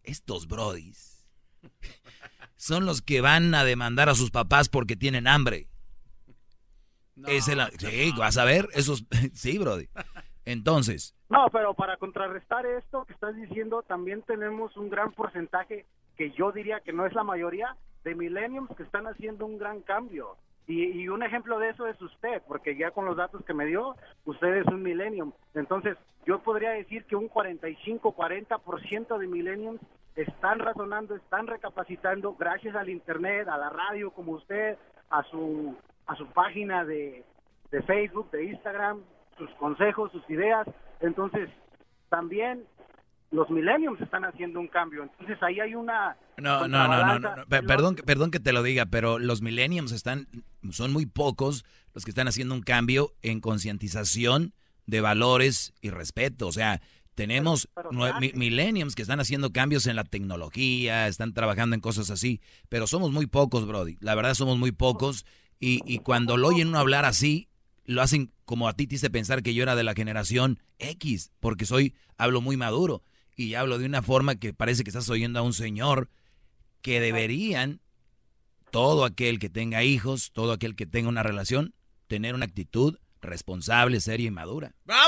son los que van a demandar a sus papás porque tienen hambre. Sí, vas a ver, esos, sí, brody. Entonces. No, pero para contrarrestar esto que estás diciendo, también tenemos un gran porcentaje, que yo diría que no es la mayoría, de millennials que están haciendo un gran cambio. Y un ejemplo de eso es usted, porque ya con los datos que me dio, usted es un millennium. Entonces, yo podría decir que un 45-40% de millenniums están razonando, están recapacitando gracias al internet, a la radio como usted, a su página de Facebook, de Instagram, sus consejos, sus ideas. Entonces, también los millennials están haciendo un cambio. Entonces, ahí hay una... No. Perdón que te lo diga, pero los millennials son muy pocos los que están haciendo un cambio en concientización de valores y respeto. O sea, tenemos millennials que están haciendo cambios en la tecnología, están trabajando en cosas así, pero somos muy pocos, brody. La verdad somos muy pocos y cuando lo oyen uno hablar así, lo hacen como a ti te hice pensar que yo era de la generación X, porque hablo muy maduro y hablo de una forma que parece que estás oyendo a un señor, que deberían, todo aquel que tenga hijos, todo aquel que tenga una relación, tener una actitud responsable, seria y madura. ¡Bravo!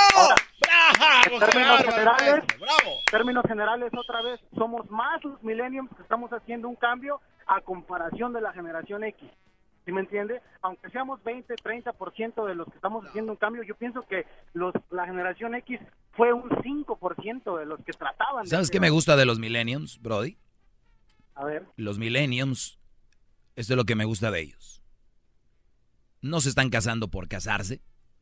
En términos generales, otra vez, somos más los millennials que estamos haciendo un cambio a comparación de la generación X. ¿Sí me entiende? Aunque seamos 20-30% de los que estamos haciendo un cambio, yo pienso que la generación X fue un 5% de los que trataban. ¿Sabes qué me gusta de los millennials, brody? A ver. Los millennials, esto es lo que me gusta de ellos. No se están casando por casarse.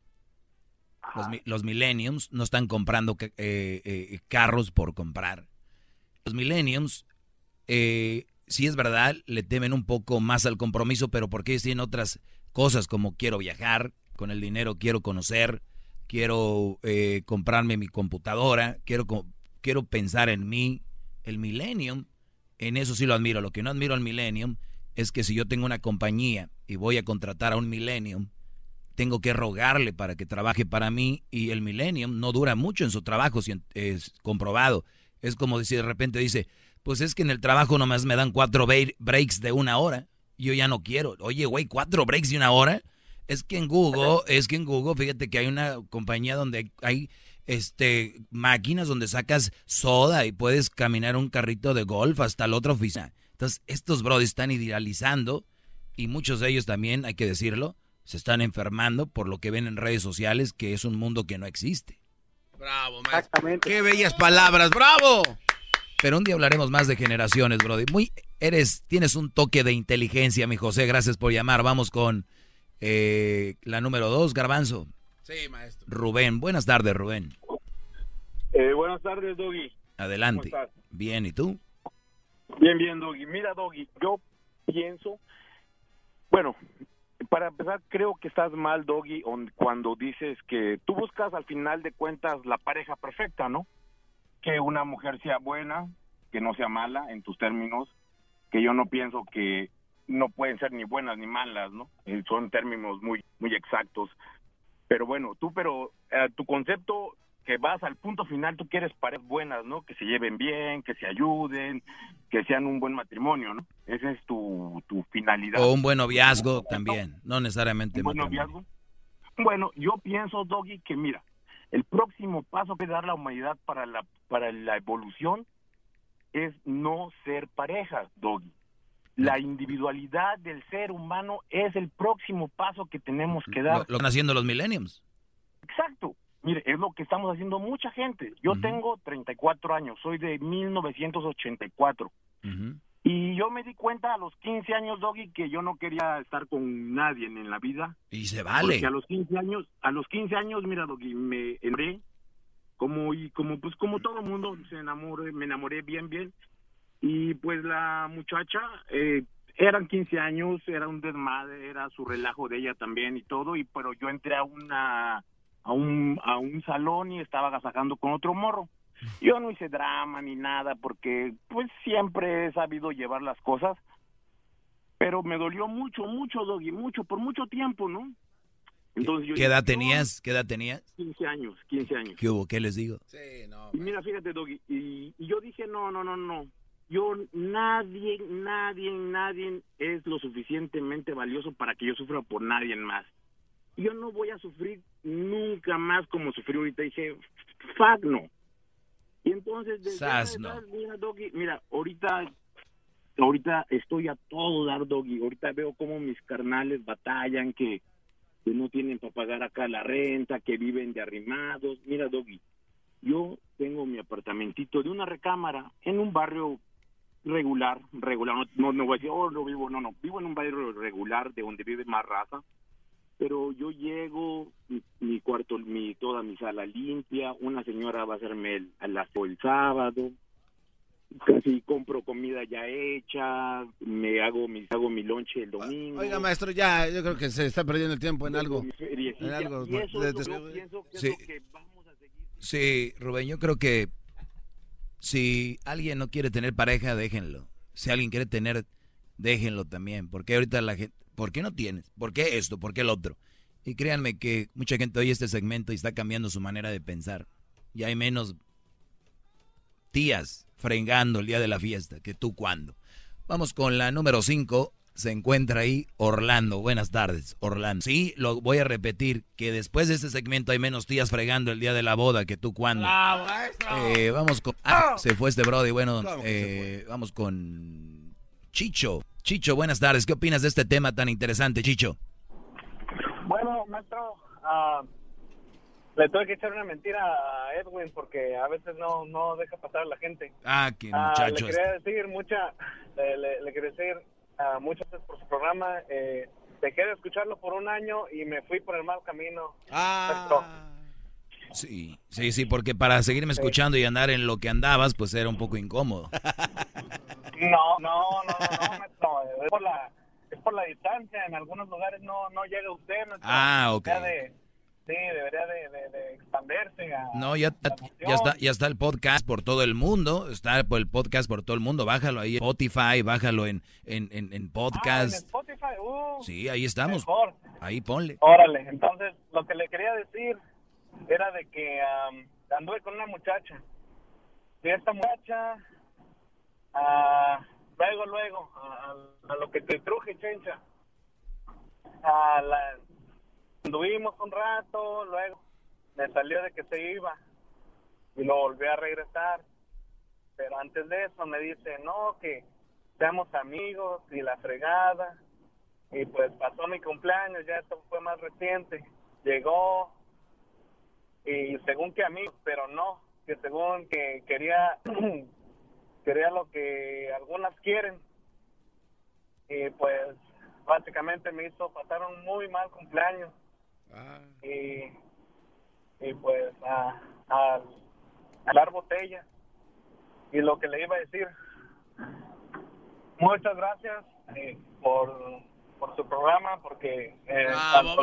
Los millennials no están comprando carros por comprar. Los millennials, sí es verdad, le temen un poco más al compromiso, pero porque ellos tienen otras cosas como quiero viajar, con el dinero quiero conocer, quiero comprarme mi computadora, quiero pensar en mí. El millennium, en eso sí lo admiro. Lo que no admiro al millennium es que si yo tengo una compañía y voy a contratar a un millennium, tengo que rogarle para que trabaje para mí, y el millennium no dura mucho en su trabajo, si es comprobado. Es como si de repente dice, pues es que en el trabajo nomás me dan 4 breaks de 1 hora, yo ya no quiero. Oye, güey, 4 breaks de 1 hora. Es que en Google, fíjate que hay una compañía donde hay máquinas donde sacas soda y puedes caminar un carrito de golf hasta la otra oficina. Entonces, estos brodis están idealizando Y muchos de ellos también, hay que decirlo, se están enfermando por lo que ven en redes sociales, que es un mundo que no existe. Bravo, maestro. Qué bellas palabras, bravo. Pero un día hablaremos más de generaciones, brody. Tienes un toque de inteligencia, mi José, gracias por llamar. Vamos con la número 2, Garbanzo. Sí, maestro. Rubén, buenas tardes, Rubén. Buenas tardes, Doggy. Adelante. ¿Cómo estás? Bien, ¿y tú? Bien, Doggy. Mira, Doggy, yo pienso, bueno, para empezar, creo que estás mal, Doggy, cuando dices que tú buscas al final de cuentas la pareja perfecta, ¿no? Que una mujer sea buena, que no sea mala, en tus términos, que yo no pienso que no pueden ser ni buenas ni malas, ¿no? Son términos muy exactos. Pero bueno, tu concepto, que vas al punto final, tú quieres parejas buenas, ¿no? Que se lleven bien, que se ayuden, que sean un buen matrimonio, ¿no? Esa es tu finalidad. O un buen noviazgo también, no necesariamente un buen noviazgo. Bueno, yo pienso, Doggy, que mira, el próximo paso que dar la humanidad para la evolución es no ser pareja, Doggy. La individualidad del ser humano es el próximo paso que tenemos que dar. Lo están haciendo los millennials. Exacto. Mire, es lo que estamos haciendo mucha gente. Yo tengo 34 años, soy de 1984. Y yo me di cuenta a los 15 años, Doggy, que yo no quería estar con nadie en la vida. Y se vale. Porque a los 15 años, mira, Doggy, me enamoré, como todo mundo me enamoré bien. Y pues la muchacha, eran 15 años, era un desmadre, era su relajo de ella también y todo, pero yo entré a un salón y estaba agasajando con otro morro. Yo no hice drama ni nada porque pues siempre he sabido llevar las cosas, pero me dolió mucho, Doggy, por mucho tiempo, ¿no? Entonces ¿Qué edad tenías? 15 años. ¿Qué hubo? ¿Qué les digo? Sí, no. Y mira, fíjate, Doggy, y yo dije, no. Nadie es lo suficientemente valioso para que yo sufra por nadie más. Yo no voy a sufrir nunca más como sufrí ahorita. Dije, fuck no. Y entonces, mira, Doggy, ahorita estoy a todo dar, Doggy. Ahorita veo cómo mis carnales batallan, que no tienen para pagar acá la renta, que viven de arrimados. Mira, Doggy, yo tengo mi apartamentito de una recámara en un barrio regular, no voy a decir, vivo en un barrio regular de donde vive más raza, pero yo llego, mi cuarto, toda mi sala limpia, una señora va a hacerme el sábado, casi compro comida ya hecha, me hago mi lonche el domingo. Oiga, maestro, ya, yo creo que se está perdiendo el tiempo en algo. Y eso es lo que pienso que es lo que vamos a seguir. Sí, Rubén, yo creo que si alguien no quiere tener pareja, déjenlo. Si alguien quiere tener, déjenlo también. Porque ahorita la gente, ¿por qué no tienes? ¿Por qué esto? ¿Por qué el otro? Y créanme que mucha gente oye este segmento y está cambiando su manera de pensar. Y hay menos tías fregando el día de la fiesta que tú cuando. Vamos con la número 5. Se encuentra ahí Orlando. Buenas tardes, Orlando. Sí, lo voy a repetir, que después de este segmento hay menos tías fregando el día de la boda que tú cuando. Vamos con... se fue este brody. Bueno, vamos con Chicho. Chicho, buenas tardes. ¿Qué opinas de este tema tan interesante, Chicho? Bueno, maestro, le tuve que echar una mentira a Edwin porque a veces no deja pasar a la gente. Qué muchacho. Le quería decir muchas gracias por su programa. Dejé de escucharlo por un año y me fui por el mal camino. Sí, porque para seguirme escuchando y andar en lo que andabas, pues era un poco incómodo. No, maestro, es por la distancia. En algunos lugares no llega usted. Ok. Debería de expandirse. Ya está el podcast por todo el mundo. Está el podcast por todo el mundo. Bájalo ahí en Spotify, bájalo en podcast. En Spotify, sí, ahí estamos. Mejor. Ahí ponle. Órale, entonces lo que le quería decir era de que anduve con una muchacha. Y esta muchacha, luego, a lo que te truje, chencha. Anduvimos un rato, luego me salió de que se iba y lo volví a regresar, pero antes de eso me dice, no, que seamos amigos y la fregada, Y pues pasó mi cumpleaños, ya esto fue más reciente. Llegó y según que amigos, pero no, que según que quería lo que algunas quieren. Y pues básicamente me hizo pasar un muy mal cumpleaños. Y pues a dar botella. Y lo que le iba a decir, muchas gracias por su programa, porque ¡bravo,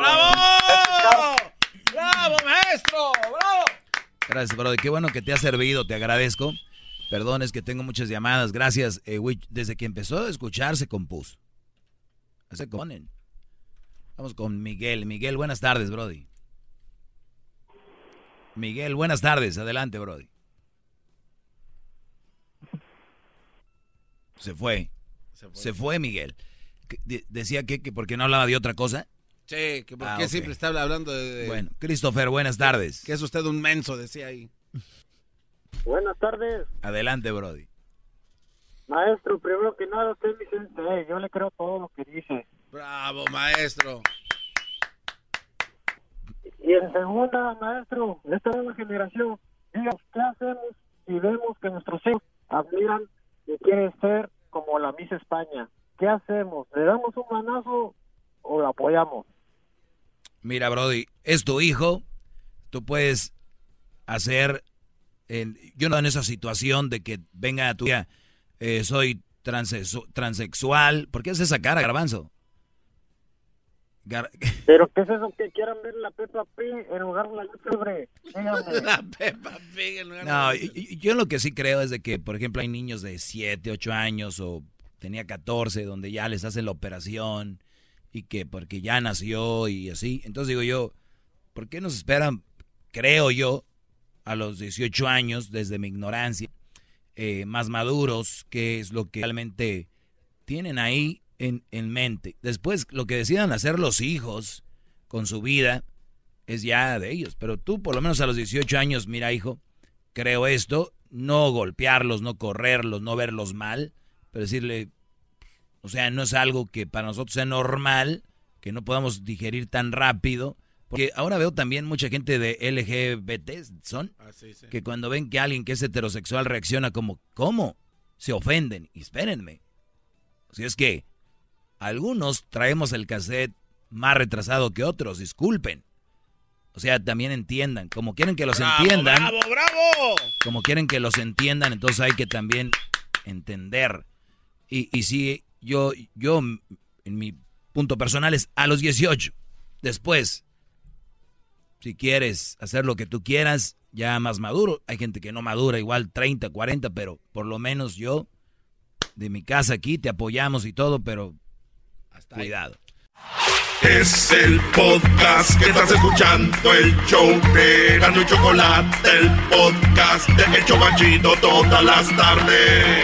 maestro! ¡Bravo! Gracias, brother. Qué bueno que te ha servido, te agradezco. Perdón, es que tengo muchas llamadas. Gracias, desde que empezó a escuchar se compuso. Se componen. Vamos con Miguel. Miguel, buenas tardes, brody. Miguel, buenas tardes. Adelante, brody. Se fue Miguel. Decía que porque no hablaba de otra cosa. Sí, que porque siempre está hablando de... Bueno, Christopher, buenas tardes. Que es usted un menso, decía ahí. Buenas tardes. Adelante, brody. Maestro, primero que nada, usted es mi sensei. Yo le creo todo lo que dice. Bravo, maestro. Y en segunda, maestro, esta nueva generación, díganos, ¿qué hacemos si vemos que nuestros hijos admiran y quieren ser como la Miss España? ¿Qué hacemos? ¿Le damos un manazo o lo apoyamos? Mira, brody, es tu hijo. Tú puedes hacer... yo no en esa situación de que venga a tu hija, soy transexual. ¿Por qué haces esa cara, Garbanzo? ¿Pero qué es eso? Que quieran ver la Peppa Pig en lugar de la lucha libre. La Peppa Pig en lugar de la lucha libre. Yo lo que sí creo es de que, por ejemplo, hay niños de 7, 8 años o tenía 14, donde ya les hacen la operación y que porque ya nació y así. Entonces digo yo, ¿por qué nos esperan, creo yo, a los 18 años, desde mi ignorancia, más maduros, que es lo que realmente tienen ahí en mente? Después, lo que decidan hacer los hijos con su vida es ya de ellos. Pero tú, por lo menos a los 18 años, mira, hijo, creo esto, no golpearlos, no correrlos, no verlos mal, pero decirle, o sea, no es algo que para nosotros sea normal, que no podamos digerir tan rápido. Porque ahora veo también mucha gente de LGBT, que cuando ven que alguien que es heterosexual reacciona como, ¿cómo? Se ofenden. Y espérenme. Si es que algunos traemos el cassette más retrasado que otros, disculpen. O sea, también entiendan. Como quieren que los entiendan. ¡Bravo, bravo! Como quieren que los entiendan, entonces hay que también entender. Y si yo, en mi punto personal es a los 18. Después, si quieres hacer lo que tú quieras, ya más maduro. Hay gente que no madura, igual 30, 40, pero por lo menos yo, de mi casa aquí, te apoyamos y todo, pero hasta cuidado. Es el podcast que estás escuchando, el show de Erasmo y Chocolate, el podcast de El Chobachito todas las tardes.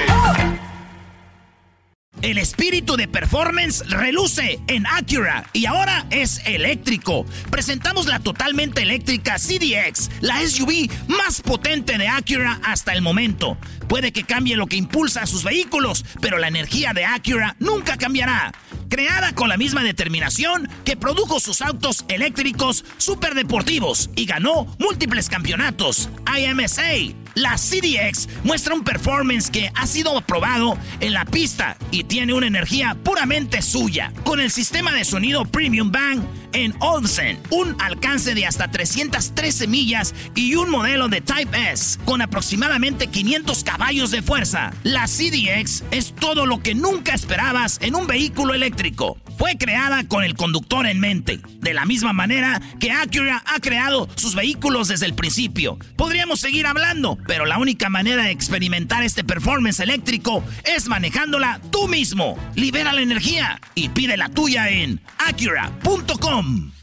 El espíritu de performance reluce en Acura y ahora es eléctrico. Presentamos la totalmente eléctrica CDX, la SUV más potente de Acura hasta el momento. Puede que cambie lo que impulsa a sus vehículos, pero la energía de Acura nunca cambiará. Creada con la misma determinación que produjo sus autos eléctricos superdeportivos y ganó múltiples campeonatos. IMSA. La CDX muestra un performance que ha sido aprobado en la pista y tiene una energía puramente suya. Con el sistema de sonido Premium Bang en Olsen, un alcance de hasta 313 millas y un modelo de Type S con aproximadamente 500 caballos de fuerza. La CDX es todo lo que nunca esperabas en un vehículo eléctrico. Fue creada con el conductor en mente, de la misma manera que Acura ha creado sus vehículos desde el principio. Podríamos seguir hablando, pero la única manera de experimentar este performance eléctrico es manejándola tú mismo. Libera la energía y pide la tuya en Acura.com.